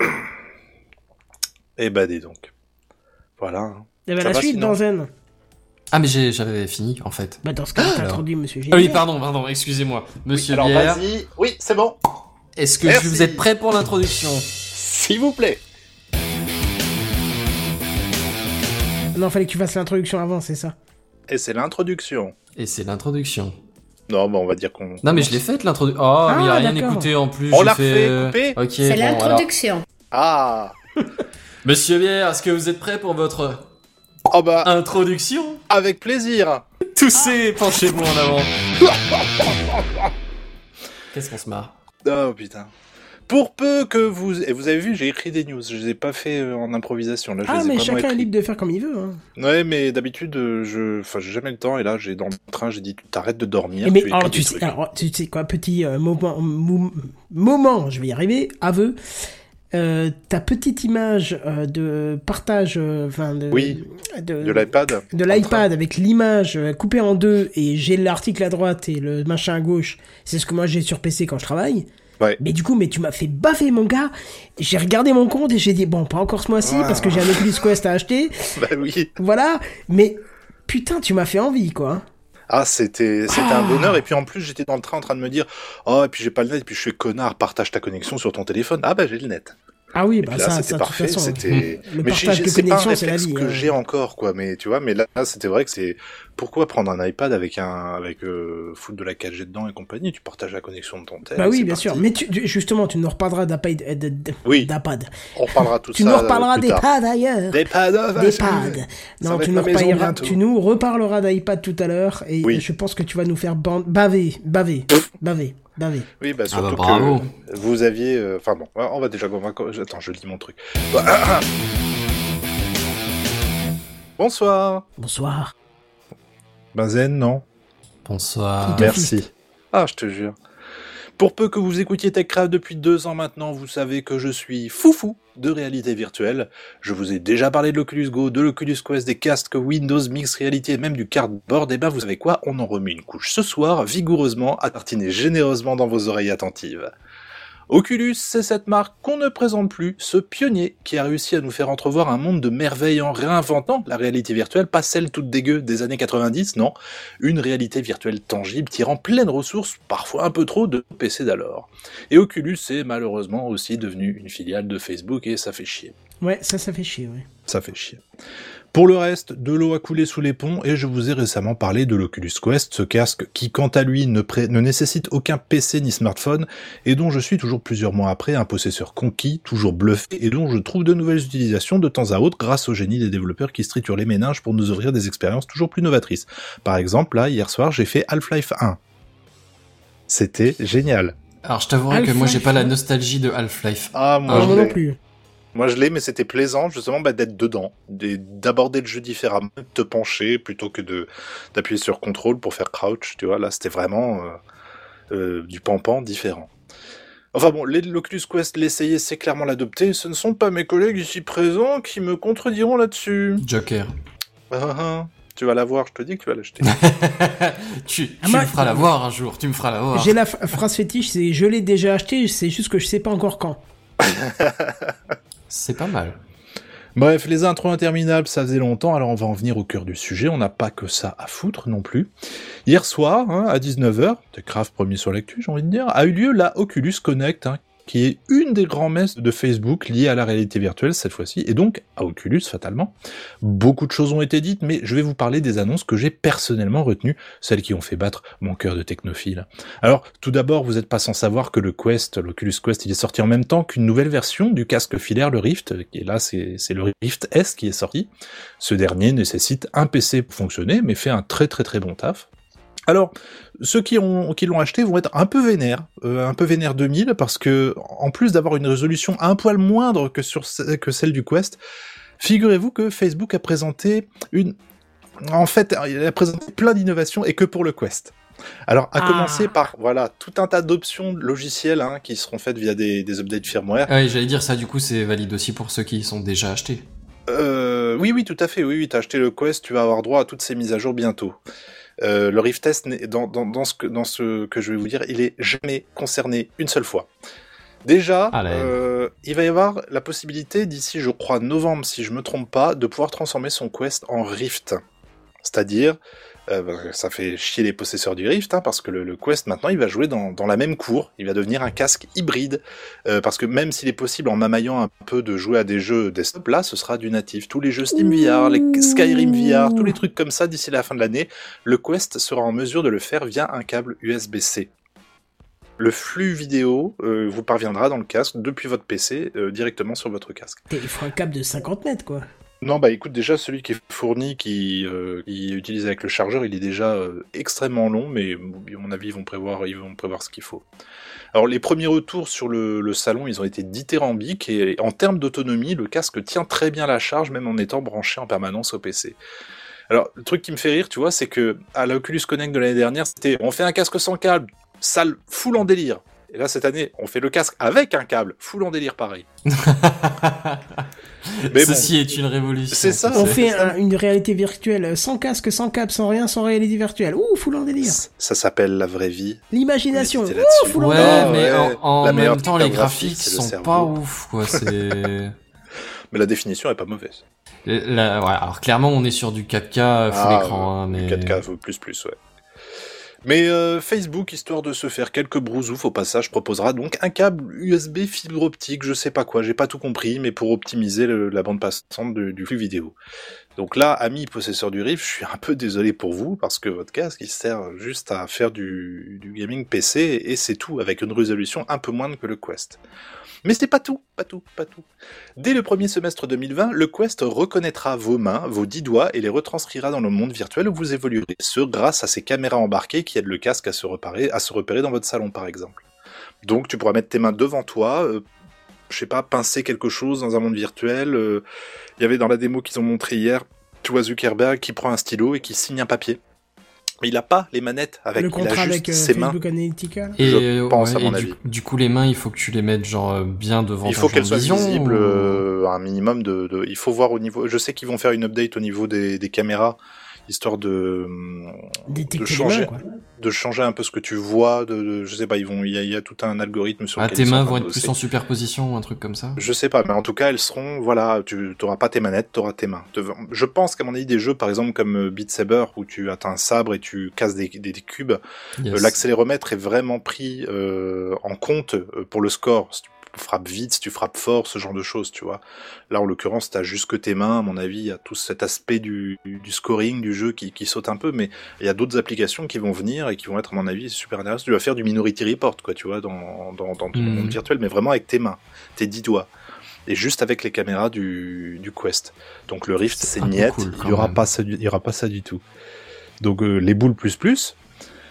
S3: Eh bah dis donc. Voilà.
S1: Il y avait la suite
S3: sinon
S1: dans Zen.
S4: Ah mais j'ai, j'avais fini en fait.
S1: Bah dans ce cas, t'as introduit Monsieur G.
S4: Ah oui, pardon, pardon, excusez-moi. Monsieur
S3: oui,
S4: Bière.
S3: Alors vas-y. Oui, c'est bon.
S4: Est-ce que
S3: Merci.
S4: vous êtes prêts pour l'introduction ?
S3: S'il vous plaît.
S1: Non, fallait que tu fasses l'introduction avant, c'est ça.
S3: Et c'est l'introduction.
S4: Et c'est l'introduction.
S3: Non, bah on va dire qu'on...
S4: Non mais je l'ai faite l'introduction. Oh,
S1: ah,
S4: mais il a rien
S1: d'accord.
S4: écouté en plus.
S3: On
S4: j'ai
S3: l'a
S4: fait
S3: refait, coupé.
S4: Ok.
S7: C'est
S4: bon,
S7: l'introduction.
S3: Alors... Ah.
S4: Monsieur Bière, est-ce que vous êtes prêts pour votre...
S3: Oh bah...
S4: introduction ?
S3: Avec plaisir.
S4: Toussez, penchez-vous en avant. Qu'est-ce qu'on se marre ?
S3: Oh putain. Pour peu que vous... Et vous avez vu, j'ai écrit des news, je les ai pas fait en improvisation. Là, je
S1: ah,
S3: les ai
S1: mais chacun
S3: écrits.
S1: est libre de faire comme il veut. Hein.
S3: Ouais, mais d'habitude, je... Enfin, j'ai jamais le temps, et là, j'ai dans le train, j'ai dit, t'arrêtes de dormir.
S1: Et mais
S3: tu
S1: alors, tu sais, alors, tu sais quoi, petit euh, moment, mou, moment, je vais y arriver, aveu. Euh, ta petite image euh, de partage, enfin euh, de,
S3: oui, de, de l'iPad,
S1: de l'iPad avec l'image euh, coupée en deux et j'ai l'article à droite et le machin à gauche. C'est ce que moi j'ai sur P C quand je travaille.
S3: Ouais.
S1: Mais du coup, mais tu m'as fait baffer mon gars. J'ai regardé mon compte et j'ai dit bon, pas encore ce mois-ci ah. parce que j'ai un Oculus Quest à acheter.
S3: Bah oui.
S1: Voilà, mais putain, tu m'as fait envie quoi.
S3: Ah, c'était, c'était ah. un bonheur. Et puis en plus, j'étais dans le train en train de me dire oh, et puis j'ai pas le net, et puis je suis connard, partage ta connexion sur ton téléphone. Ah bah j'ai le net.
S1: Ah oui, bah
S3: là,
S1: ça,
S3: c'était
S1: ça,
S3: parfait.
S1: Façon,
S3: c'était.
S1: Le
S3: mais
S1: partage de connexion, c'est la vie.
S3: que
S1: hein.
S3: j'ai encore, quoi. Mais tu vois, mais là, c'était vrai que c'est. Pourquoi prendre un iPad avec un, avec euh, foutre de la quatre G dedans et compagnie ? Tu partages la connexion de ton tel.
S1: Bah oui, bien
S3: parti.
S1: sûr. Mais tu, justement, tu nous reparleras d'iPad. De, de,
S3: oui.
S1: d'iPad.
S3: On reparlera tout
S1: tu
S3: ça.
S1: Tu nous reparleras des pads
S3: Des
S1: d'ailleurs.
S3: Des pads.
S1: Des pads. Non, tu nous, reparleras, tu nous reparleras d'iPad tout à l'heure et oui. je pense que tu vas nous faire ban- baver, baver, baver. Bavé.
S3: Oui, bah surtout
S4: ah bah, bravo.
S3: que vous aviez... Enfin euh, bon, on va déjà... On va... Attends, je lis mon truc. Bonsoir.
S1: Bonsoir.
S3: Benzen, non ?
S4: Bonsoir.
S3: Merci. Ah, je te jure. Pour peu que vous écoutiez TechCraft depuis deux ans maintenant, vous savez que je suis foufou de réalité virtuelle. Je vous ai déjà parlé de l'Oculus Go, de l'Oculus Quest, des casques Windows Mixed Reality et même du Cardboard. Et ben vous savez quoi ? On en remet une couche ce soir, vigoureusement, à tartiner généreusement dans vos oreilles attentives. Oculus, c'est cette marque qu'on ne présente plus, ce pionnier qui a réussi à nous faire entrevoir un monde de merveilles en réinventant la réalité virtuelle, pas celle toute dégueu des années quatre-vingt-dix, non, une réalité virtuelle tangible tirant pleine ressources, parfois un peu trop, de P C d'alors. Et Oculus est malheureusement aussi devenu une filiale de Facebook et ça fait chier.
S1: Ouais, ça, ça fait chier, ouais.
S3: Ça fait chier. Pour le reste, de l'eau a coulé sous les ponts et je vous ai récemment parlé de l'Oculus Quest, ce casque qui, quant à lui, ne, pré- ne nécessite aucun P C ni smartphone et dont je suis toujours plusieurs mois après un possesseur conquis, toujours bluffé et dont je trouve de nouvelles utilisations de temps à autre grâce au génie des développeurs qui se triturent les méninges pour nous offrir des expériences toujours plus novatrices. Par exemple, là, hier soir, j'ai fait Half-Life un. C'était génial.
S4: Alors je t'avouerai que moi j'ai pas la nostalgie de Half-Life.
S3: Ah, moi,
S1: Ah,
S3: je
S1: moi
S3: l'ai.
S1: non plus.
S3: Moi je l'ai, mais c'était plaisant justement bah, d'être dedans, d- d'aborder le jeu différemment, de te pencher plutôt que de d'appuyer sur contrôle pour faire crouch, tu vois. Là, c'était vraiment euh, euh, du pampan différent. Enfin bon, les- l'Oculus Quest, l'essayer, c'est clairement l'adopter. Ce ne sont pas mes collègues ici présents qui me contrediront là-dessus.
S4: Joker.
S3: Ah, ah, ah. Tu vas l'avoir, je te dis que tu vas l'acheter.
S4: tu tu
S1: Ah, moi-
S4: me feras l'avoir un jour, tu me feras l'avoir.
S1: J'ai la f- phrase fétiche, c'est je l'ai déjà acheté, c'est juste que je sais pas encore quand.
S4: C'est pas mal.
S3: Bref, les intros interminables, ça faisait longtemps, alors on va en venir au cœur du sujet, on n'a pas que ça à foutre non plus. Hier soir, hein, à dix-neuf heures, Techcraft premier sur l'actu, j'ai envie de dire, a eu lieu la Oculus Connect, hein, qui est une des grands messes de Facebook liées à la réalité virtuelle cette fois-ci, et donc à Oculus fatalement. Beaucoup de choses ont été dites, mais je vais vous parler des annonces que j'ai personnellement retenues, celles qui ont fait battre mon cœur de technophile. Alors, tout d'abord, vous n'êtes pas sans savoir que le Quest, l'Oculus Quest, il est sorti en même temps qu'une nouvelle version du casque filaire, le Rift, et là c'est, c'est le Rift S qui est sorti. Ce dernier nécessite un P C pour fonctionner, mais fait un très très très bon taf. Alors, ceux qui, ont, qui l'ont acheté vont être un peu vénères, euh, un peu vénères deux mille, parce que, en plus d'avoir une résolution un poil moindre que, sur, que celle du Quest, figurez-vous que Facebook a présenté une... En fait, il a présenté plein d'innovations, et que pour le Quest. Alors, à
S1: Ah.
S3: commencer par, voilà, tout un tas d'options logicielles hein, qui seront faites via des, des updates firmware.
S4: Ah oui, j'allais dire ça, du coup, c'est valide aussi pour ceux qui sont déjà achetés.
S3: Euh, oui, oui, tout à fait, oui, oui, t'as acheté le Quest, tu vas avoir droit à toutes ces mises à jour bientôt. Euh, le Rift S, dans, dans, dans, ce que, dans ce que je vais vous dire, il est jamais concerné une seule fois. Déjà,
S4: Allez.
S3: euh, il va y avoir la possibilité, d'ici, je crois, novembre, si je me trompe pas, de pouvoir transformer son Quest en Rift. C'est-à-dire, euh, ça fait chier les possesseurs du Rift, hein, parce que le, le Quest, maintenant, il va jouer dans, dans la même cour, il va devenir un casque hybride, euh, parce que même s'il est possible, en m'amaillant un peu, de jouer à des jeux desktop, là, ce sera du natif. Tous les jeux Steam V R, les Skyrim V R, tous les trucs comme ça, d'ici la fin de l'année, le Quest sera en mesure de le faire via un câble U S B C. Le flux vidéo euh, vous parviendra dans le casque, depuis votre P C, euh, directement sur votre casque.
S1: Il faut un câble de cinquante mètres, quoi.
S3: Non, bah écoute, déjà, celui qui est fourni, qui, euh, qui est utilisé avec le chargeur, il est déjà euh, extrêmement long, mais à mon avis, ils vont prévoir, ils vont prévoir ce qu'il faut. Alors, les premiers retours sur le, le salon, ils ont été dithyrambiques, et en termes d'autonomie, le casque tient très bien la charge, même en étant branché en permanence au P C. Alors, le truc qui me fait rire, tu vois, c'est que à la Oculus Connect de l'année dernière, c'était « on fait un casque sans câble, sale, full en délire ». Et là, cette année, on fait le casque avec un câble, full en délire pareil. Mais
S4: Ceci
S3: bon,
S4: est une révolution.
S3: c'est ça.
S1: On
S3: c'est
S1: fait
S3: ça.
S1: un- une réalité virtuelle sans casque, sans câble, sans rien, sans réalité virtuelle. Ouh, full en délire.
S3: Ça s'appelle la vraie vie.
S1: L'imagination.
S3: Méditez
S1: Ouh,
S3: là-dessus.
S1: full en
S4: Ouais,
S1: délire.
S3: Ah,
S4: mais
S3: ouais.
S4: en, en
S3: La meilleure
S4: même temps, les
S3: pictographie,
S4: graphiques
S3: c'est le
S4: sont
S3: cerveau.
S4: pas ouf, quoi. C'est...
S3: Mais la définition est pas mauvaise.
S4: Là, ouais, alors clairement, on est sur du quatre K full
S3: Ah,
S4: écran, hein,
S3: du
S4: mais...
S3: quatre K plus plus, ouais. Mais euh, Facebook, histoire de se faire quelques brousoufs au passage, proposera donc un câble U S B fibre optique, je sais pas quoi, j'ai pas tout compris, mais pour optimiser le- la bande passante du, du flux vidéo. Donc là, amis possesseurs du Rift, je suis un peu désolé pour vous, parce que votre casque, il sert juste à faire du, du gaming P C, et c'est tout, avec une résolution un peu moindre que le Quest. Mais c'est pas tout, pas tout, pas tout. Dès le premier semestre deux mille vingt, le Quest reconnaîtra vos mains, vos dix doigts, et les retranscrira dans le monde virtuel où vous évoluerez, ce grâce à ces caméras embarquées qui aident le casque à se repérer, à se repérer dans votre salon par exemple. Donc tu pourras mettre tes mains devant toi, euh, je sais pas, pincer quelque chose dans un monde virtuel. Il euh, y avait dans la démo qu'ils ont montré hier, tu vois Zuckerberg qui prend un stylo et qui signe un papier. Mais il a pas les manettes avec,
S1: Le
S3: il a
S1: contrat
S3: juste
S1: avec euh,
S3: ses mains.
S1: Facebook Analytica.
S4: Et,
S3: Je pense, à mon
S4: et
S3: avis.
S4: Du, du coup, les mains, il faut que tu les mettes genre euh, bien devant
S3: Il
S4: ton
S3: faut
S4: champ
S3: qu'elles
S4: de
S3: soient
S4: vision,
S3: visibles,
S4: ou-
S3: euh, un minimum de, de. Il faut voir au niveau. Je sais qu'ils vont faire une update au niveau des, des caméras, histoire de
S1: Détecter
S3: de
S1: les
S3: changer,
S1: mains, quoi.
S3: de changer un peu ce que tu vois. De, de- je sais pas, ils vont. Il y a, il y a tout un algorithme sur
S4: Ah,
S3: lequel
S4: tes
S3: ils sont en
S4: mains
S3: train
S4: vont
S3: de
S4: être plus
S3: bosser.
S4: en superposition ou un truc comme ça.
S3: Je sais pas, mais en tout cas, elles seront. Voilà, tu t'auras pas tes manettes, t'auras tes mains. Devant- Je pense qu'à mon avis, des jeux, par exemple comme euh, Beat Saber, où tu as un sabre et tu casses des, des, des cubes.
S4: Yes.
S3: Euh, L'accéléromètre est vraiment pris euh, en compte euh, pour le score. Si tu frappes vite, si tu frappes fort, ce genre de choses, tu vois. Là, en l'occurrence, t'as juste que tes mains, à mon avis, il y a tout cet aspect du, du scoring du jeu qui, qui saute un peu, mais il y a d'autres applications qui vont venir et qui vont être, à mon avis, super intéressantes. Tu vas faire du Minority Report, quoi, tu vois, dans, dans, dans ton
S4: Mhm.
S3: monde virtuel, mais vraiment avec tes mains, tes dix doigts. Et juste avec les caméras du, du Quest. Donc le Rift,
S4: C'est
S3: c'est
S4: un peu
S3: niette,
S4: cool,
S3: il
S4: quand
S3: y aura
S4: même.
S3: pas ça, du- il y aura pas ça du tout. Donc euh, les boules plus plus.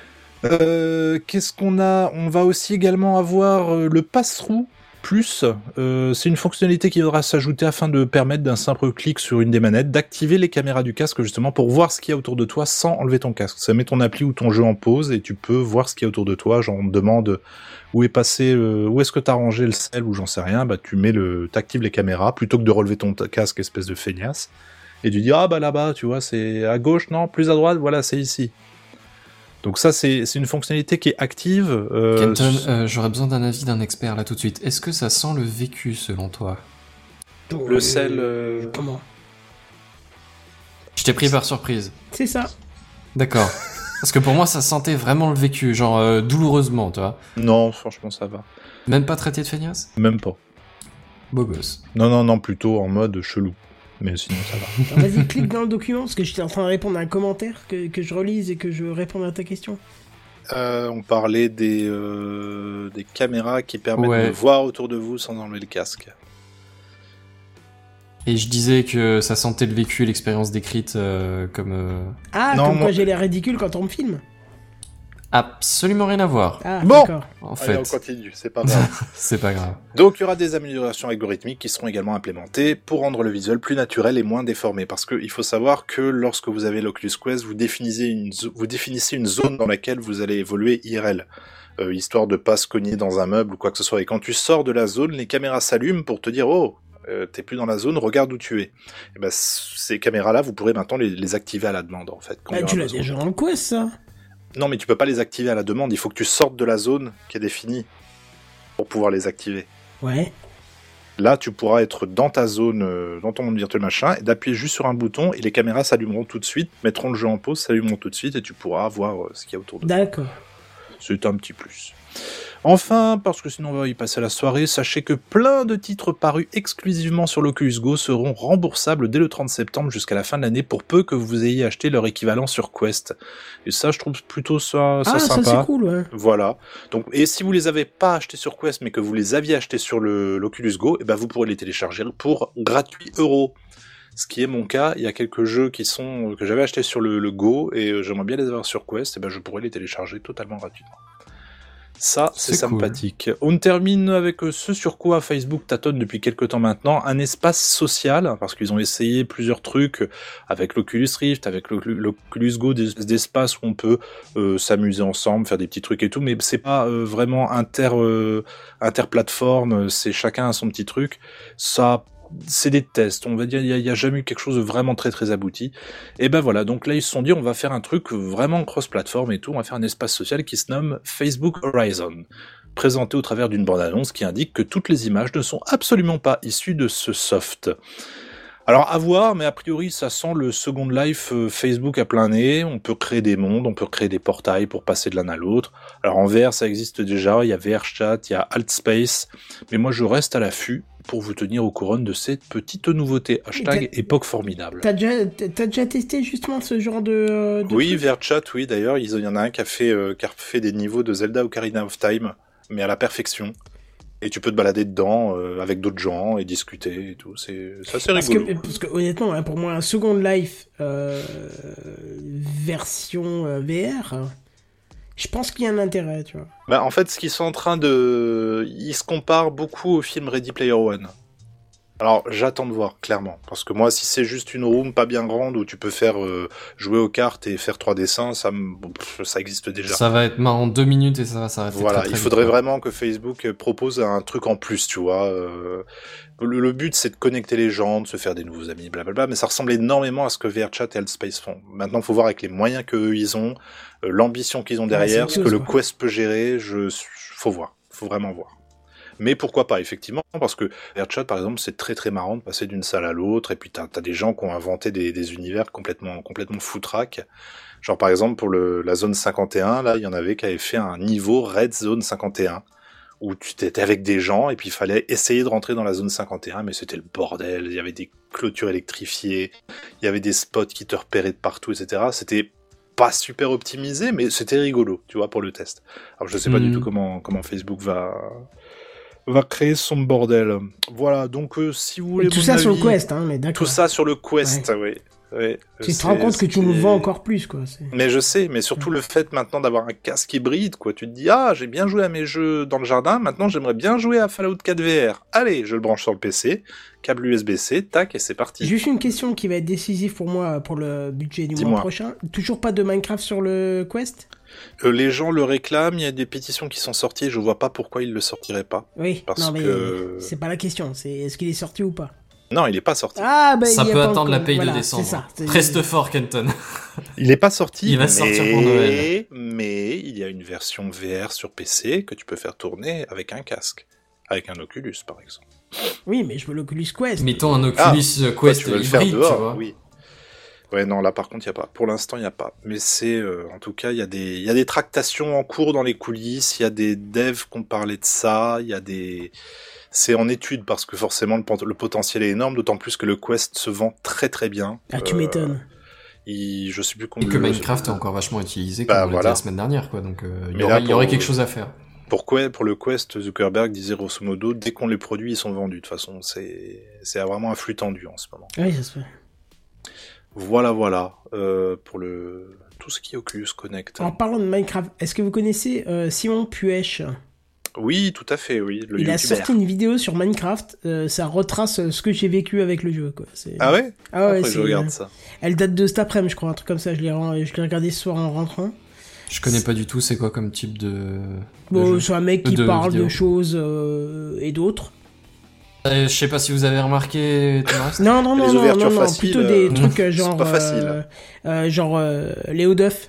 S3: Euh, qu'est-ce qu'on a ? On va aussi également avoir euh, le pass-through plus. Euh, c'est une fonctionnalité qui devra s'ajouter afin de permettre d'un simple clic sur une des manettes d'activer les caméras du casque justement pour voir ce qu'il y a autour de toi sans enlever ton casque. Ça met ton appli ou ton jeu en pause et tu peux voir ce qu'il y a autour de toi. Genre on te demande où est passé, euh, où est-ce que t'as rangé le sel ou j'en sais rien. Bah tu mets le, t'actives les caméras plutôt que de relever ton t- casque espèce de feignasse et tu dis ah bah là-bas tu vois c'est à gauche non plus à droite voilà c'est ici. Donc ça, c'est, c'est une fonctionnalité qui est active. Euh,
S4: Kenton, euh, j'aurais besoin d'un avis d'un expert là tout de suite. Est-ce que ça sent le vécu selon toi ?
S3: Le sel... Euh...
S1: Comment ?
S4: Je t'ai pris par surprise.
S1: C'est ça.
S4: D'accord. Parce que pour moi, ça sentait vraiment le vécu, genre euh, douloureusement, tu vois.
S3: Non, franchement, ça va.
S4: Même pas traité de feignasse ?
S3: Même pas.
S4: Beau gosse.
S3: Non, non, non, plutôt en mode chelou. Mais sinon, ça va.
S1: Alors, vas-y, clique dans le document, parce que j'étais en train de répondre à un commentaire, que, que je relise et que je réponde à ta question.
S3: Euh, on parlait des, euh, des caméras qui permettent
S4: Ouais.
S3: de voir autour de vous sans enlever le casque.
S4: Et je disais que ça sentait le vécu et l'expérience décrite euh, comme... Euh...
S1: Ah,
S3: Non,
S1: comme
S3: moi-
S1: quoi j'ai l'air ridicule quand on me filme.
S4: Absolument rien à voir,
S1: Ah,
S3: Bon.
S1: d'accord.
S4: en
S3: Allez, on
S4: fait.
S3: continue, c'est pas grave.
S4: C'est pas grave.
S3: Donc, il y aura des améliorations algorithmiques qui seront également implémentées pour rendre le visuel plus naturel et moins déformé. Parce qu'il faut savoir que lorsque vous avez l'Oculus Quest, vous définissez une, zo- vous définissez une zone dans laquelle vous allez évoluer I R L. Euh, histoire de pas se cogner dans un meuble ou quoi que ce soit. Et quand tu sors de la zone, les caméras s'allument pour te dire « Oh, euh, t'es plus dans la zone, regarde où tu es. » Et ben, c- ces caméras-là, vous pourrez maintenant les, les activer à la demande, en fait. quand il y
S1: Bah,
S3: aura
S1: tu l'as
S3: besoin.
S1: déjà dans le Quest, ça.
S3: Non, mais tu peux pas les activer à la demande. Il faut que tu sortes de la zone qui est définie pour pouvoir les activer.
S1: Ouais.
S3: Là, tu pourras être dans ta zone, euh, dans ton monde virtuel machin, et d'appuyer juste sur un bouton, et les caméras s'allumeront tout de suite, mettront le jeu en pause, s'allumeront tout de suite, et tu pourras voir euh, ce qu'il y a autour de toi.
S1: D'accord.
S3: C'est un petit plus. Enfin, parce que sinon on va y passer la soirée, sachez que plein de titres parus exclusivement sur l'Oculus Go seront remboursables dès le trente septembre jusqu'à la fin de l'année, pour peu que vous ayez acheté leur équivalent sur Quest. Et ça, je trouve plutôt ça, ça
S1: Ah,
S3: sympa.
S1: ça c'est cool, ouais.
S3: Voilà. Donc, et si vous les avez pas achetés sur Quest, mais que vous les aviez achetés sur le, l'Oculus Go, et ben vous pourrez les télécharger pour gratuit euros. Ce qui est mon cas. Il y a quelques jeux qui sont, que j'avais achetés sur le, le Go, et euh, j'aimerais bien les avoir sur Quest, et ben je pourrais les télécharger totalement gratuitement. Ça, c'est,
S4: C'est cool.
S3: sympathique. On termine avec euh, ce sur quoi Facebook tâtonne depuis quelques temps maintenant, un espace social, parce qu'ils ont essayé plusieurs trucs avec l'Oculus Rift, avec l'Oculus l'Oculus Go, des, des espaces où on peut euh, s'amuser ensemble, faire des petits trucs et tout, mais c'est pas euh, vraiment inter, euh, interplateforme, c'est chacun a son petit truc. Ça, c'est des tests, on va dire, il y, y a jamais eu quelque chose de vraiment très très abouti. Et ben voilà, donc là ils se sont dit on va faire un truc vraiment cross-platform et tout, on va faire un espace social qui se nomme Facebook Horizon, présenté au travers d'une bande-annonce qui indique que toutes les images ne sont absolument pas issues de ce soft. Alors à voir, mais a priori ça sent le Second Life euh, Facebook à plein nez, on peut créer des mondes, on peut créer des portails pour passer de l'un à l'autre. Alors en V R ça existe déjà, il y a V R Chat, il y a Altspace, mais moi je reste à l'affût pour vous tenir au courant de ces petites nouveautés. Hashtag
S1: t'as-
S3: époque formidable.
S1: T'as déjà, t'as déjà testé justement ce genre de. de
S3: Oui,
S1: truc
S3: V R Chat, oui, d'ailleurs, il y en a un qui a fait, euh, qui a fait des niveaux de Zelda Ocarina of Time, mais à la perfection. Et tu peux te balader dedans euh, avec d'autres gens et discuter et tout. C'est, ça, c'est
S1: Parce
S3: rigolo.
S1: que, parce que honnêtement, hein, pour moi, un Second Life euh, version euh, V R, hein, je pense qu'il y a un intérêt, tu vois.
S3: Bah, en fait, ce qu'ils sont en train de... Ils se comparent beaucoup au film Ready Player One. Alors, j'attends de voir, clairement. Parce que moi, si c'est juste une room pas bien grande où tu peux faire euh, jouer aux cartes et faire trois dessins, ça, me... bon, pff, ça existe déjà.
S4: Ça va être marrant deux minutes et ça va s'arrêter
S3: Voilà,
S4: très, très
S3: il
S4: vite,
S3: faudrait
S4: quoi.
S3: vraiment que Facebook propose un truc en plus, tu vois. Euh, le, le but, c'est de connecter les gens, de se faire des nouveaux amis, blablabla, mais ça ressemble énormément à ce que V R Chat et Altspace font. Maintenant, il faut voir avec les moyens qu'eux, ils ont, euh, l'ambition qu'ils ont derrière,
S1: Ouais, c'est
S3: ce
S1: autre
S3: que le
S1: chose, quoi.
S3: Quest peut gérer, je, faut voir, faut vraiment voir. Mais pourquoi pas, effectivement, parce que V R Chat, par exemple, c'est très très marrant de passer d'une salle à l'autre, et puis t'as, t'as des gens qui ont inventé des, des univers complètement, complètement foutraques. Genre, par exemple, pour le, la zone cinquante et un, là, il y en avait qui avaient fait un niveau Red Zone cinquante et un, où tu étais avec des gens, et puis il fallait essayer de rentrer dans la zone cinquante et un, mais c'était le bordel, il y avait des clôtures électrifiées, il y avait des spots qui te repéraient de partout, et cetera. C'était pas super optimisé, mais c'était rigolo, tu vois, pour le test. Alors, je sais pas
S4: Mhm.
S3: du tout comment, comment Facebook va... va créer son bordel. Voilà, donc euh, si vous voulez
S1: Et tout
S3: mon
S1: ça sur le
S3: avis-
S1: Quest, hein, mais d'accord.
S3: Tout ça sur le Quest, oui. Ouais,
S1: Tu te
S3: c'est
S1: rends compte
S3: ce
S1: que tu
S3: qui
S1: nous
S3: est-
S1: vends encore plus, quoi. C'est...
S3: Mais je sais, mais surtout le fait maintenant d'avoir un casque hybride, quoi. Tu te dis, ah, j'ai bien joué à mes jeux dans le jardin, maintenant j'aimerais bien jouer à Fallout quatre V R. Allez, je le branche sur le P C, câble U S B C, tac, et c'est parti.
S1: Juste une question qui va être décisive pour moi pour le budget du
S3: Dis-moi.
S1: mois prochain. Toujours pas de Minecraft sur le Quest?
S3: Euh, les gens le réclament, il y a des pétitions qui sont sorties, je vois pas pourquoi ils le sortiraient pas.
S1: Oui,
S3: Parce
S1: non mais
S3: que-
S1: c'est pas la question, c'est est-ce qu'il est sorti ou pas?
S3: Non, il est pas sorti.
S1: Ah bah
S4: Ça
S1: il y a
S4: peut
S1: pas
S4: attendre
S1: encore-
S4: la paye
S1: voilà,
S4: de décembre.
S1: C'est ça. c'est-
S4: Reste fort, Kenton.
S3: Il est pas sorti.
S4: Il va
S3: mais...
S4: sortir pour Noël.
S3: Mais il y a une version V R sur P C que tu peux faire tourner avec un casque. Avec un Oculus, par exemple.
S1: Oui, mais je veux l'Oculus Quest.
S4: Mettons un
S3: Ah,
S4: Oculus
S3: Toi,
S4: Quest
S3: tu veux le
S4: hybride,
S3: faire
S4: tu
S3: dehors,
S4: vois.
S3: oui. Ouais, non, là, par contre, il n'y a pas. Pour l'instant, il n'y a pas. Mais c'est, euh, en tout cas, il y a des, il y a des tractations en cours dans les coulisses, il y a des devs qui ont parlé de ça, il y a des, c'est en étude parce que forcément, le, pot- le potentiel est énorme, d'autant plus que le Quest se vend très très bien.
S1: Ah, tu
S3: Euh,
S1: m'étonnes.
S3: il, je sais plus
S4: Et
S3: combien.
S4: que Minecraft est encore vachement utilisé,
S3: Bah,
S4: comme on l'a dit
S3: voilà.
S4: la semaine dernière, quoi. Donc, euh, il y
S3: Mais
S4: aurait,
S3: là,
S4: il y aurait
S3: pour-
S4: quelque chose à faire.
S3: Pourquoi pour le Quest, Zuckerberg disait grosso modo, dès qu'on les produit, ils sont vendus. De toute façon, c'est c'est vraiment un flux tendu en ce moment.
S1: Oui, ça se fait.
S3: Voilà, voilà euh, pour le tout ce qui est Oculus Connect.
S1: En parlant de Minecraft, est-ce que vous connaissez euh, Simon Puech?
S3: Oui, tout à fait, oui. Le
S1: Il a
S3: youtubeur.
S1: sorti une vidéo sur Minecraft, euh, ça retrace euh, ce que j'ai vécu avec le jeu, quoi. C'est...
S3: Ah ouais.
S1: Ah ouais,
S3: Après,
S1: c'est...
S3: je regarde ça.
S1: Elle date de cet après-midi, je crois, un truc comme ça. Je l'ai, re- je l'ai regardé ce soir en rentrant.
S4: Je connais pas du tout, c'est quoi comme type de. de
S1: Bon,
S4: jeu
S1: c'est un mec qui
S4: De
S1: parle
S4: vidéo.
S1: de choses euh, et d'autres.
S4: Euh, je sais pas si vous avez remarqué. Thomas.
S1: Non, non, non,
S3: Les
S1: non,
S3: ouvertures
S1: non, non,
S3: faciles,
S1: plutôt des
S3: euh,
S1: trucs euh,
S3: c'est
S1: genre,
S3: pas facile.
S1: euh, euh, genre euh, Léo Duff.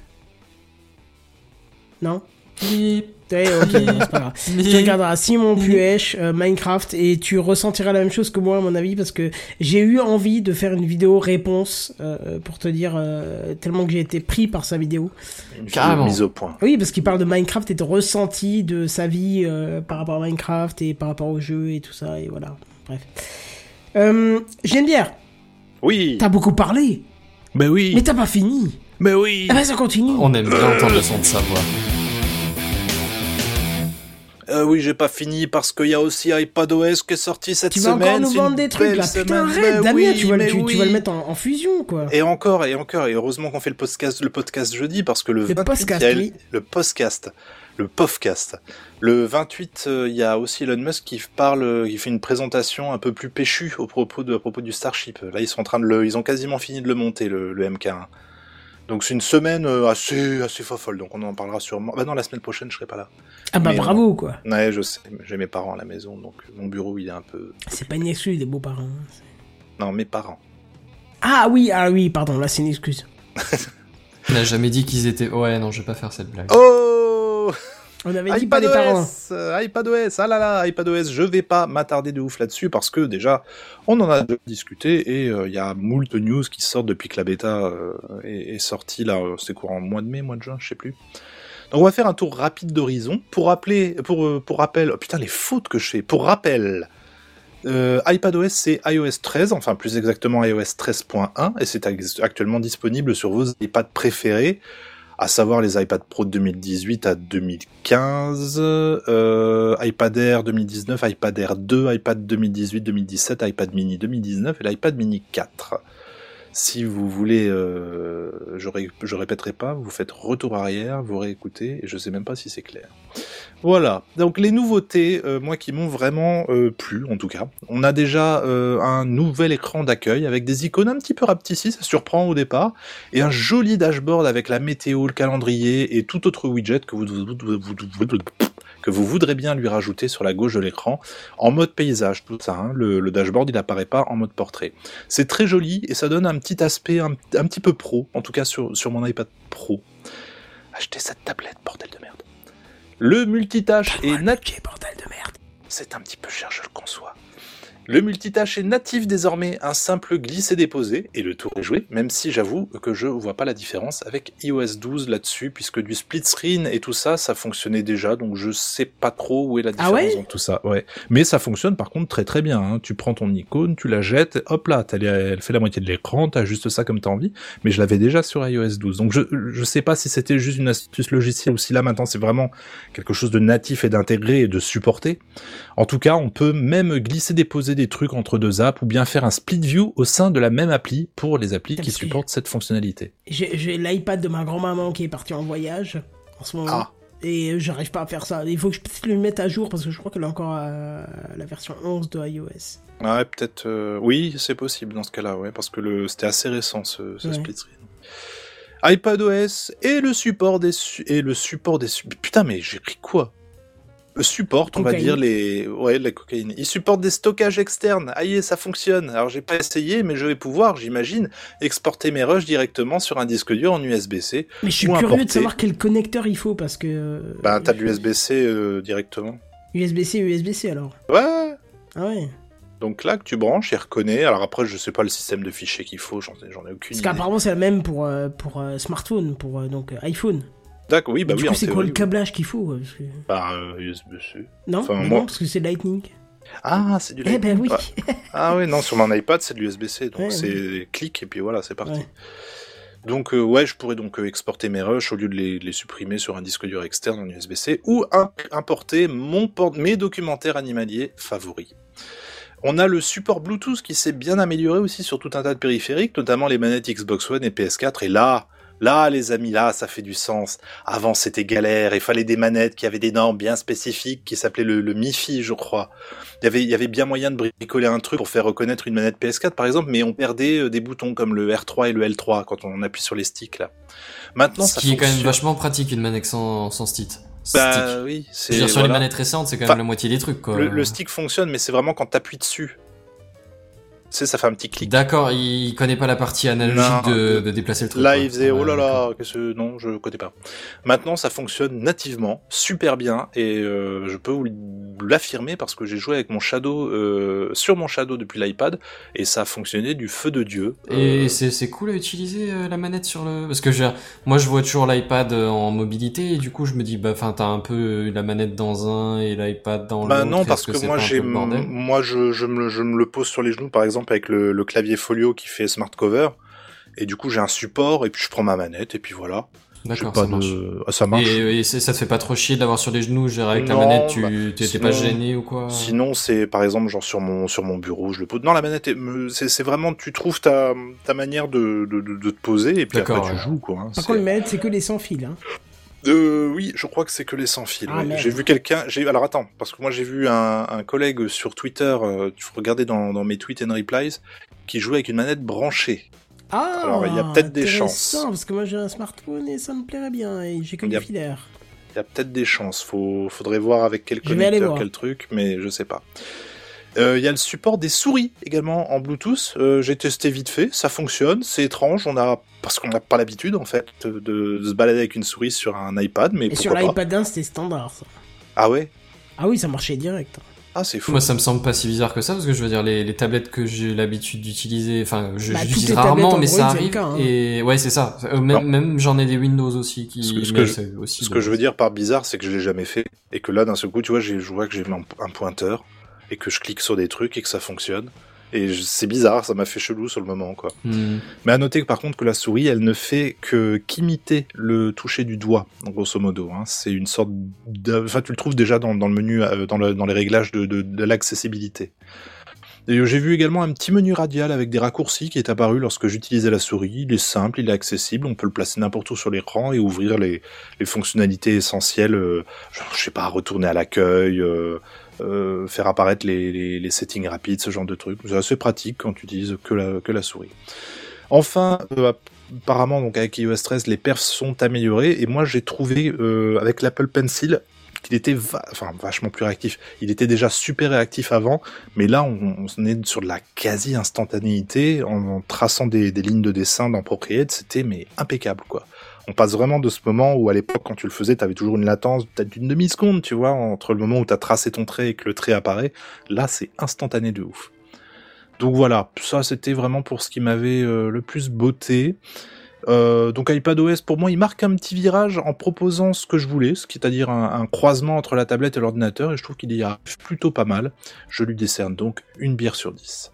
S1: Non.
S4: Bip,
S1: Ouais, ok, non, c'est pas grave.
S4: bip.
S1: Tu regarderas Simon Puech, euh, Minecraft, et tu ressentiras la même chose que moi, à mon avis, parce que j'ai eu envie de faire une vidéo réponse, euh, pour te dire, euh, tellement que j'ai été pris par sa vidéo.
S3: Une vidéo
S4: Carrément.
S3: mise au point.
S1: Oui, parce qu'il parle de Minecraft et de ressenti de sa vie euh, par rapport à Minecraft et par rapport au jeu et tout ça, et voilà. Bref. Euh, Geneviève,
S3: Oui.
S1: t'as beaucoup parlé,
S3: Mais oui.
S1: mais t'as pas fini.
S3: Mais oui.
S1: Eh ben, ça continue.
S4: On aime bien entendre le son de sa voix.
S3: Euh, oui, j'ai pas fini parce qu'il y a aussi iPadOS qui est sorti cette
S1: Tu vas
S3: semaine.
S1: encore nous
S3: c'est
S1: vendre
S3: une
S1: des trucs
S3: belle
S1: là, putain,
S3: semaine.
S1: arrête,
S3: Mais
S1: Damien,
S3: oui,
S1: tu, vas, le-
S3: mais
S1: tu, tu
S3: oui.
S1: vas le mettre en, en fusion, quoi.
S3: Et encore, et encore, et heureusement qu'on fait le podcast, le podcast jeudi, parce que le,
S1: Le
S3: vingt-huit,
S1: podcast,
S3: il y a-
S1: oui.
S3: le podcast, le podcast. Le vingt-huit, euh, il y a aussi Elon Musk qui parle, euh, qui fait une présentation un peu plus péchue au propos de, à propos du Starship. Là, ils sont en train de le, ils ont quasiment fini de le monter, le, le M K un. Donc c'est une semaine euh, assez, assez fofolle, donc on en parlera sûrement. Bah non, la semaine prochaine, je serai pas là.
S1: Ah bah
S3: mais
S1: bravo, quoi.
S3: Ouais, je sais, j'ai mes parents à la maison, donc mon bureau, il est un peu...
S1: C'est pas une excuse des beaux-parents. hein.
S3: Non, mes parents.
S1: Ah oui, ah oui, pardon, là c'est une excuse.
S4: On n'a jamais dit qu'ils étaient. Ouais, non, je vais pas faire cette blague.
S3: Oh
S1: On avait dit pas les parents.
S3: iPadOS, euh, iPadOS, ah là là, iPadOS, je vais pas m'attarder de ouf là-dessus parce que déjà, on en a déjà discuté et il euh, y a moult news qui sortent depuis que la bêta euh, est, est sortie là, euh, c'est quoi, en mois de mai, mois de juin, je sais plus. Donc on va faire un tour rapide d'horizon pour rappeler, pour, euh, pour rappel, oh, putain les fautes que je fais, pour rappel, euh, iPadOS c'est iOS treize, enfin plus exactement iOS treize point un et c'est actuellement disponible sur vos iPads préférés, à savoir les iPad Pro de deux mille dix-huit à deux mille quinze, euh, iPad Air deux mille dix-neuf, iPad Air deux, iPad deux mille dix-huit deux mille dix-sept, iPad mini deux mille dix-neuf et l'iPad mini quatre. Si vous voulez, euh, je, ré, je répéterai pas, vous faites retour arrière, vous réécoutez, et je sais même pas si c'est clair. Voilà, donc les nouveautés, euh, moi qui m'ont vraiment euh, plu en tout cas. On a déjà euh, un nouvel écran d'accueil avec des icônes un petit peu rapetissis, ça surprend au départ, et un joli dashboard avec la météo, le calendrier et tout autre widget que vous, vous, vous, vous, vous que vous voudrez bien lui rajouter sur la gauche de l'écran, en mode paysage, tout ça, hein. le, le dashboard il apparaît pas en mode portrait. C'est très joli et ça donne un petit aspect un, un petit peu pro, en tout cas sur, sur mon iPad Pro. Achetez cette tablette, bordel de merde. Le multitâche est natif.
S1: bordel de merde.
S3: C'est un petit peu cher, je le conçois. Le multitâche est natif désormais, un simple glisser-déposer, et le tour est joué, même si j'avoue que je vois pas la différence avec iOS douze là-dessus, puisque du split screen et tout ça, ça fonctionnait déjà, donc je sais pas trop où est la différence
S1: Ah ouais
S3: dans tout ça. Ouais. Mais ça fonctionne par contre très très bien, hein. Tu prends ton icône, tu la jettes, hop là, t'as les- elle fait la moitié de l'écran, t'ajustes ça comme t'as envie, mais je l'avais déjà sur iOS douze, donc je, je sais pas si c'était juste une astuce logicielle ou si là maintenant c'est vraiment quelque chose de natif et d'intégré et de supporté. En tout cas, on peut même glisser-déposer
S9: proposer des trucs entre deux apps ou bien faire un split view au sein de la même appli pour les applis qui supportent cette fonctionnalité.
S1: J'ai, j'ai l'iPad de ma grand-maman qui est partie en voyage en ce moment.
S3: Ah.
S1: Et j'arrive pas à faire ça. Il faut que je puisse le mettre à jour parce que je crois qu'elle est encore à la version onze de iOS.
S3: Ouais, peut-être. Euh... Oui, c'est possible dans ce cas-là, ouais, parce que le... c'était assez récent ce, ce
S1: Ouais.
S3: split screen. iPadOS et le support des su... et le support des su... putain mais j'ai pris quoi? Le support, on va
S1: Cocaïne.
S3: dire les ouais la cocaïne. Il supporte des stockages externes. Ah y est, ça fonctionne. Alors j'ai pas essayé, mais je vais pouvoir, j'imagine, exporter mes rushs directement sur un disque dur en U S B C.
S1: Mais je suis
S3: ou
S1: curieux
S3: importer.
S1: de savoir quel connecteur il faut parce que.
S3: Bah t'as de l'U S B C euh, directement.
S1: U S B C, U S B C alors.
S3: Ouais.
S1: Ah ouais.
S3: Donc là que tu branches, il reconnaît. Alors après, je sais pas le système de fichiers qu'il faut. J'en ai, j'en ai aucune
S1: Parce
S3: idée.
S1: qu'apparemment c'est la même pour euh, pour euh, smartphone, pour euh, donc euh, iPhone.
S3: D'accord, oui, bah
S1: du
S3: oui.
S1: coup
S3: en
S1: c'est quoi
S3: théorie,
S1: le câblage qu'il faut quoi, parce que...
S3: oui. Bah euh, U S B C.
S1: Non,
S3: Enfin,
S1: mais
S3: moi-
S1: non, parce que c'est Lightning.
S3: Ah, c'est du.
S1: Eh ben oui.
S3: Ouais. Ah oui, non, sur mon iPad, c'est de l'U S B C, donc
S1: Ouais,
S3: c'est clic et puis voilà, c'est parti.
S1: Ouais.
S3: Donc euh, ouais, je pourrais donc euh, exporter mes rushs au lieu de les, de les supprimer sur un disque dur externe en U S B C ou imp- importer mon port- mes documentaires animaliers favoris. On a le support Bluetooth qui s'est bien amélioré aussi sur tout un tas de périphériques, notamment les manettes Xbox One et P S quatre. Et là, là les amis, là ça fait du sens. Avant c'était galère, il fallait des manettes qui avaient des normes bien spécifiques, qui s'appelaient le, le MIFI je crois. Il y avait, il y avait bien moyen de bricoler un truc pour faire reconnaître une manette P S quatre par exemple, mais on perdait euh, des boutons comme le R trois et le L trois quand on appuie sur les sticks là. Maintenant
S4: Ce
S3: ça
S4: qui est quand même
S3: fonctionne.
S4: vachement pratique une manette sans, sans stick.
S3: Bah
S4: Stick.
S3: oui,
S4: Je
S3: c'est
S4: veux dire, sur
S3: voilà.
S4: les manettes récentes, c'est quand
S3: Enfin,
S4: même la moitié des trucs, quoi.
S3: Le, le stick fonctionne, mais c'est vraiment quand t'appuies dessus. Tu sais, ça fait un petit clic.
S4: D'accord, il connaît pas la partie analogique
S3: Non,
S4: de,
S3: de-
S4: de déplacer le truc.
S3: Là,
S4: quoi.
S3: il faisait
S4: Ouais,
S3: oh là
S4: d'accord.
S3: là, qu'est-ce que non, je connais pas. Maintenant, ça fonctionne nativement, super bien, et euh, je peux vous l'affirmer parce que j'ai joué avec mon Shadow euh, sur mon Shadow depuis l'iPad et ça a fonctionné du feu de dieu.
S4: Et
S3: Euh,
S4: c'est, c'est cool à utiliser euh, la manette sur le... Parce que j'ai- moi je vois toujours l'iPad euh, en mobilité et du coup je me dis, bah enfin t'as un peu euh, la manette dans un et l'iPad dans
S3: Bah
S4: l'autre.
S3: non,
S4: est-ce
S3: parce que,
S4: c'est
S3: moi
S4: pas un
S3: j'ai,
S4: peu le bordel
S3: moi je, je me, le- je me le pose sur les genoux, par exemple avec le, le clavier Folio qui fait smart cover, et du coup j'ai un support et puis je prends ma manette et puis voilà.
S4: D'accord,
S3: J'ai pas
S4: ça marche.
S3: de, ah, ça marche.
S4: Et, et c'est- ça te fait pas trop chier de l'avoir sur les genoux, je dirais, avec la
S3: Non,
S4: manette, tu
S3: bah,
S4: t'es
S3: sinon-
S4: pas gêné ou quoi?
S3: Sinon, c'est par exemple genre sur mon sur mon bureau, je le pose. Non, la manette, est- me- c'est c'est vraiment tu trouves ta ta manière de de, de, de te poser et puis
S4: D'accord,
S3: après tu
S4: ouais.
S3: joues quoi. hein.
S1: Par
S3: C'est-
S1: contre, les manettes, c'est que les sans fil. Hein.
S3: Euh, oui, je crois que c'est que les sans fil.
S1: Ah,
S3: ouais.
S1: merde.
S3: J'ai vu quelqu'un. J'ai alors attends, parce que moi j'ai vu un, un collègue sur Twitter. Euh, tu faut regarder dans dans mes tweets and replies qui jouait avec une manette branchée.
S1: Ah,
S3: Alors, il y a peut-être des
S1: intéressant,
S3: chances.
S1: Parce que moi j'ai un smartphone et ça me plairait bien et j'ai que
S3: Il y
S1: du
S3: a-
S1: filaire.
S3: Il y a peut-être des chances. Faut faudrait voir avec quel
S1: Je vais aller
S3: connecteur,
S1: voir.
S3: quel truc, mais je sais pas. Euh, Il y a le support des souris également en Bluetooth. Euh, j'ai testé vite fait, ça fonctionne. C'est étrange, on a parce qu'on n'a pas l'habitude en fait de, de se balader avec une souris sur un iPad, mais
S1: Et
S3: pourquoi
S1: sur
S3: pas.
S1: l'iPad un, c'était standard ça.
S3: Ah ouais.
S1: Ah oui, ça marchait direct.
S3: Ah c'est fou.
S4: Moi, ça me semble pas si bizarre que ça, parce que je veux dire, les, les tablettes que j'ai l'habitude d'utiliser, enfin, je
S1: Bah, toutes
S4: j'utilise
S1: les
S4: rarement,
S1: tablettes
S4: mais ça
S1: Android, c'est le
S4: arrive.
S1: cas, hein.
S4: Et ouais, c'est ça. Euh,
S3: Non.
S4: même même j'en ai des Windows aussi qui.
S3: Ce que- ce
S4: mais
S3: que je-
S4: c'est aussi
S3: Ce
S4: bon.
S3: que je veux dire par bizarre, c'est que je l'ai jamais fait et que là d'un seul coup, tu vois, j'ai- je vois que j'ai un, un pointeur et que je clique sur des trucs et que ça fonctionne. Et je- c'est bizarre, ça m'a fait chelou sur le moment, quoi.
S4: Hmm.
S3: Mais à noter que par contre que la souris, elle ne fait que qu'imiter le toucher du doigt, donc grosso modo. Hein. C'est une sorte, de... enfin tu le trouves déjà dans, dans le menu, euh, dans, le, dans les réglages de, de, de l'accessibilité. Et euh, j'ai vu également un petit menu radial avec des raccourcis qui est apparu lorsque j'utilisais la souris. Il est simple, il est accessible, on peut le placer n'importe où sur l'écran et ouvrir les, les fonctionnalités essentielles. Euh, genre, je sais pas, retourner à l'accueil. Euh, Euh, faire apparaître les, les, les settings rapides, ce genre de trucs. C'est assez pratique quand tu utilises que la, que la souris. Enfin, euh, apparemment, donc avec i O S treize, les perfs sont améliorés, et moi j'ai trouvé, euh, avec l'Apple Pencil, qu'il était va- enfin, vachement plus réactif. Il était déjà super réactif avant, mais là on, on est sur de la quasi-instantanéité, en, en traçant des, des lignes de dessin dans Procreate, c'était mais impeccable, quoi. On passe vraiment de ce moment où à l'époque quand tu le faisais t'avais toujours une latence peut-être d'une demi-seconde, tu vois, entre le moment où t'as tracé ton trait et que le trait apparaît. Là c'est instantané de ouf. Donc voilà, ça c'était vraiment pour ce qui m'avait euh, le plus botté. Euh, donc iPadOS pour moi il marque un petit virage en proposant ce que je voulais, ce qui est à dire un, un croisement entre la tablette et l'ordinateur, et je trouve qu'il y arrive plutôt pas mal. Je lui décerne donc une bière sur dix.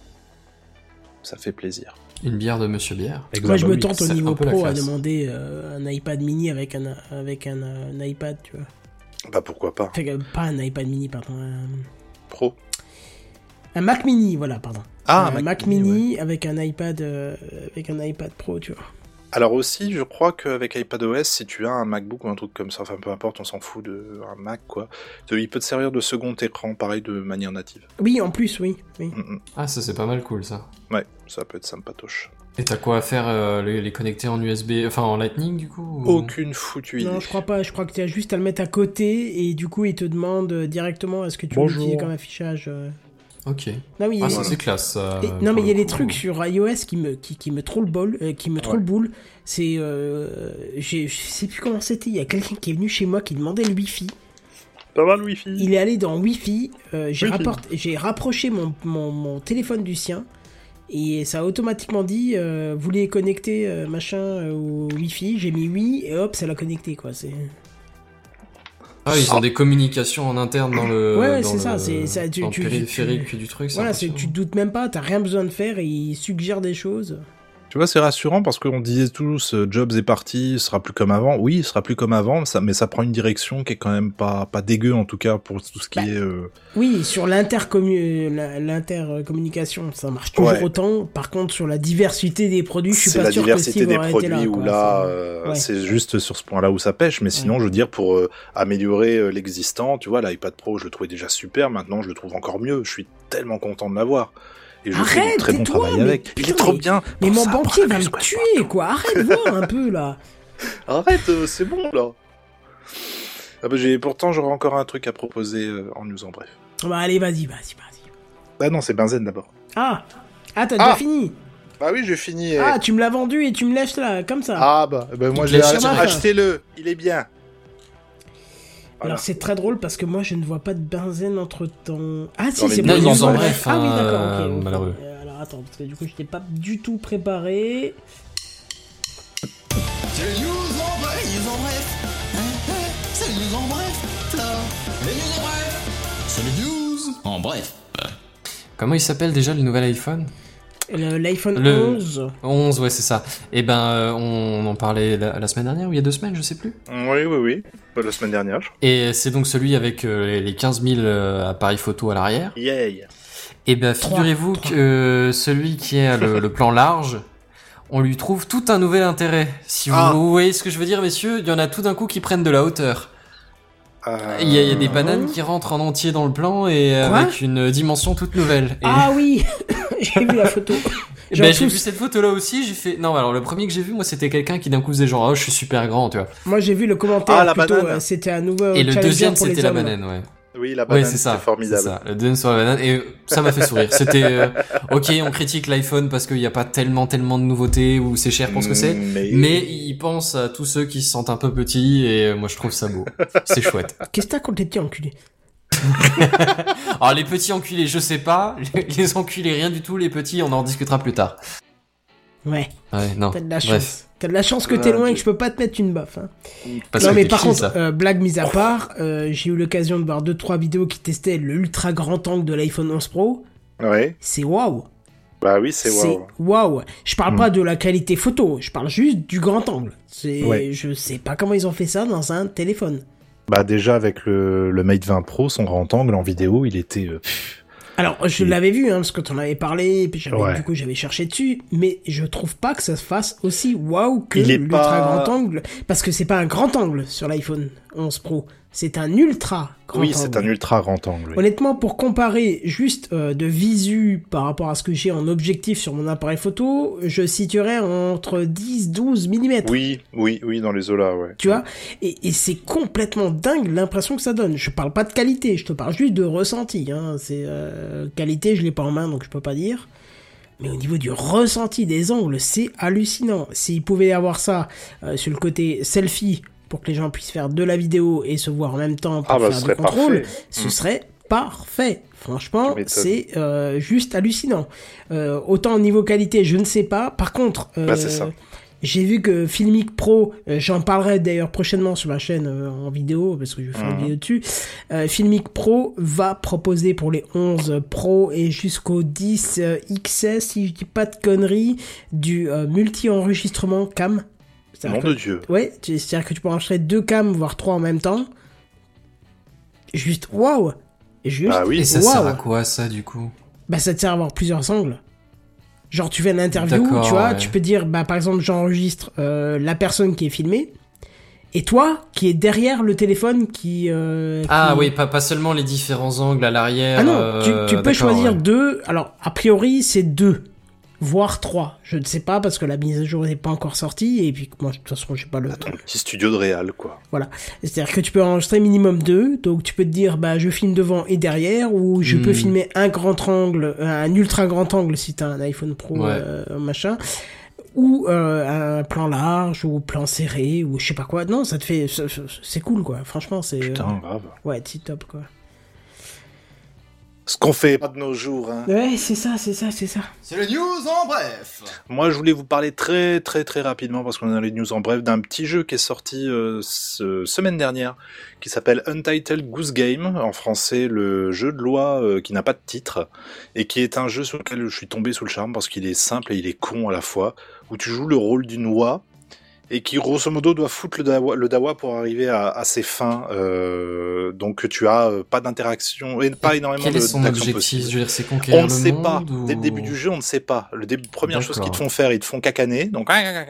S3: Ça fait plaisir.
S4: Une bière de Monsieur Bière.
S1: Moi, je me
S3: oui,
S1: tente au
S4: c'est
S1: niveau
S4: un peu la
S1: pro à
S4: classe.
S1: demander euh, un iPad mini avec un, avec un, un iPad, tu vois.
S3: Bah pourquoi pas.
S1: Enfin, euh, pas un iPad mini, pardon. Un,
S3: Pro.
S1: Un Mac Mini, voilà, pardon.
S3: Ah,
S1: un
S3: un
S1: Mac,
S3: Mac
S1: Mini,
S3: Mini,
S1: avec un iPad, euh, avec un iPad Pro, tu vois.
S3: Alors aussi, je crois qu'avec iPadOS, si tu as un MacBook ou un truc comme ça, enfin peu importe, on s'en fout de un Mac quoi, il peut te servir de second écran, pareil de manière native.
S1: Oui, en plus, oui. oui.
S3: Mm-mm.
S4: Ah, ça c'est pas mal cool ça.
S3: Ouais, ça peut être sympatoche.
S4: Et t'as quoi à faire euh, les, les connecter en U S B, enfin en Lightning du coup ou...
S3: Aucune foutue idée.
S1: Non, je crois pas. Je crois que tu as juste à le mettre à côté et du coup, il te demande directement est-ce que tu veux
S3: Bonjour.
S1: l'utiliser comme affichage. euh.
S4: Ok.
S1: Non, oui,
S4: Ah,
S1: il-
S4: ça c'est classe. Ça,
S1: Et-
S4: pour
S1: non mais il y a
S4: le
S1: des
S4: coup.
S1: trucs sur iOS qui me qui, qui me trop le bol, euh, qui me trop
S3: Ouais.
S1: le boule. C'est euh, j'ai je sais plus comment c'était. Il y a quelqu'un qui est venu chez moi qui demandait le Wi-Fi.
S3: Pas mal Wi-Fi.
S1: Il est allé dans Wi-Fi. euh, j'ai
S3: Wi-Fi.
S1: rapporté, j'ai rapproché mon, mon mon téléphone du sien et ça a automatiquement dit euh, vous voulez connecter euh, machin euh, au Wi-Fi. J'ai mis oui et hop ça l'a connecté quoi. C'est
S4: Ah, ils ont des communications en interne dans le.
S1: Ouais,
S4: dans
S1: c'est
S4: le-
S1: ça, c'est- ça, tu-
S4: dans le
S1: tu-
S4: périphérique
S1: tu-
S4: du truc. c'est
S1: voilà, c'est, tu te doutes même pas, t'as rien besoin de faire et il suggère des choses.
S3: Tu vois, c'est rassurant parce qu'on disait tous euh, Jobs est parti, ce sera plus comme avant. Oui, ce sera plus comme avant, ça, mais ça prend une direction qui est quand même pas pas dégueu en tout cas pour tout ce qui
S1: Bah,
S3: est. Euh...
S1: Oui, sur l'intercommu- la- l'intercommunication, ça marche toujours
S3: Ouais.
S1: autant. Par contre, sur la diversité des produits, je suis
S3: C'est
S1: pas
S3: la
S1: sûr que
S3: diversité
S1: Steve
S3: des
S1: aurait été
S3: produits
S1: là.
S3: où
S1: quoi.
S3: là,
S1: C'est-
S3: euh,
S1: ouais.
S3: c'est juste sur ce point-là où ça pêche. Mais sinon, je veux dire, pour euh, améliorer euh, l'existant, tu vois, l'iPad Pro, je le trouvais déjà super. Maintenant, je le trouve encore mieux. Je suis tellement content de l'avoir. Et je fais
S1: Arrête,
S3: du très bon
S1: tais-toi,
S3: travail
S1: mais
S3: avec.
S1: putain,
S3: Il est trop
S1: mais-
S3: bien.
S1: Mais
S3: Pour
S1: mon
S3: ça,
S1: banquier
S3: pour
S1: va
S3: la
S1: me
S3: Square
S1: tuer, quoi. Arrête, voir un peu, là.
S3: Arrête, euh, c'est bon là. Ah bah, j'ai pourtant j'aurais encore un truc à proposer euh, en news en bref.
S1: Bah, allez, vas-y, vas-y, vas-y.
S3: Bah non, c'est Benzen d'abord.
S1: Ah, ah t'as
S3: Ah.
S1: déjà fini.
S3: Bah oui, j'ai fini. eh.
S1: Ah, tu me l'as vendu et tu me lèches là, comme ça.
S3: Ah bah, bah moi
S4: Il
S3: j'ai
S4: te laisse
S3: acheté-
S1: sur ma fin.
S3: achetez-le, il est bien. Voilà.
S1: Alors c'est très drôle parce que moi je ne vois pas de benzène entre temps. Ah si
S3: Dans les
S1: c'est
S3: news,
S1: pas
S3: ils
S1: du
S3: en
S1: tout
S3: ont
S1: bref.
S4: bref,
S1: Ah oui
S4: hein,
S1: d'accord.
S4: euh,
S1: ok, ok.
S4: malheureux.
S1: Euh, alors attends parce que du coup je t'ai pas du tout préparé.
S10: C'est les news en bref, les news en bref. Hein, hein, c'est les news en bref, là. Les news en bref. C'est les news en bref.
S4: Comment il s'appelle déjà le nouvel iPhone
S1: Le- L'iPhone
S4: Le-
S1: onze.
S4: onze, ouais, c'est ça. Et ben, euh, on en parlait la, la semaine dernière ou il y a deux semaines, je sais plus.
S3: Oui, oui, oui. Bah, la semaine dernière. je crois.
S4: Et c'est donc celui avec euh, les- les quinze mille euh, appareils photo à l'arrière.
S3: Yay.
S4: Et ben,
S1: Trois,
S4: figurez-vous
S1: trois.
S4: que euh, celui qui a le, le plan large, on lui trouve tout un nouvel intérêt. Si vous
S3: Ah.
S4: voyez ce que je veux dire, messieurs, il y en a tout d'un coup qui prennent de la hauteur.
S3: Euh,
S4: Il y, a, il y a des bananes qui rentrent en entier dans le plan et
S1: Quoi
S4: avec une dimension toute nouvelle. Et...
S1: Ah oui, j'ai vu la photo. Genre
S4: Ben, j'ai
S1: tous-
S4: vu cette photo là aussi, j'ai fait non alors le premier que j'ai vu moi c'était quelqu'un qui d'un coup faisait genre oh je suis super grand tu vois.
S1: Moi j'ai vu le commentaire
S3: Ah, la
S1: plutôt.
S3: banane.
S1: euh, c'était un nouveau
S4: Et le
S1: challenger
S4: deuxième
S1: pour les
S4: c'était la
S1: hommes.
S4: banane ouais.
S3: Oui, la
S4: Ouais
S3: banane,
S4: c'est ça,
S3: c'est formidable.
S4: c'est ça. Le deuxième sur la banane et ça m'a fait sourire. C'était euh, ok on critique l'iPhone parce qu'il n'y a pas tellement tellement de nouveautés ou c'est cher pour ce que c'est.
S3: Mais,
S4: Mais il pense à tous ceux qui se sentent un peu petits et euh, moi je trouve ça beau. C'est chouette.
S1: Qu'est-ce que t'as contre les petits enculés?
S4: Alors les petits enculés je sais pas, les enculés rien du tout, les petits on en discutera plus tard.
S1: Ouais,
S4: Ouais non.
S1: t'as de la chance.
S4: Bref.
S1: T'as de la chance que
S3: Ah,
S1: t'es loin et
S3: Dieu.
S1: que je peux pas te mettre une baffe. Hein.
S4: Parce
S1: non
S4: que
S1: mais
S4: t'es
S1: par
S4: qui,
S1: contre,
S4: ça
S1: euh, blague mise à part, euh, j'ai eu l'occasion de voir deux trois vidéos qui testaient le ultra grand angle de l'iPhone onze Pro.
S3: Ouais.
S1: C'est waouh.
S3: Bah oui, c'est waouh.
S1: waouh. Je parle
S3: Mm.
S1: pas de la qualité photo, je parle juste du grand angle. C'est,
S3: Ouais.
S1: je sais pas comment ils ont fait ça dans un téléphone.
S3: Bah déjà avec le, le Mate vingt Pro, son grand angle en vidéo, il était. euh, pff,
S1: Alors, je
S3: Il-
S1: l'avais vu, hein, parce que t'en avais parlé, et puis j'avais,
S3: Ouais.
S1: du coup, j'avais cherché dessus, mais je trouve pas que ça se fasse aussi waouh que
S3: Il est
S1: l'ultra
S3: pas-
S1: grand angle, parce que c'est pas un grand angle sur l'iPhone onze Pro, c'est un ultra grand
S3: oui,
S1: angle.
S3: c'est un ultra grand angle. oui.
S1: Honnêtement, pour comparer juste euh, de visu par rapport à ce que j'ai en objectif sur mon appareil photo, je situerais entre dix douze millimètres.
S3: Oui, oui, oui, dans les eaux-là, ouais.
S1: Tu vois, et, et c'est complètement dingue l'impression que ça donne. Je parle pas de qualité, je te parle juste de ressenti. Hein. C'est euh, qualité, je l'ai pas en main, donc je peux pas dire. Mais au niveau du ressenti des angles, c'est hallucinant. S'il pouvait y avoir ça euh, sur le côté selfie, pour que les gens puissent faire de la vidéo et se voir en même temps pour
S3: Ah bah,
S1: faire
S3: ce
S1: du
S3: serait
S1: contrôle,
S3: parfait.
S1: ce
S3: Mm.
S1: serait parfait. Franchement,
S3: Tu m'étonnes.
S1: c'est euh, juste hallucinant. Euh, autant au niveau qualité, je ne sais pas. Par contre, euh,
S3: Bah, c'est ça.
S1: j'ai vu que Filmic Pro, euh, j'en parlerai d'ailleurs prochainement sur ma chaîne euh, en vidéo, parce que je vais faire une
S3: Mhm.
S1: vidéo dessus. Euh, Filmic Pro va proposer pour les onze Pro et jusqu'au dix euh, X S, si je dis pas de conneries, du euh, multi-enregistrement cam. C'est-à-dire
S3: Nom
S1: que-
S3: de Dieu.
S1: Ouais, tu- c'est-à-dire que tu peux enregistrer deux cams, voire trois en même temps. Juste waouh! Juste
S3: Ah oui.
S4: Et ça
S1: waouh!
S4: sert à quoi ça du coup
S1: bah ça te sert à avoir plusieurs angles. Genre tu fais une interview,
S4: D'accord,
S1: tu vois,
S4: ouais.
S1: tu peux dire, bah par exemple j'enregistre euh, la personne qui est filmée, et toi qui est derrière le téléphone qui... Euh,
S4: Ah
S1: qui...
S4: oui, pas, pas seulement les différents angles à l'arrière.
S1: Ah non,
S4: euh,
S1: tu, tu peux
S4: d'accord,
S1: choisir
S4: ouais.
S1: deux, alors a priori c'est deux, voire trois, je ne sais pas parce que la mise à jour n'est pas encore sortie, et puis moi de toute façon j'ai pas le temps.
S3: Un petit studio de réal, quoi.
S1: Voilà, c'est-à-dire que tu peux enregistrer minimum deux, donc tu peux te dire bah je filme devant et derrière, ou je
S4: Hmm.
S1: peux filmer un grand angle, un ultra grand angle si t'as un iPhone Pro,
S4: Ouais.
S1: euh, machin, ou euh, un plan large, ou plan serré, ou je sais pas quoi. Non, ça te fait, c'est, c'est cool quoi, franchement c'est...
S3: Putain,
S1: euh,
S3: grave.
S1: Ouais, c'est top quoi.
S3: Ce qu'on fait pas de nos jours, hein.
S1: Ouais, c'est ça, c'est ça, c'est ça.
S10: C'est le news en bref.
S3: Moi, je voulais vous parler très très très rapidement, parce qu'on a les news en bref, d'un petit jeu qui est sorti euh, ce, semaine dernière, qui s'appelle Untitled Goose Game, en français le jeu de loi euh, qui n'a pas de titre, et qui est un jeu sur lequel je suis tombé sous le charme, parce qu'il est simple et il est con à la fois, où tu joues le rôle d'une oie, et qui grosso modo doit foutre le dawa, le dawa pour arriver à, à ses fins. Euh, donc tu as euh, pas d'interaction et pas énormément
S4: Quel
S3: de
S4: est son
S3: d'actions
S4: objectif
S3: possibles.
S4: Je veux dire, c'est conquérir
S3: On ne
S4: le
S3: sait
S4: monde
S3: pas.
S4: ou...
S3: Dès le début du jeu, on ne sait pas. Le début, première chose
S4: D'accord.
S3: qu'ils te font faire, ils te font cacaner. Donc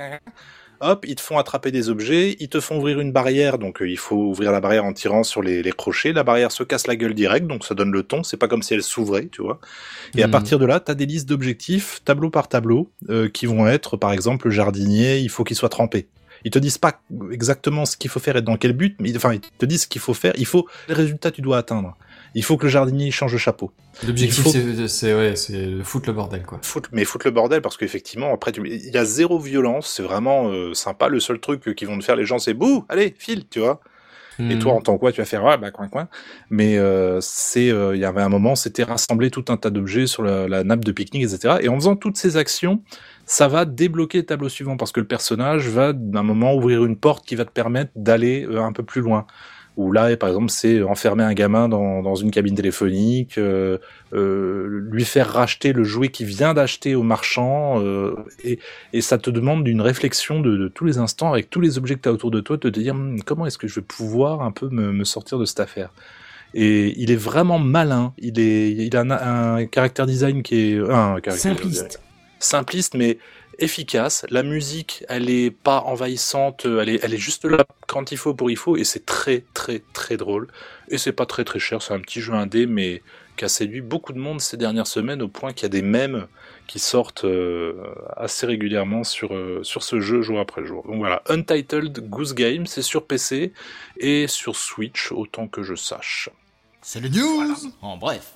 S3: hop, ils te font attraper des objets, ils te font ouvrir une barrière, donc euh, il faut ouvrir la barrière en tirant sur les, les crochets. La barrière se casse la gueule direct, donc ça donne le ton. C'est pas comme si elle s'ouvrait, tu vois. Et à
S4: Mhm.
S3: partir de là, t'as des listes d'objectifs, tableau par tableau, euh, qui vont être, par exemple, le jardinier, il faut qu'il soit trempé. Ils te disent pas exactement ce qu'il faut faire et dans quel but, mais enfin, ils te disent ce qu'il faut faire. Il faut le résultat tu dois atteindre. Il faut que le jardinier change de chapeau.
S4: L'objectif,
S3: Il faut-
S4: c'est, c'est, ouais, c'est de foutre le bordel, quoi.
S3: Foutre, mais foutre le bordel parce qu'effectivement après tu, il y a zéro violence, c'est vraiment euh, sympa. Le seul truc qu'ils vont te faire les gens c'est bouh, allez file, tu vois. Et
S4: Hmm.
S3: toi en tant que quoi tu vas faire ouais bah coin coin. Mais euh, c'est euh, il y avait un moment c'était rassembler tout un tas d'objets sur la, la nappe de pique-nique et cetera. Et en faisant toutes ces actions ça va débloquer le tableau suivant parce que le personnage va d'un moment ouvrir une porte qui va te permettre d'aller euh, un peu plus loin. Où là, par exemple, c'est enfermer un gamin dans, dans une cabine téléphonique, euh, euh, lui faire racheter le jouet qu'il vient d'acheter au marchand, euh, et, et ça te demande d'une réflexion de, de tous les instants, avec tous les objets que tu as autour de toi, de te dire hm, comment est-ce que je vais pouvoir un peu me, me sortir de cette affaire. Et il est vraiment malin, il, est, il a un, un caractère design qui est... Un caractère
S1: Simpliste.
S3: simpliste, mais efficace. La musique, elle est pas envahissante, elle est, elle est juste là quand il faut pour il faut, et c'est très très très drôle. Et c'est pas très très cher, c'est un petit jeu indé, mais qui a séduit beaucoup de monde ces dernières semaines au point qu'il y a des mèmes qui sortent euh, assez régulièrement sur euh, sur ce jeu jour après jour. Donc voilà, Untitled Goose Game, c'est sur P C et sur Switch autant que je sache.
S10: C'est le news en bref.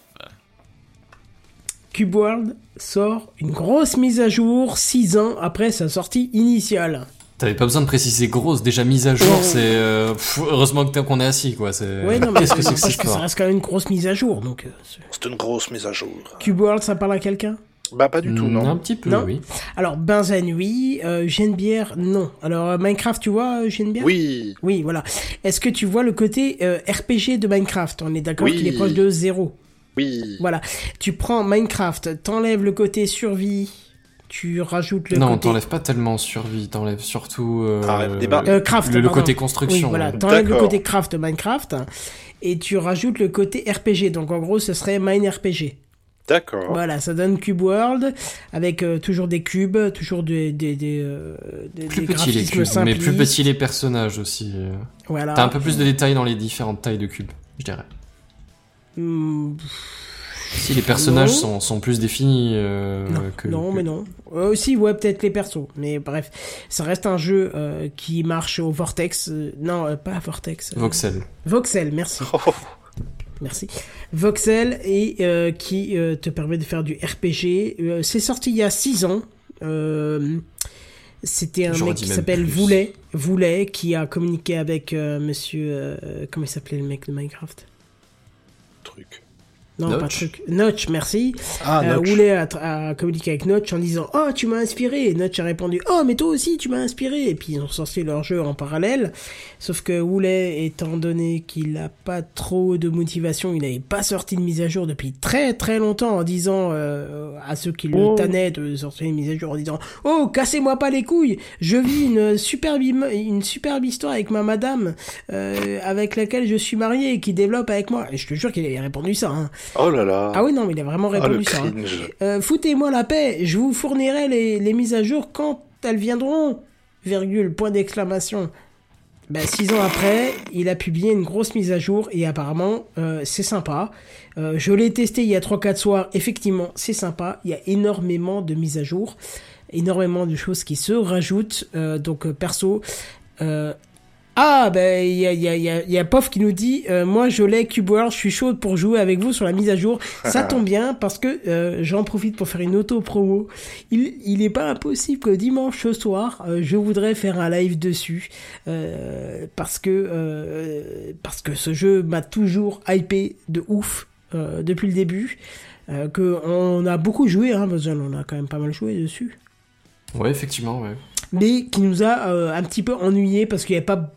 S1: Cube World sort une grosse mise à jour six ans après sa sortie initiale.
S4: T'avais pas besoin de préciser grosse, déjà mise à jour,
S1: Ouais.
S4: c'est... euh, pff, heureusement que t'es- qu'on est assis, quoi. C'est...
S1: Ouais, non, mais
S4: Qu'est-ce
S1: c'est
S4: que c'est que
S1: parce
S4: cette
S1: que ça
S4: histoire
S1: reste quand même une grosse mise à jour, donc... euh, c'est-
S3: C'est une grosse mise à jour.
S1: Cube World, ça parle à quelqu'un ?
S3: Bah pas du tout,
S4: Mm,
S3: non.
S4: Un petit peu,
S1: Non.
S4: oui.
S1: Alors, Benzen, oui. Euh, Genebière, non. Alors, euh, Minecraft, tu vois, euh, Genebière ?
S3: Oui.
S1: Oui, voilà. Est-ce que tu vois le côté euh, R P G de Minecraft ? On est d'accord
S3: Oui.
S1: qu'il est proche de zéro.
S3: Oui.
S1: Voilà. Tu prends Minecraft, t'enlèves le côté survie, tu rajoutes le
S4: Non,
S1: côté...
S4: t'enlèves pas tellement survie, t'enlèves surtout... Euh,
S3: Arrête, débat.
S1: Euh, craft,
S4: le, le
S1: pardon.
S4: côté
S1: Oui,
S4: construction.
S1: voilà.
S4: ouais.
S1: T'enlèves le
S3: D'accord.
S1: côté craft de Minecraft et tu rajoutes le côté R P G. Donc, en gros, ce serait Mine R P G.
S3: D'accord.
S1: Voilà, ça donne Cube World avec euh, toujours des cubes, toujours des des des, euh, des,
S4: Plus
S1: des
S4: petits les
S1: graphismes
S4: cubes, mais
S1: simplistes.
S4: plus petits les personnages aussi. euh.
S1: Voilà.
S4: T'as un peu plus de détails dans les différentes tailles de cubes, je dirais.
S1: Hmm,
S4: Si les personnages
S1: Non.
S4: sont, sont plus définis euh,
S1: non,
S4: que...
S1: non
S4: que-
S1: mais non. Euh, aussi, ouais, peut-être les persos. Mais bref, ça reste un jeu euh, qui marche au Vortex. euh, non, euh, pas Vortex. euh,
S4: Voxel.
S1: Voxel, merci. Merci. Voxel et euh, qui euh, te permet de faire du R P G. Euh, c'est sorti il y a six ans. Euh, c'était un
S4: J'aurais
S1: mec
S4: dit
S1: qui
S4: même
S1: s'appelle
S4: plus.
S1: Voulet, Voulet, qui a communiqué avec euh, monsieur... euh, comment il s'appelait le mec de Minecraft ?
S3: Truc.
S1: Non,
S4: Notch.
S1: pas truc. Notch, merci.
S3: Ah,
S1: Euh,
S3: Notch.
S1: Woolley a, tra- a communiqué avec Notch en disant « Oh, tu m'as inspiré !» Et Notch a répondu « Oh, mais toi aussi, tu m'as inspiré !» Et puis ils ont sorti leur jeu en parallèle. Sauf que Woolley, étant donné qu'il a pas trop de motivation, il n'avait pas sorti de mise à jour depuis très très longtemps en disant euh, à ceux qui le
S3: Oh.
S1: tannaient de sortir une mise à jour en disant « Oh, cassez-moi pas les couilles, je vis une superbe, im- une superbe histoire avec ma madame euh, avec laquelle je suis marié et qui développe avec moi. » Et je te jure qu'il avait répondu ça. Hein.
S3: Oh là là.
S1: Ah oui, non, mais il a vraiment répondu
S3: oh, le
S1: ça. Hein.
S3: Euh,
S1: foutez-moi la paix, je vous fournirai les, les mises à jour quand elles viendront. Virgule, point d'exclamation. Ben, six ans après, il a publié une grosse mise à jour et apparemment, euh, c'est sympa. Euh, je l'ai testé il y a trois quatre soirs. Effectivement, c'est sympa. Il y a énormément de mises à jour. Énormément de choses qui se rajoutent. Euh, donc, euh, perso... Euh, Ah, ben, il y a, y a, y a, y a Pof qui nous dit euh, moi, je l'ai, Cube World, je suis chaud pour jouer avec vous sur la mise à jour. Ça tombe bien, parce que euh, j'en profite pour faire une auto-promo. Il, il est pas impossible que dimanche soir, euh, je voudrais faire un live dessus. Euh, parce que euh, parce que ce jeu m'a toujours hypé de ouf euh, depuis le début. Euh, que on a beaucoup joué, hein, on a quand même pas mal joué dessus.
S4: Ouais, effectivement, ouais.
S1: Mais qui nous a euh, un petit peu ennuyé parce qu'il n'y avait pas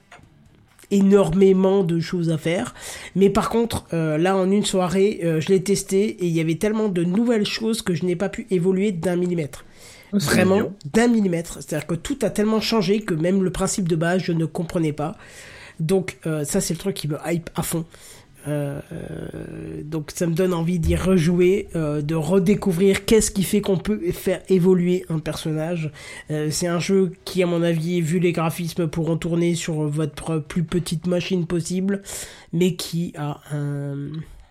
S1: énormément de choses à faire. Mais par contre, euh, là, en une soirée, euh, je l'ai testé et il y avait tellement de nouvelles choses que je n'ai pas pu évoluer d'un millimètre. Oh, Vraiment, mignon. d'un millimètre. C'est-à-dire que tout a tellement changé que même le principe de base, je ne comprenais pas. Donc, euh, ça, c'est le truc qui me hype à fond. Euh, euh, donc ça me donne envie d'y rejouer, euh, de redécouvrir qu'est-ce qui fait qu'on peut faire évoluer un personnage. Euh, c'est un jeu qui, à mon avis, vu les graphismes, pourront tourner sur votre plus petite machine possible, mais qui a un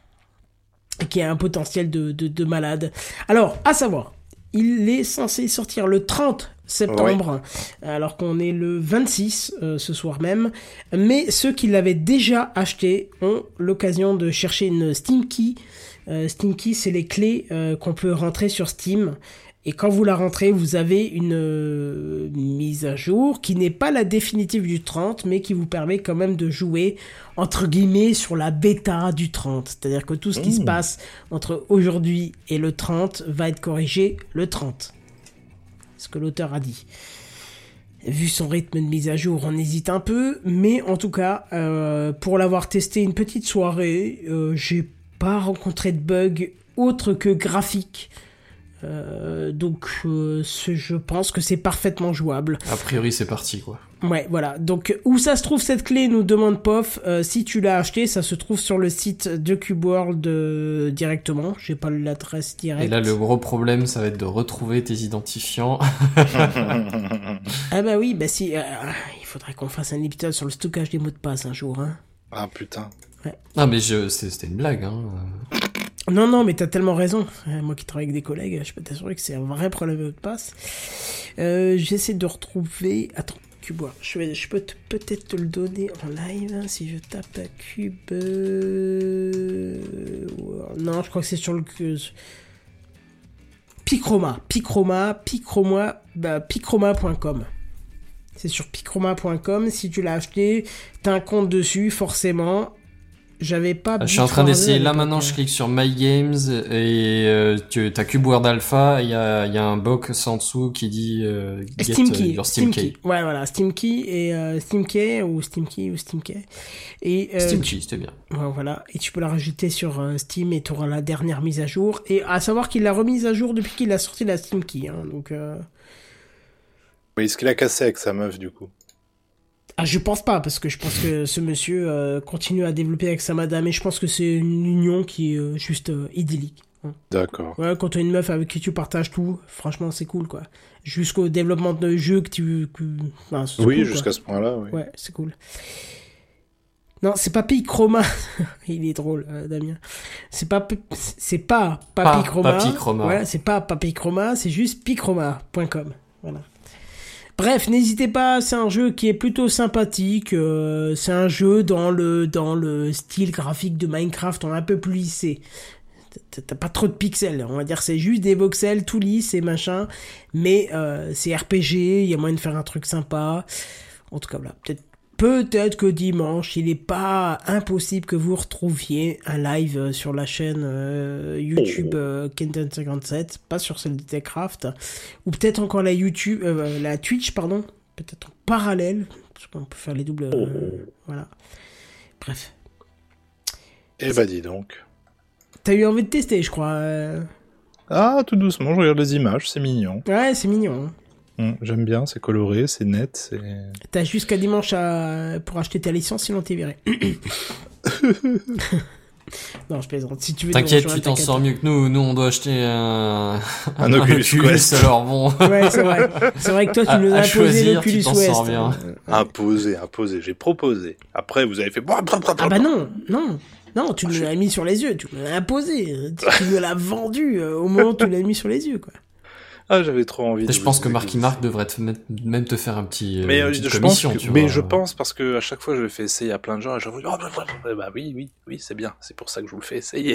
S1: qui a un potentiel de, de, de malade. Alors, à savoir, il est censé sortir le trente septembre, ouais. alors qu'on est le vingt-six euh, ce soir même, mais ceux qui l'avaient déjà acheté ont l'occasion de chercher une Steam Key. Euh, Steam Key, c'est les clés euh, qu'on peut rentrer sur Steam, et quand vous la rentrez, vous avez une euh, mise à jour qui n'est pas la définitive du trente, mais qui vous permet quand même de jouer, entre guillemets, sur la bêta du trente. C'est-à-dire que tout ce qui mmh. se passe entre aujourd'hui et le trente va être corrigé le trente. Ce que l'auteur a dit. Vu son rythme de mise à jour, on hésite un peu, mais en tout cas, euh, pour l'avoir testé une petite soirée, euh, j'ai pas rencontré de bug autre que graphique. Euh, donc, euh, je pense que c'est parfaitement jouable.
S4: A priori, c'est parti, quoi.
S1: Ouais, voilà. Donc, où ça se trouve cette clé, nous demande Pof. Euh, si tu l'as acheté, ça se trouve sur le site de Cube World euh, directement. J'ai pas l'adresse directe.
S4: Et là, le gros problème, ça va être de retrouver tes identifiants.
S1: Ah bah oui, bah si. Euh, il faudrait qu'on fasse un épisode sur le stockage des mots de passe un jour, hein.
S3: Ah putain.
S1: Ouais.
S4: Ah mais je, c'était une blague, hein.
S1: Non, non, mais t'as tellement raison. Moi qui travaille avec des collègues, je peux t'assurer que c'est un vrai problème de mot de passe. Euh, j'essaie de retrouver... Attends, Cube World. Je, vais, je peux te, peut-être te le donner en live, hein, si je tape à Cube... Euh... Non, je crois que c'est sur le... Pichroma. Pichroma. Pichroma. Bah, pichroma point com. C'est sur pichroma point com. Si tu l'as acheté, t'as un compte dessus, forcément... J'avais pas...
S4: Je suis en train d'essayer, là maintenant je clique sur My Games et euh, tu as Cube World Alpha, il y a, y a un box en dessous qui dit euh, get
S1: Steam Key.
S4: your Steam, Steam Key.
S1: Key. Ouais voilà, Steam Key et euh, Steam Key ou Steam Key ou Steam Key. Et, euh,
S4: Steam Key, c'était bien.
S1: Ouais, voilà, et tu peux la rajouter sur euh, Steam et tu auras la dernière mise à jour. Et à savoir qu'il l'a remise à jour depuis qu'il a sorti la Steam Key. Hein, donc... Euh...
S3: Oui, est-ce qu'il a cassé avec sa meuf du coup?
S1: Ah, je pense pas, parce que je pense que ce monsieur euh, continue à développer avec sa madame, et je pense que c'est une union qui est euh, juste euh, idyllique. Hein.
S3: D'accord.
S1: Ouais, quand t'as une meuf avec qui tu partages tout, franchement, c'est cool, quoi. Jusqu'au développement de jeux que tu... Que... Enfin,
S3: oui,
S1: cool,
S3: jusqu'à ce point-là, oui.
S1: Ouais, c'est cool. Non, c'est pas Pichroma. Il est drôle, euh, Damien. C'est pas... C'est pas Papichroma.
S4: Pas Papichroma.
S1: Voilà, c'est pas Papichroma, c'est juste pichroma point com. Voilà. Bref, n'hésitez pas, c'est un jeu qui est plutôt sympathique, euh, c'est un jeu dans le dans le style graphique de Minecraft, on est un peu plus lissé. T'as pas trop de pixels, on va dire c'est juste des voxels tout lisse et machin, mais euh, c'est R P G, il y a moyen de faire un truc sympa. En tout cas, voilà, peut-être Peut-être que dimanche, il n'est pas impossible que vous retrouviez un live sur la chaîne euh, YouTube euh, Kenton cinquante-sept, pas sur celle de Techcraft, ou peut-être encore la YouTube, euh, la Twitch, pardon, peut-être en parallèle, parce qu'on peut faire les doubles, euh, voilà. Bref.
S3: Eh bah dis donc.
S1: T'as eu envie de tester, je crois. Euh...
S3: Ah, tout doucement, je regarde les images, c'est mignon.
S1: Ouais, c'est mignon. Hein.
S3: Mmh, j'aime bien, c'est coloré, c'est net, c'est...
S1: T'as jusqu'à dimanche à... pour acheter ta licence, sinon t'es viré. Non, je plaisante. Si tu veux
S4: T'inquiète, tu t'en sors mieux que nous. Nous, on doit acheter un,
S3: un Oculus Quest.
S4: Alors bon.
S1: Ouais, c'est vrai. C'est vrai que toi, tu nous as imposé l'Oculus Quest.
S4: Bien.
S3: Imposé, imposé. J'ai proposé. Après, vous avez fait.
S1: Ah bah non, non. Non, tu nous l'as mis sur les yeux. Tu nous l'as imposé. Tu nous l'as vendu au moment où tu l'as mis sur les yeux, quoi.
S3: Ah, j'avais trop envie. De
S4: je pense que Marky Mark devrait te mettre, même te faire un petit.
S3: Mais
S4: euh,
S3: je
S4: pense
S3: que, mais je pense parce que à chaque fois je le fais essayer à plein de gens et je dis oh, bah oui oui oui c'est bien, c'est pour ça que je vous le fais essayer.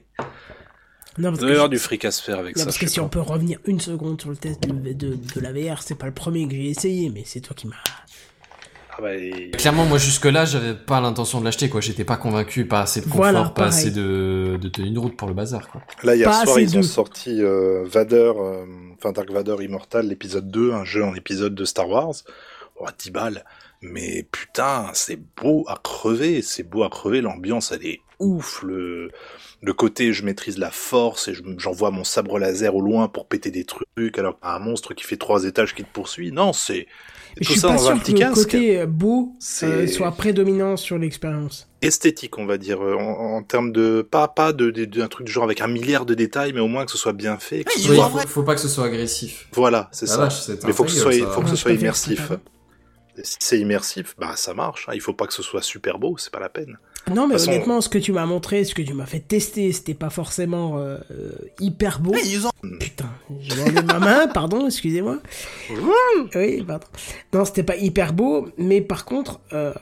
S1: Non, parce
S3: vous allez avoir du fric à se faire avec
S1: non,
S3: ça.
S1: Parce que si pas. On peut revenir une seconde sur le test de, de, de la V R, c'est pas le premier que j'ai essayé, mais c'est toi qui m'as.
S3: Ah bah, et...
S4: Clairement, moi jusque-là, j'avais pas l'intention de l'acheter, quoi. J'étais pas convaincu, pas assez de confort, voilà, pas assez de, de tenue de route pour le bazar, quoi.
S3: Là, hier
S1: pas
S3: soir, ils
S1: de...
S3: ont sorti euh, Vader, euh, enfin Dark Vader Immortal, l'épisode deux, un jeu en épisode de Star Wars. Oh, dix balles. Mais putain, c'est beau à crever, c'est beau à crever, l'ambiance, elle est ouf, le... Le côté, je maîtrise la force et je, j'envoie mon sabre laser au loin pour péter des trucs, alors qu'un monstre qui fait trois étages qui te poursuit. Non, c'est...
S1: Je suis pas sûr que le côté beau euh, soit prédominant sur l'expérience.
S3: Esthétique, on va dire, en, en termes de pas pas de, de, de un truc du genre avec un milliard de détails, mais au moins que ce soit bien fait.
S4: Oui, il faut, faut pas que ce soit agressif.
S3: Voilà, c'est
S4: ah
S3: ça.
S4: Vache, c'est
S3: mais faut que ce soit,
S4: ça.
S3: faut que
S1: non,
S3: ce soit immersif. Si c'est immersif, bah ça marche. Hein. Il faut pas que ce soit super beau, c'est pas la peine.
S1: Non, mais
S3: façon,
S1: honnêtement, ce que tu m'as montré, ce que tu m'as fait tester, c'était pas forcément euh, hyper beau.
S10: Hey, ont...
S1: Putain, j'ai enlevé ma main, pardon, excusez-moi. Oui, pardon. Non, c'était pas hyper beau, mais par contre, euh,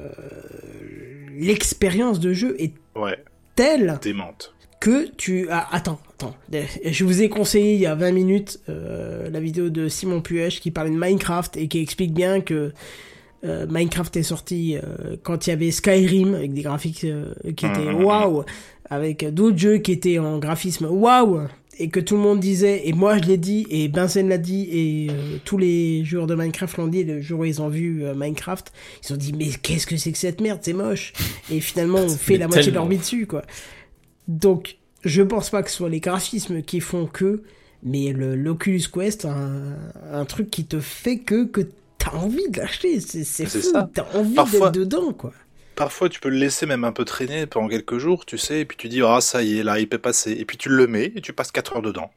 S1: l'expérience de jeu est
S3: ouais.
S1: telle
S3: démente
S1: que tu... Ah, attends, attends. Je vous ai conseillé il y a vingt minutes euh, la vidéo de Simon Puech qui parlait de Minecraft et qui explique bien que Euh, Minecraft est sorti euh, quand il y avait Skyrim avec des graphiques euh, qui étaient waouh, avec d'autres jeux qui étaient en graphisme waouh, et que tout le monde disait, et moi je l'ai dit, et Benzen l'a dit, et euh, tous les joueurs de Minecraft l'ont dit le jour où ils ont vu euh, Minecraft, ils ont dit mais qu'est-ce que c'est que cette merde, c'est moche, et finalement on fait la moitié de leur vie dessus, quoi. Donc je pense pas que ce soit les graphismes qui font que, mais le l'Oculus Quest, un, un truc qui te fait que que t'as envie de l'acheter, c'est, c'est, c'est fou, ça. T'as envie parfois, d'être dedans, quoi.
S3: Parfois, tu peux le laisser même un peu traîner pendant quelques jours, tu sais, et puis tu dis, ah, ça y est, là, il peut passer. Et puis tu le mets, et tu passes quatre heures dedans.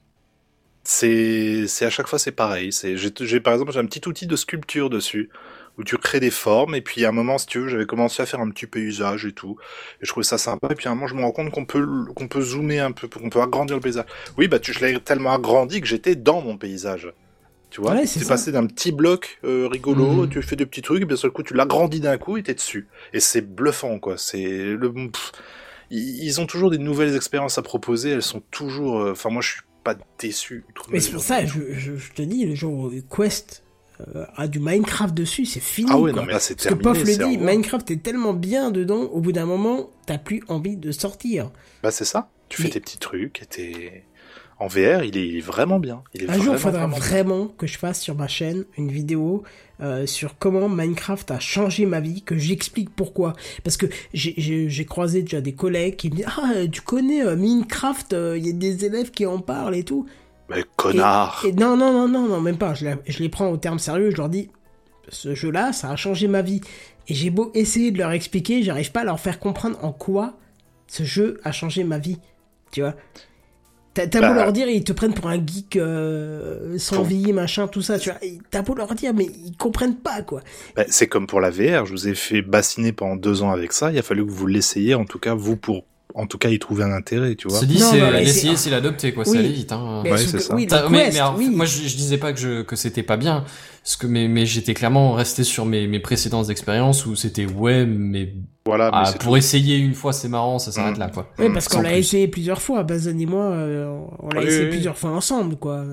S3: C'est, c'est à chaque fois, c'est pareil. C'est, j'ai, j'ai, par exemple, j'ai un petit outil de sculpture dessus, où tu crées des formes, et puis à un moment, si tu veux, j'avais commencé à faire un petit paysage et tout, et je trouvais ça sympa, et puis à un moment, je me rends compte qu'on peut, qu'on peut zoomer un peu, qu'on peut agrandir le paysage. Oui, bah, tu, je l'ai tellement agrandi que j'étais dans mon paysage. Tu vois,
S1: ouais,
S3: c'est tu es passé d'un petit bloc euh, rigolo, mmh. tu fais des petits trucs, et bien seul coup tu l'agrandis d'un coup et t'es dessus. Et c'est bluffant, quoi. C'est le, pff, ils ont toujours des nouvelles expériences à proposer. Elles sont toujours. Enfin, euh, moi, je suis pas déçu.
S1: Mais c'est pour ça, je, je, je te dis, le jour où Quest euh, a du Minecraft dessus, c'est fini.
S3: Ah ouais,
S1: quoi.
S3: non, mais là, c'est
S1: Parce
S3: terminé.
S1: Parce que Pof le dit, Minecraft est tellement bien dedans, au bout d'un moment, t'as plus envie de sortir.
S3: Bah c'est ça. Tu mais... fais tes petits trucs, et t'es. En V R, il est, il est vraiment bien. Il est
S1: un
S3: vraiment,
S1: jour, il faudra
S3: vraiment,
S1: vraiment que je fasse sur ma chaîne une vidéo euh, sur comment Minecraft a changé ma vie, que j'explique pourquoi. Parce que j'ai, j'ai, j'ai croisé déjà des collègues qui me disent « Ah, tu connais euh, Minecraft, il euh, y a des élèves qui en parlent et tout. »
S3: Mais connard
S1: et, et non, non, non, non, non, même pas. Je, la, je les prends au terme sérieux, je leur dis « Ce jeu-là, ça a changé ma vie. » Et j'ai beau essayer de leur expliquer, j'arrive pas à leur faire comprendre en quoi ce jeu a changé ma vie. Tu vois ? T'as, t'as bah, beau leur dire, ils te prennent pour un geek euh, sans pour... vie, machin, tout ça, tu vois. T'as beau leur dire, mais ils comprennent pas, quoi.
S3: Bah, c'est comme pour la V R, je vous ai fait bassiner pendant deux ans avec ça, il a fallu que vous l'essayiez, en tout cas, vous, pour en tout cas y trouver un intérêt, tu vois.
S4: Se dit, non, c'est non, l'essayer, c'est... c'est l'adopter, quoi, oui. Ça allait vite, hein.
S1: Mais
S3: ouais, c'est que, ça.
S1: Oui,
S4: mais,
S1: Quest,
S4: mais alors,
S1: oui.
S4: moi, je, je disais pas que je, que c'était pas bien, parce que, mais, mais j'étais clairement resté sur mes, mes précédentes expériences où c'était, ouais, mais
S3: voilà,
S4: ah,
S3: mais
S4: pour tout. Essayer une fois, c'est marrant, ça s'arrête mmh. là, quoi.
S1: Oui, parce qu'on
S4: Sans
S1: l'a
S4: plus.
S1: essayé plusieurs fois, Bazan et moi, euh, on l'a oui, essayé oui. plusieurs fois ensemble, quoi.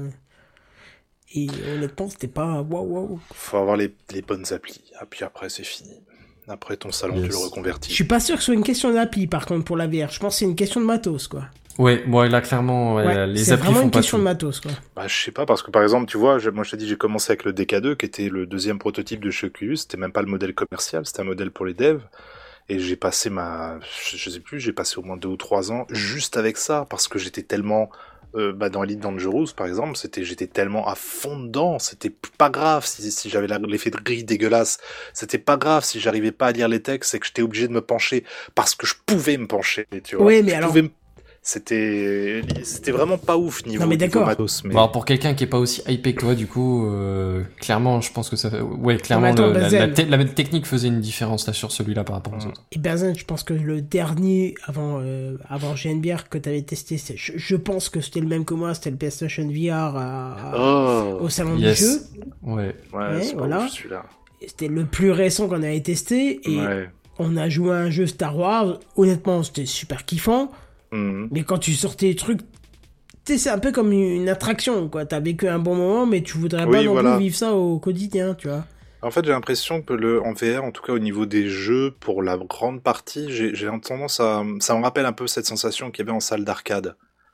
S1: Et honnêtement, c'était pas waouh waouh.
S3: Faut avoir les, les bonnes applis, et puis après, c'est fini. Après, ton salon, yes. tu le reconvertis.
S1: Je suis pas sûr que ce soit une question d'appli, par contre, pour la V R. Je pense que c'est une question de matos, quoi.
S4: Ouais, bon, là, clairement, ouais,
S1: ouais,
S4: les
S1: c'est
S4: applis font pas
S1: vraiment une question
S4: tout.
S1: de matos, quoi.
S3: Bah, je sais pas, parce que par exemple, tu vois, moi, je t'ai dit, j'ai commencé avec le D K deux, qui était le deuxième prototype de chez Oculus. C'était même pas le modèle commercial, c'était un modèle pour les devs. Et j'ai passé ma, je sais plus, j'ai passé au moins deux ou trois ans juste avec ça, parce que j'étais tellement euh, bah, dans Elite Dangerous, par exemple, c'était, j'étais tellement à fond dedans, c'était pas grave si, si j'avais la, l'effet de grille dégueulasse, c'était pas grave si j'arrivais pas à lire les textes et que j'étais obligé de me pencher parce que je pouvais me pencher, tu vois.
S1: Oui, mais
S3: je
S1: alors...
S3: pouvais me... C'était, c'était vraiment pas ouf niveau,
S1: non, mais d'accord.
S3: niveau matos. Mais...
S4: Bon, alors pour quelqu'un qui est pas aussi hypé que toi, du coup, euh, clairement, je pense que ça, ouais, clairement,
S1: attends,
S4: le, la, la,
S1: Benzen.
S4: te- la technique faisait une différence là sur celui-là par rapport aux autres.
S1: Et Benzen, je pense que le dernier avant euh, avant G N B R que t'avais testé, c'est, je, je pense que c'était le même que moi, c'était le PlayStation V R à, à,
S3: Oh.
S1: au salon
S4: Yes.
S1: du jeu.
S4: Ouais.
S3: Ouais,
S1: Ouais,
S3: c'est pas
S1: voilà.
S3: ouf, celui-là.
S1: Et c'était le plus récent qu'on avait testé et
S3: Ouais.
S1: on a joué à un jeu Star Wars. Honnêtement, c'était super kiffant.
S3: Mhm.
S1: Mais quand tu sortais les trucs, tu sais, c'est un peu comme une attraction, quoi. T'as vécu un bon moment, mais tu voudrais
S3: Oui,
S1: pas non
S3: voilà.
S1: plus vivre ça au quotidien, tu vois.
S3: En fait, j'ai l'impression que le, en V R, en tout cas au niveau des jeux, pour la grande partie, j'ai, j'ai tendance à, ça me rappelle un peu cette sensation qu'il y avait en salle d'arcade.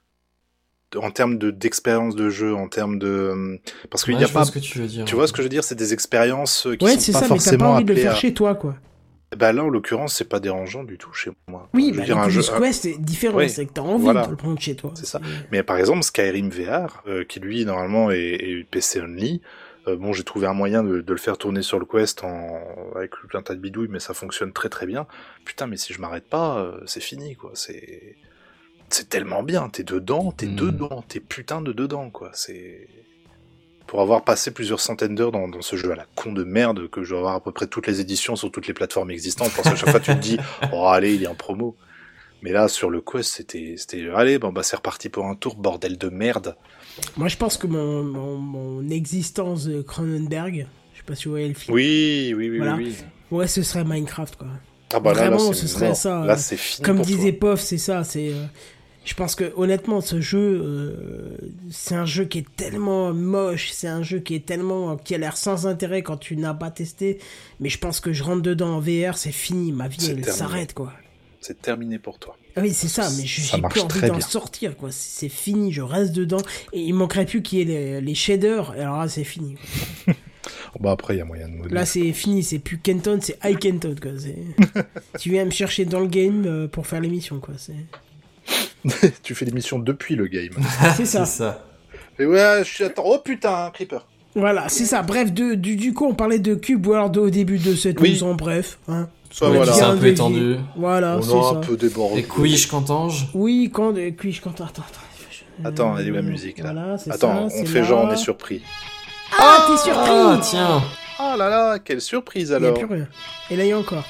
S3: De- En termes de, d'expérience de jeu, en termes de, parce qu'il
S4: Ouais,
S3: y a
S4: je
S3: pas,
S4: vois ce que tu veux dire.
S3: tu vois ce que je veux dire, c'est des expériences qui
S1: Ouais,
S3: sont
S1: c'est
S3: pas
S1: ça, mais t'as
S3: forcément
S1: pas envie de le
S3: appelées
S1: faire
S3: à-
S1: chez toi, quoi.
S3: Bah là, en l'occurrence, c'est pas dérangeant du tout chez moi.
S1: Oui,
S3: Je veux
S1: bah,
S3: dire, un
S1: l'Oculus
S3: jeu-
S1: Quest, c'est différent,
S3: Oui,
S1: c'est que t'as envie
S3: voilà.
S1: de le prendre chez toi.
S3: C'est ça. Mais par exemple, Skyrim V R, euh, qui lui, normalement, est, est P C only, euh, bon, j'ai trouvé un moyen de, de le faire tourner sur le Quest en, avec un tas de bidouilles, mais ça fonctionne très très bien. Putain, mais si je m'arrête pas, euh, c'est fini, quoi. C'est, c'est tellement bien. T'es dedans, t'es
S4: Mm.
S3: dedans, t'es putain de dedans, quoi. C'est, pour avoir passé plusieurs centaines d'heures dans, dans ce jeu à la con de merde, que je dois avoir à peu près toutes les éditions sur toutes les plateformes existantes, parce qu'à chaque fois tu te dis, oh allez, il est en promo. Mais là, sur le Quest, c'était, c'était, allez, bon bah c'est reparti pour un tour, bordel de merde.
S1: Moi, je pense que mon, mon, mon existence de Cronenberg, je sais pas si vous voyez le film.
S3: Oui, oui, oui,
S1: Voilà.
S3: oui, oui.
S1: Ouais, ce serait Minecraft, quoi.
S3: Ah bah là, là,
S1: Vraiment,
S3: c'est
S1: ce serait
S3: mort.
S1: ça.
S3: Là,
S1: euh,
S3: c'est fini
S1: Comme
S3: pour
S1: disait
S3: toi.
S1: Pof, c'est ça. C'est, euh, je pense que honnêtement, ce jeu, euh, c'est un jeu qui est tellement moche, c'est un jeu qui est tellement qui a l'air sans intérêt quand tu n'as pas testé. Mais je pense que je rentre dedans en V R, c'est fini, ma vie
S3: C'est
S1: elle
S3: terminé.
S1: s'arrête, quoi.
S3: C'est terminé pour toi.
S1: Ah oui, c'est ça, mais je-
S3: Ça
S1: j'ai
S3: marche
S1: plus envie
S3: très
S1: d'en
S3: bien.
S1: sortir, quoi. C'est c'est fini, je reste dedans. Et il manquerait plus qu'il y ait les, les shaders, et alors là, c'est fini, quoi.
S3: Bah après, il y a moyen de modeler.
S1: Là, c'est fini, c'est plus Kenton, c'est High Kenton, quoi. C'est... tu viens me chercher dans le game euh, pour faire l'émission, quoi. C'est,
S3: Tu fais l'émission depuis le game.
S1: c'est ça.
S4: C'est ça.
S3: Et ouais, je suis attends. Oh putain, Creeper.
S1: Voilà, c'est ça. Bref, de, du, du coup, on parlait de Cube World au début de cette
S3: Oui.
S1: émission, bref. Hein.
S3: Ça,
S4: Ouais,
S3: voilà.
S4: qui s'est un
S1: Bien
S4: peu
S1: dévié.
S4: étendu.
S1: Voilà,
S3: On
S1: c'est
S3: a
S1: ça.
S3: un peu débordé.
S4: Et Quiche Cantange.
S1: Oui, quand... euh, puis je quand... Attends, attends.
S3: Attends, elle est où la musique, là?
S1: Voilà, c'est
S3: Attends,
S1: ça,
S3: on
S1: c'est
S3: fait
S1: là.
S3: genre, on est surpris.
S1: Ah, t'es surpris.
S4: Ah, tiens.
S3: Oh là là, quelle surprise
S1: Il y a
S3: alors.
S1: plus rien. Et là, il y a encore.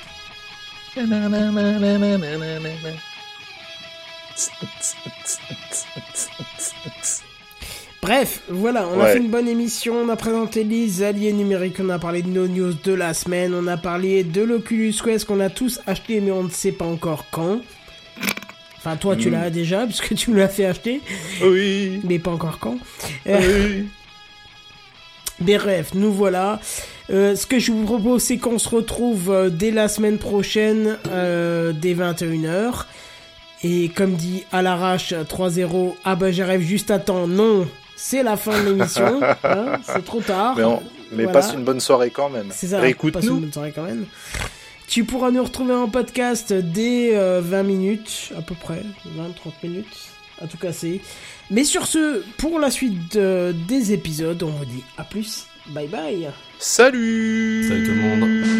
S1: Bref, voilà, on a
S3: Ouais.
S1: fait une bonne émission, on a présenté les alliés numériques, on a parlé de nos news de la semaine, on a parlé de l'Oculus Quest qu'on a tous acheté mais on ne sait pas encore quand. Enfin, toi, tu
S3: Mm.
S1: l'as déjà, puisque tu me l'as fait acheter,
S3: Oui.
S1: mais pas encore quand. Euh,
S3: Oui.
S1: Mais bref, nous voilà. Euh, ce que je vous propose, c'est qu'on se retrouve euh, dès la semaine prochaine, euh, dès vingt et une heures. Et comme dit à l'arrache trois zéro, ah bah j'arrive juste à temps. Non, c'est la fin de l'émission. Hein, c'est trop tard.
S3: Mais, on... mais
S1: Voilà.
S3: passe une bonne soirée quand même.
S1: C'est ça, passe une
S3: Réécoute-nous.
S1: bonne soirée quand même. Tu pourras nous retrouver en podcast dès euh, vingt minutes, à peu près. vingt à trente minutes, à tout casser. Mais sur ce, pour la suite euh, des épisodes, on vous dit à plus. Bye bye.
S3: Salut.
S4: Salut tout le monde.